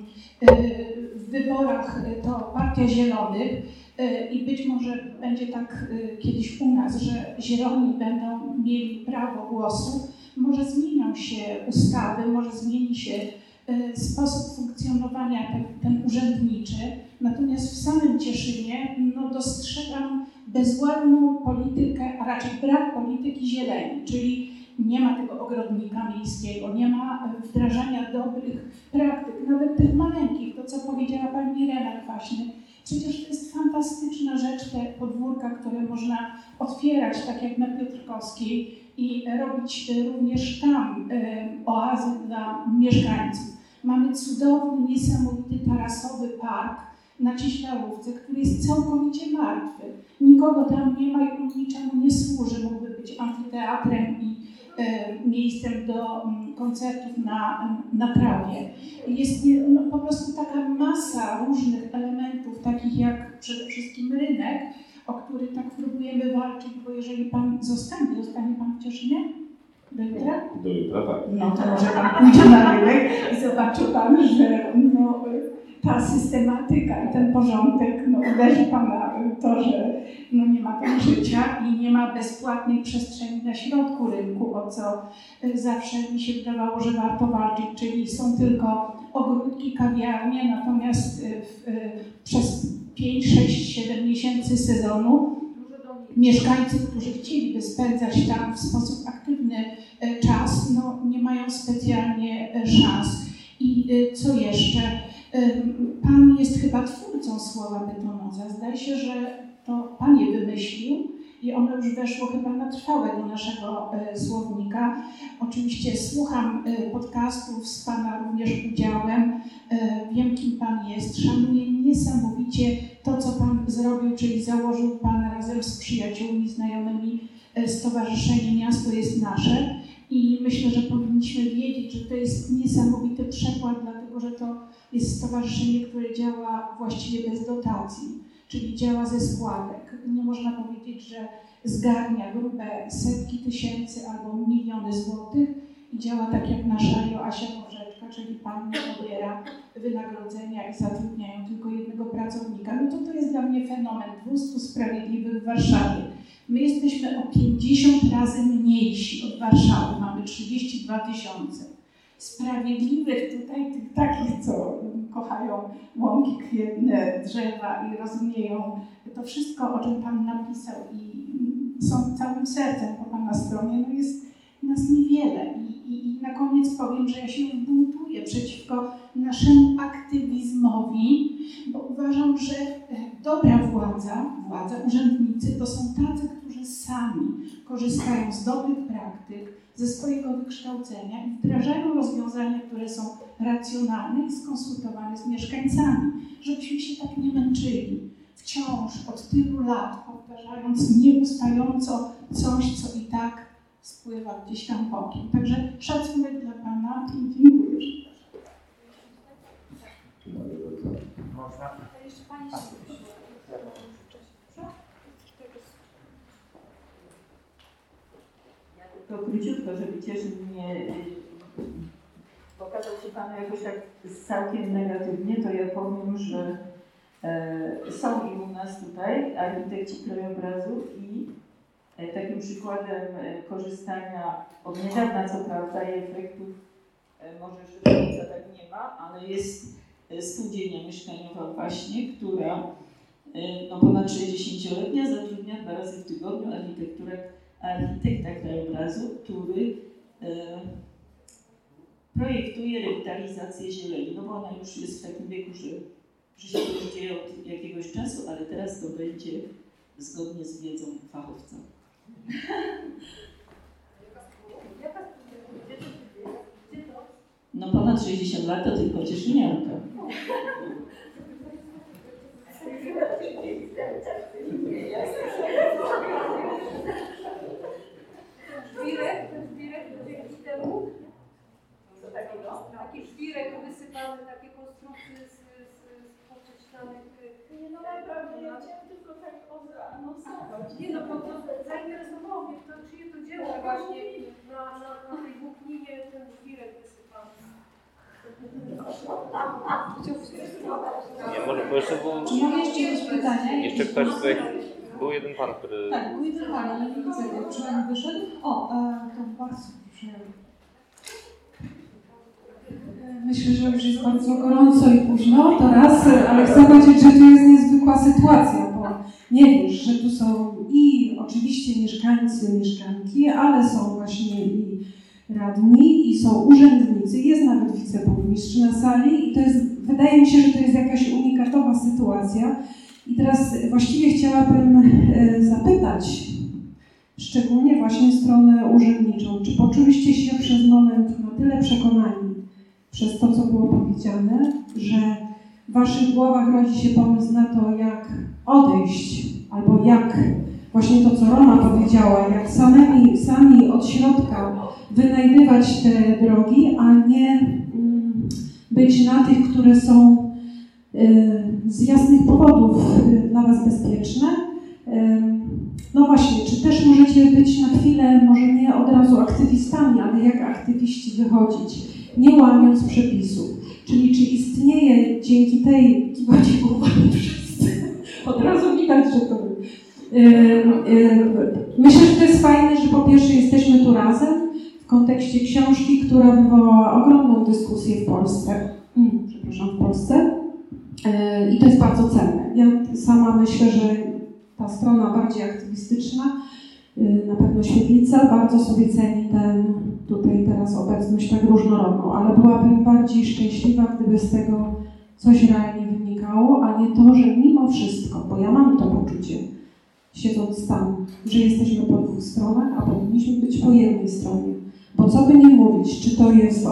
w wyborach to Partia Zielonych i być może będzie tak kiedyś u nas, że Zieloni będą mieli prawo głosu, może zmienią się ustawy, może zmieni się sposób funkcjonowania ten urzędniczy, natomiast w samym Cieszynie dostrzegam bezładną politykę, a raczej brak polityki zieleni, czyli nie ma tego ogrodnika miejskiego, nie ma wdrażania dobrych praktyk, nawet tych maleńkich, to co powiedziała pani Irena Kwaśny. Przecież to jest fantastyczna rzecz, te podwórka, które można otwierać, tak jak na Piotrkowskiej i robić również tam oazy dla mieszkańców. Mamy cudowny, niesamowity tarasowy park na Cieślarówce, który jest całkowicie martwy. Nikogo tam nie ma i niczemu nie służy, mógłby być amfiteatrem i miejscem do koncertów na trawie. Jest po prostu taka masa różnych elementów, takich jak przede wszystkim rynek, o który tak próbujemy walczyć, bo jeżeli pan zostanie pan w Cieszynie? Do jutra? Do jutra, tak. No to może pan pójdzie na rynek i zobaczy pan, że ta systematyka i ten porządek uderzy pana w to, że nie ma tam życia i nie ma bezpłatnej przestrzeni na środku rynku, o co zawsze mi się wydawało, że warto walczyć, czyli są tylko ogródki, kawiarnie, natomiast przez 5, 6, 7 miesięcy sezonu mieszkańcy, którzy chcieliby spędzać tam w sposób aktywny czas, nie mają specjalnie szans. I co jeszcze? Pan jest chyba twórcą słowa betonoza. Zdaje się, że to pan je wymyślił i ono już weszło chyba na trwałe do naszego słownika. Oczywiście słucham podcastów z pana również udziałem. Wiem, kim pan jest. Szanuję niesamowicie to, co pan zrobił, czyli założył pan razem z przyjaciółmi, znajomymi Stowarzyszenie Miasto jest Nasze. I myślę, że powinniśmy wiedzieć, że to jest niesamowity przekład, dlatego że to jest stowarzyszenie, które działa właściwie bez dotacji, czyli działa ze składek. Nie można powiedzieć, że zgarnia grube setki tysięcy albo miliony złotych i działa tak jak nasza Joasia Morzeczka, czyli pan pobiera wynagrodzenia i zatrudniają tylko jednego pracownika. No to jest dla mnie fenomen 200 sprawiedliwych w Warszawie. My jesteśmy o 50 razy mniejsi od Warszawy, mamy 32 000. Sprawiedliwych tutaj, tych takich, co kochają łąki kwietne, drzewa i rozumieją to wszystko, o czym Pan napisał i są całym sercem po Pana stronie, no jest nas niewiele. I na koniec powiem, że ja się buntuję przeciwko naszemu aktywizmowi, bo uważam, że dobra władza, urzędnicy to są tacy, którzy sami korzystają z dobrych praktyk, ze swojego wykształcenia i wdrażają rozwiązania, które są racjonalne i skonsultowane z mieszkańcami, żebyśmy się tak nie męczyli. Wciąż od tylu lat powtarzając nieustająco coś, co i tak spływa gdzieś tam bokiem. Także szacunek dla Pana i dziękuję. Można? Jeszcze Pani To króciutko, żeby cieszył mnie, pokazał się Panu jakoś tak całkiem negatywnie, to ja powiem, że są i u nas tutaj architekci krajobrazu i takim przykładem korzystania od niedawna, co prawda, i efektów może Żywica tak nie ma, ale jest spółdzielnia mieszkaniowa właśnie, która ponad 60-letnia zatrudnia 2 razy w tygodniu architekta krajobrazu, który projektuje rewitalizację zieleni, no bo ona już jest w takim wieku, że się to już dzieje od jakiegoś czasu, ale teraz to będzie zgodnie z wiedzą fachowca. No ponad 60 lat to tylko cieszynianka. Żwirek dzięki temu. Co takiego? Taki żwirek wysypany, takie konstrukcje z podczytanych. Nie, no naprawdę, ja chciałam tylko tak anonsować. Nie no, bo to zainteresowało mnie, to czyje to dzieło właśnie na tej włókninie ten żwirek wysypany. Nie, może, bo jeszcze był... Czy mogę jeszcze jakieś pytanie? Jeszcze ktoś tutaj... Był jeden pan, który... Tak, był jeden pan, ale nie widzę go. Czy on wyszedł? O, to bardzo proszę. Myślę, że już jest bardzo gorąco i późno teraz, ale chcę powiedzieć, że to jest niezwykła sytuacja, bo nie wiesz, że tu są i oczywiście mieszkańcy, mieszkanki, ale są właśnie i radni, i są urzędnicy, jest nawet wiceburmistrz na sali i to jest, wydaje mi się, że to jest jakaś unikatowa sytuacja. I teraz właściwie chciałabym zapytać, szczególnie właśnie stronę urzędniczą, czy poczuliście się przez moment na tyle przekonani przez to, co było powiedziane, że w waszych głowach rodzi się pomysł na to, jak odejść, albo jak właśnie to, co Roma powiedziała, jak sami od środka wynajdywać te drogi, a nie być na tych, które są z jasnych powodów dla was bezpieczne. No właśnie, czy też możecie być na chwilę, może nie od razu aktywistami, ale jak aktywiści wychodzić, nie łamiąc przepisów? Czyli czy istnieje dzięki tej kiwacie głowami wszyscy? Od razu widać, że to myślę, że to jest fajne, że po pierwsze jesteśmy tu razem w kontekście książki, która wywołała ogromną dyskusję w Polsce. W Polsce. I to jest bardzo cenne. Ja sama myślę, że ta strona bardziej aktywistyczna, na pewno Świetlica, bardzo sobie ceni tutaj teraz obecność tak różnorodną, ale byłabym bardziej szczęśliwa, gdyby z tego coś realnie wynikało, a nie to, że mimo wszystko, bo ja mam to poczucie, siedząc tam, że jesteśmy po 2 stronach, a powinniśmy być po jednej stronie. Bo co by nie mówić, czy to jest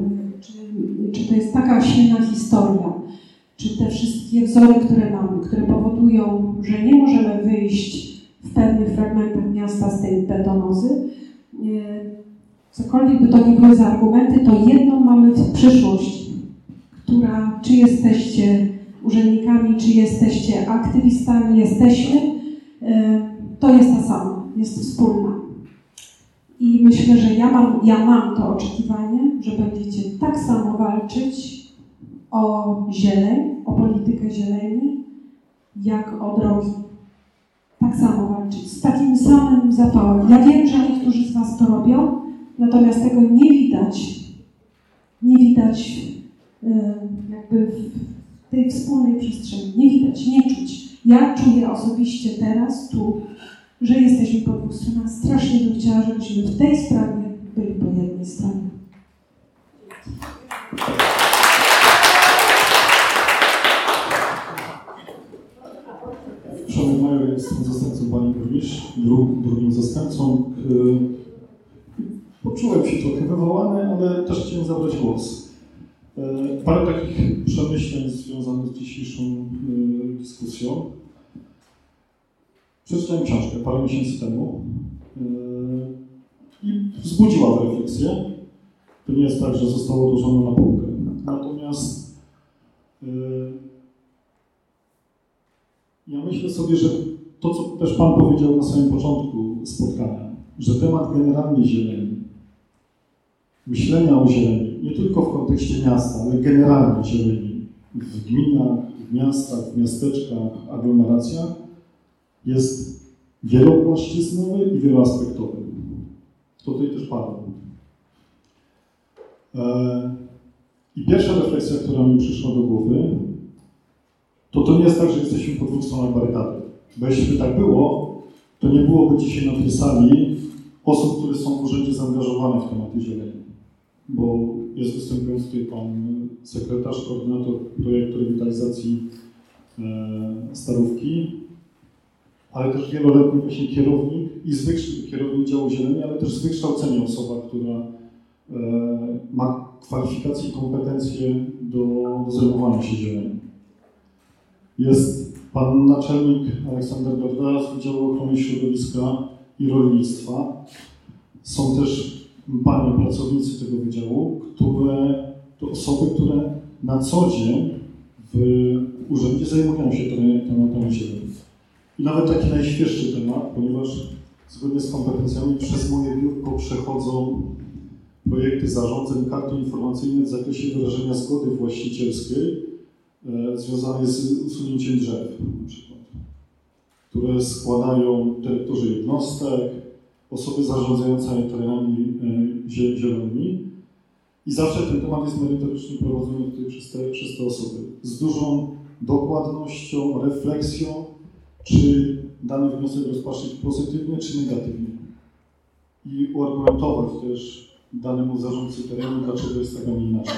taka silna historia, czy te wszystkie wzory, które mamy, które powodują, że nie możemy wyjść w pewnych fragmentach miasta z tej betonozy. Cokolwiek by to nie były za argumenty, to jedną mamy w przyszłość, która, czy jesteście urzędnikami, czy jesteście aktywistami, jesteśmy, to jest ta sama, jest wspólna. I myślę, że ja mam to oczekiwanie, że będziecie tak samo walczyć o zieleń, o politykę zieleni, jak o drogi. Tak samo walczyć, z takim samym zapałem. Ja wiem, że niektórzy z Was to robią, natomiast tego nie widać. Nie widać jakby w tej wspólnej przestrzeni. Nie widać, nie czuć. Ja czuję osobiście teraz tu, że jesteśmy po dwóch stronach. Strasznie bym chciała, żebyśmy w tej sprawie byli po jednej stronie. Szanowny Major, jestem zastępcą pani burmistrz, drugim zastępcą. Poczułem się trochę wywołany, ale też chciałem zabrać głos. Parę takich przemyśleń związanych z dzisiejszą dyskusją. Przeczytałem książkę parę miesięcy temu i wzbudziła tę refleksję. To nie jest tak, że zostało odłożone na półkę. Natomiast ja myślę sobie, że to, co też Pan powiedział na samym początku spotkania, że temat generalnie zieleni, myślenia o zieleni, nie tylko w kontekście miasta, ale generalnie zieleni, w gminach, w miastach, w miasteczkach, aglomeracjach, jest wielopłaszczyznowy i wieloaspektowy. To tutaj też padło. I pierwsza refleksja, która mi przyszła do głowy, to nie jest tak, że jesteśmy po dwóch stronach barykady. Bo jeśli by tak było, to nie byłoby dzisiaj na tej sali osób, które są w urzędzie zaangażowane w tematy zieleni. Bo jest występujący tutaj pan sekretarz, koordynator projektu rewitalizacji Starówki, ale też wieloletni właśnie kierownik i kierownik działu zieleni, ale też z wykształcenia osoba, która ma kwalifikacje i kompetencje do zajmowania się zielenią. Jest pan naczelnik Aleksander Dorda z Wydziału Ochrony Środowiska i Rolnictwa. Są też panie pracownicy tego wydziału, to osoby, które na co dzień w urzędzie zajmują się tematami zieleni. I nawet taki najświeższy temat, ponieważ zgodnie z kompetencjami przez moje biurko przechodzą projekty zarządzeń, karty informacyjne w zakresie wyrażenia zgody właścicielskiej związanej z usunięciem drzew, na przykład, które składają dyrektorzy jednostek, osoby zarządzające terenami zielonymi i zawsze ten temat jest merytorycznie prowadzony tutaj przez te osoby z dużą dokładnością, refleksją, czy dany wniosek rozpatrzyć pozytywnie, czy negatywnie. I uargumentować też danemu zarządcy terenu, dlaczego jest tak, a nie inaczej.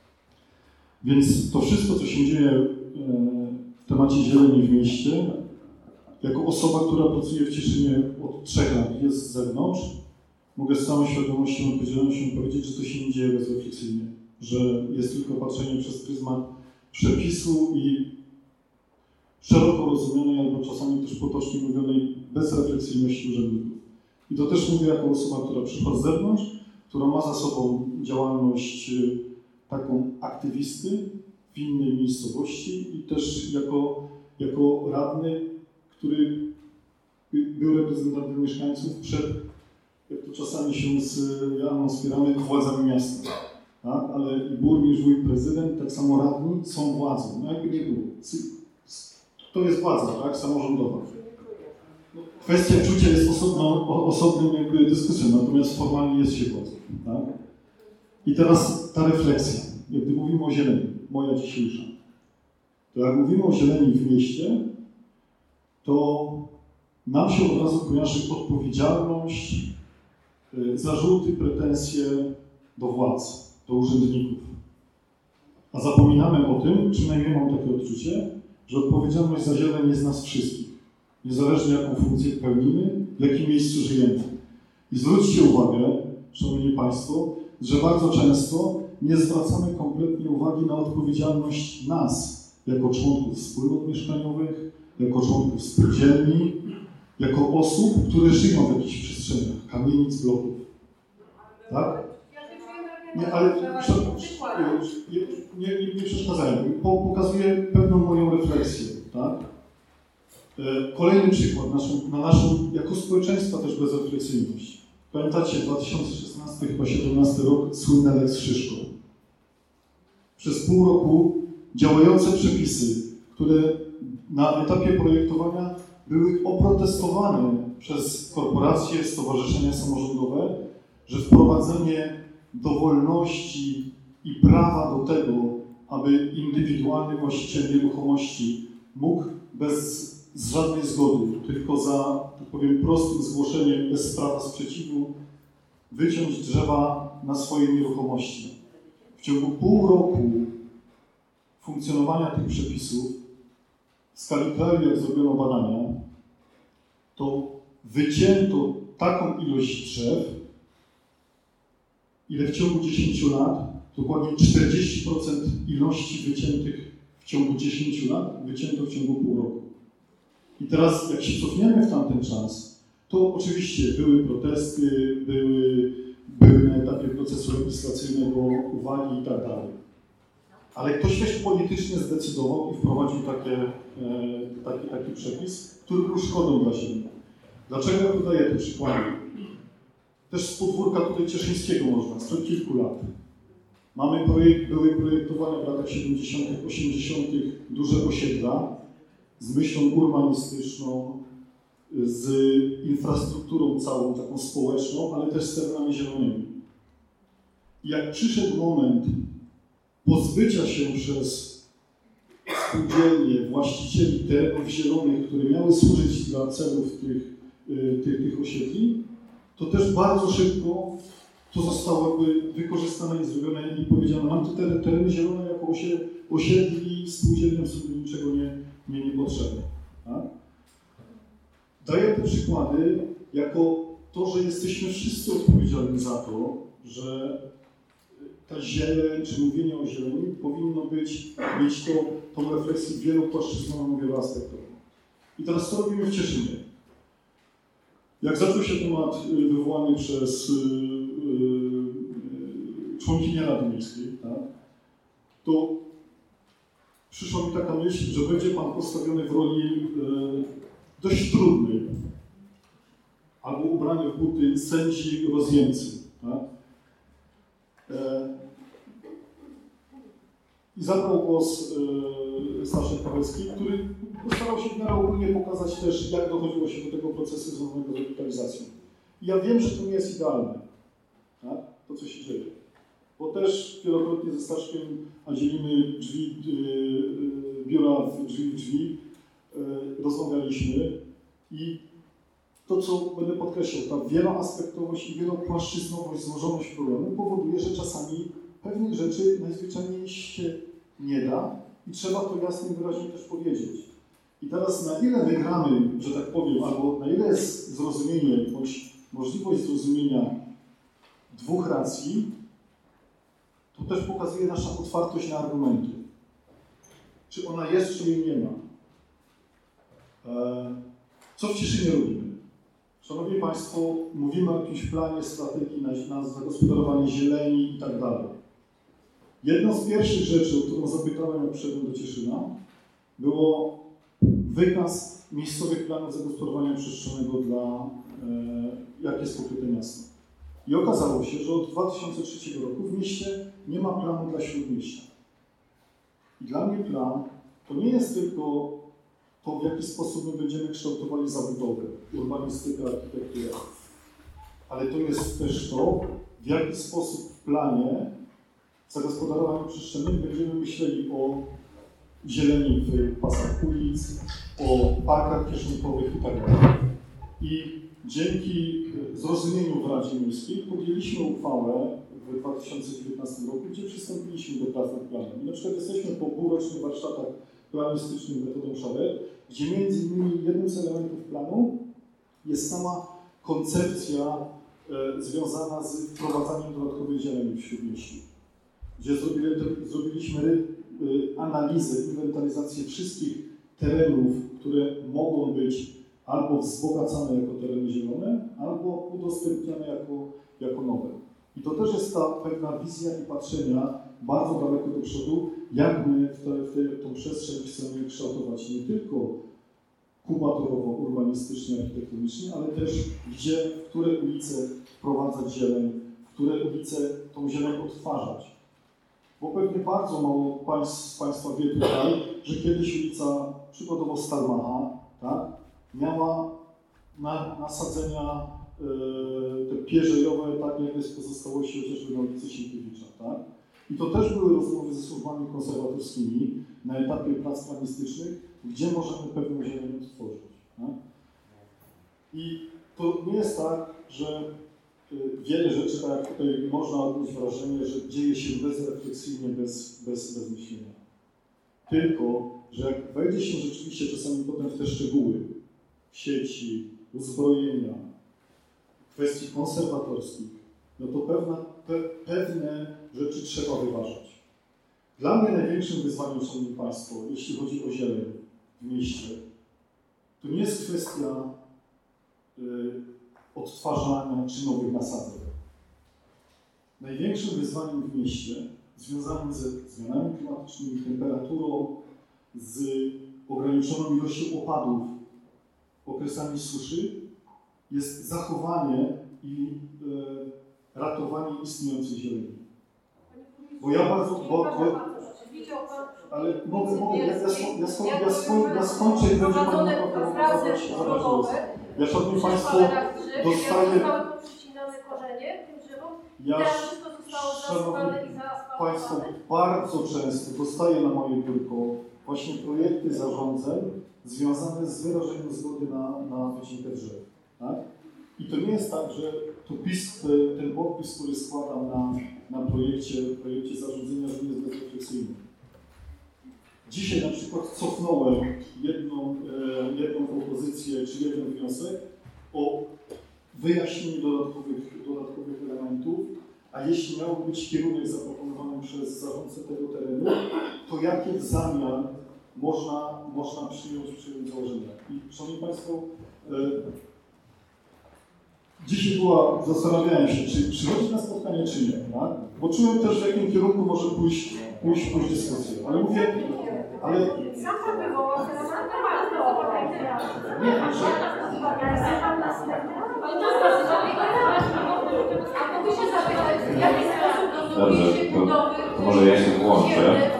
Więc to wszystko, co się dzieje w temacie zieleni w mieście, jako osoba, która pracuje w Cieszynie od 3 lat, jest z zewnątrz, mogę z całą świadomością i odpowiedzialnością powiedzieć, że to się nie dzieje bezrefleksyjnie, że jest tylko patrzenie przez pryzmat przepisu i szeroko rozumianej, albo czasami też potocznie mówionej bezrefleksyjności urzędników. I to też mówię jako osoba, która przychodzi z zewnątrz, która ma za sobą działalność taką aktywisty w innej miejscowości i też jako radny, który był reprezentantem mieszkańców przed, jak to czasami się z Joanną spieramy, władzami miasta. Tak? Ale i burmistrz, wójt, prezydent, tak samo radni są władzą. No jakby nie było. To jest władza, tak? Samorządowa. No, kwestia czucia jest osobną jakby dyskusją, natomiast formalnie jest się władzą. Tak? I teraz ta refleksja. Gdy mówimy o zieleni, moja dzisiejsza, to jak mówimy o zieleni w mieście, to nam się od razu kojarzy odpowiedzialność, zarzuty, pretensje do władz, do urzędników. A zapominamy o tym, przynajmniej mam takie odczucie, że odpowiedzialność za zieleń jest nas wszystkich. Niezależnie jaką funkcję pełnimy, w jakim miejscu żyjemy. I zwróćcie uwagę, szanowni państwo, że bardzo często nie zwracamy kompletnie uwagi na odpowiedzialność nas, jako członków wspólnot mieszkaniowych, jako członków spółdzielni, jako osób, które żyją w jakichś przestrzeniach, kamienic, bloków. Tak? Nie, ale nie przeszkadzajmy. Pokazuję pewną moją refleksję. Tak? Kolejny przykład na naszą jako społeczeństwa też bezrefleksyjność. Pamiętacie, 2016 chyba 2017 rok, słynny Lex Szyszko. Przez pół roku działające przepisy, które na etapie projektowania były oprotestowane przez korporacje, stowarzyszenia samorządowe, że wprowadzenie dowolności i prawa do tego, aby indywidualny właściciel nieruchomości mógł bez żadnej zgody, tylko za, tak powiem, prostym zgłoszeniem, bez prawa sprzeciwu, wyciąć drzewa na swojej nieruchomości. W ciągu pół roku funkcjonowania tych przepisów w skali kraju, jak zrobiono badania, to wycięto taką ilość drzew, ile w ciągu 10 lat, dokładnie 40% ilości wyciętych w ciągu 10 lat, wycięto w ciągu pół roku. I teraz, jak się cofniemy w tamten czas, to oczywiście były protesty, były na etapie procesu legislacyjnego uwagi i tak dalej. Ale ktoś też politycznie zdecydował i wprowadził taki przepis, który był szkodą dla ziemi. Dlaczego ja podaję te przykłady? Też z podwórka tutaj cieszyńskiego można, sprzed kilku lat. Były projektowane w latach 70., 80. duże osiedla z myślą urbanistyczną, z infrastrukturą całą taką społeczną, ale też z terenami zielonymi. I jak przyszedł moment pozbycia się przez spółdzielnie właścicieli terenów zielonych, które miały służyć dla celów tych osiedli, to też bardzo szybko to zostało wykorzystane i zrobione i powiedziano, nam te tereny zielone jako osiedli spółdzielniom są do niczego niepotrzebne. Tak? Daję te przykłady jako to, że jesteśmy wszyscy odpowiedzialni za to, że ta zieleń, czy mówienie o zieleni powinno mieć tą refleksję wielopłaszczyznową, wieloaspektową. I teraz co robimy w Cieszynie? Jak zaczął się temat wywołany przez członkinię Rady Miejskiej, tak, to przyszła mi taka myśl, że będzie Pan postawiony w roli dość trudnej, albo ubrany w buty sędzi rozjemcy. Tak? I zabrał głos Staszek Pawełski, który postarał się w miarę ogólnie pokazać też, jak dochodziło się do tego procesu związanego z rewitalizacją. I ja wiem, że to nie jest idealne, tak? To co się dzieje. Bo też wielokrotnie ze Staszkiem, a dzielimy biura w drzwi, rozmawialiśmy i to, co będę podkreślał, ta wieloaspektowość i wielopłaszczyznowość, złożoność problemu powoduje, że czasami pewnych rzeczy najzwyczajniej się nie da i trzeba to jasno i wyraźnie też powiedzieć. I teraz na ile wygramy, że tak powiem, albo na ile jest zrozumienie, bądź możliwość zrozumienia dwóch racji, to też pokazuje nasza otwartość na argumenty. Czy ona jest, czy jej nie ma. Co w Cieszynie robimy? Szanowni Państwo, mówimy o jakimś planie, strategii na zagospodarowanie zieleni i tak dalej. Jedną z pierwszych rzeczy, o którą zapytałem, jak przyszedłem do Cieszyna, było wykaz miejscowych planów zagospodarowania przestrzennego dla, jak jest pokryte miasto. I okazało się, że od 2003 roku w mieście nie ma planu dla śródmieścia. I dla mnie plan to nie jest tylko to, w jaki sposób my będziemy kształtowali zabudowę, urbanistykę, architekturę, ale to jest też to, w jaki sposób w planie zagospodarowania przestrzennym będziemy myśleli o zieleni w pasach ulic, o parkach kiesznikowych itd. I dzięki zrozumieniu w Radzie Miejskiej podjęliśmy uchwałę w 2019 roku, gdzie przystąpiliśmy do prac nad planem. I na przykład jesteśmy po półrocznych warsztatach planistycznych metodą Szaret, gdzie między innymi jednym z elementów planu jest sama koncepcja związana z wprowadzaniem dodatkowej zieleni w Śródmieściu, gdzie zrobiliśmy analizę, inwentaryzację wszystkich terenów, które mogą być albo wzbogacane jako tereny zielone, albo udostępniane jako nowe. I to też jest ta pewna wizja i patrzenia bardzo daleko do przodu, jak my tą przestrzeń chcemy kształtować nie tylko kubaturowo-urbanistycznie, architektonicznie, ale też w które ulice wprowadzać zieleń, w które ulice tą zieleń odtwarzać. Bo pewnie bardzo mało z Państwa wie tutaj, że kiedyś ulica, przykładowo Stalmacha, tak, miała nasadzenia te pierzejowe, tak jak jest pozostałości chociażby na ulicy Sienkiewicza. Tak? I to też były rozmowy ze służbami konserwatorskimi na etapie prac planistycznych, gdzie możemy pewną zieleń odtworzyć. Tak? I to nie jest tak, że wiele rzeczy, tak jak tutaj można odnieść wrażenie, że dzieje się bezrefleksyjnie, bez myślenia. Tylko, że jak wejdzie się rzeczywiście czasami potem w te szczegóły, sieci, uzbrojenia, kwestii konserwatorskich, no to pewne rzeczy trzeba wyważać. Dla mnie największym wyzwaniem, Szanowni Państwo, jeśli chodzi o zieleń w mieście, to nie jest kwestia odtwarzania czy nowych nasadzeń. Największym wyzwaniem w mieście, związanym ze zmianami klimatycznymi, temperaturą, z ograniczoną ilością opadów, okresami suszy, jest zachowanie i ratowanie istniejącej zieleni. Bo ja bardzo... Ale ja skończę i będzie Pani naprawdę. Ja, Szanowni Państwo, dostaję... Szanowni Państwo, bardzo często dostaję na moje biurko właśnie projekty zarządzeń związane z wyrażeniem zgody na wycinkę drzew. Tak? I to nie jest tak, że to ten podpis, który składam na projekcie zarządzenia, że nie jest bezrefleksyjny. Dzisiaj na przykład cofnąłem jedną propozycję czy jeden wniosek o wyjaśnienie dodatkowych elementów, a jeśli miałby być kierunek zaproponowany przez zarządcę tego terenu, to jakie w zamian można przyjąć założenia. I Szanowni Państwo, dzisiaj zastanawiałem się, czy przychodzi na spotkanie, czy nie, tak? Bo czułem też, w jakim kierunku może pójść dyskusja. Ale mówię, ale... Sam to wywołał, teraz Dobrze, to może ja się włączę.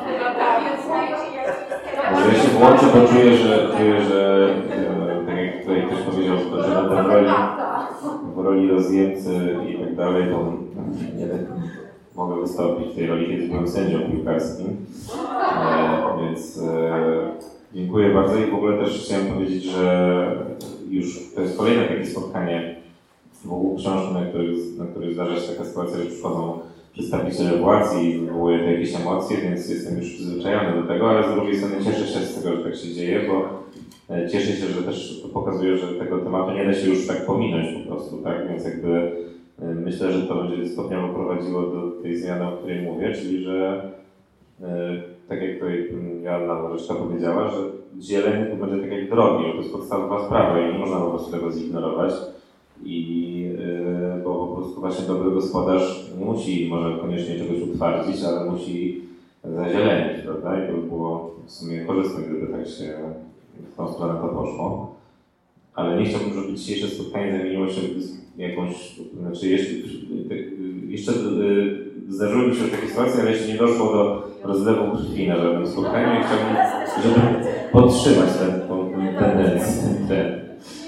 Bo czuję, że tak jak tutaj ktoś powiedział, że na w roli rozjemcy i tak dalej, to mogę wystąpić w tej roli, kiedy byłem sędzią piłkarskim. Więc dziękuję bardzo i w ogóle też chciałem powiedzieć, że już to jest kolejne takie spotkanie w ogóle książki, na której zdarza się taka sytuacja, że przychodzą przedstawiciele władz i wywołuje to jakieś emocje, więc jestem już przyzwyczajony do tego, ale z drugiej strony cieszę się z tego, że tak się dzieje, bo cieszę się, że też to pokazuje, że tego tematu nie da się już tak pominąć po prostu, tak? Więc jakby myślę, że to będzie stopniowo prowadziło do tej zmiany, o której mówię, czyli że tak jak tutaj Joanna Warzeszka powiedziała, że zieleń to będzie tak jak drogi, to jest podstawowa sprawa i nie można po prostu tego zignorować. Bo po prostu właśnie dobry gospodarz nie musi może koniecznie czegoś utwardzić, ale musi zazielenić, prawda? I to by było w sumie korzystne, gdyby tak się w tą stronę to poszło. Ale nie chciałbym, żeby dzisiejsze spotkanie zamieniło się w jakąś, znaczy jeszcze zdarzyły mi się takie sytuacje, ale jeszcze nie doszło do rozlewu krwi na żadnym spotkaniu i chciałbym, żeby podtrzymać tę tendencję.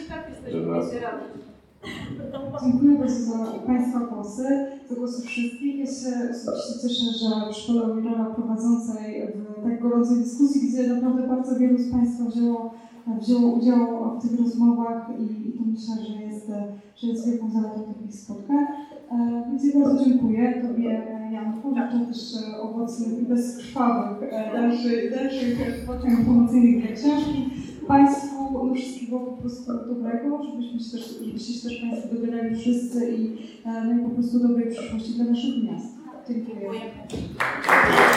Dziękuję bardzo za Państwa głosy, za głosy wszystkich. Ja się osobiście cieszę, że w Szkole O'Meara prowadzącej w tak gorącej dyskusji, gdzie naprawdę bardzo wielu z Państwa wzięło udział w tych rozmowach i to myślę, że jest wielką zaletą takich spotkań. Więc ja bardzo dziękuję Tobie, Janku, życzę też owocnych i bezkrwawych dalszych spotkań informacyjnych dla książki. Państwu wszystkiego po prostu dobrego, żebyście się też Państwo dobierali wszyscy i po prostu dobrej przyszłości dla naszych miast. Dziękuję.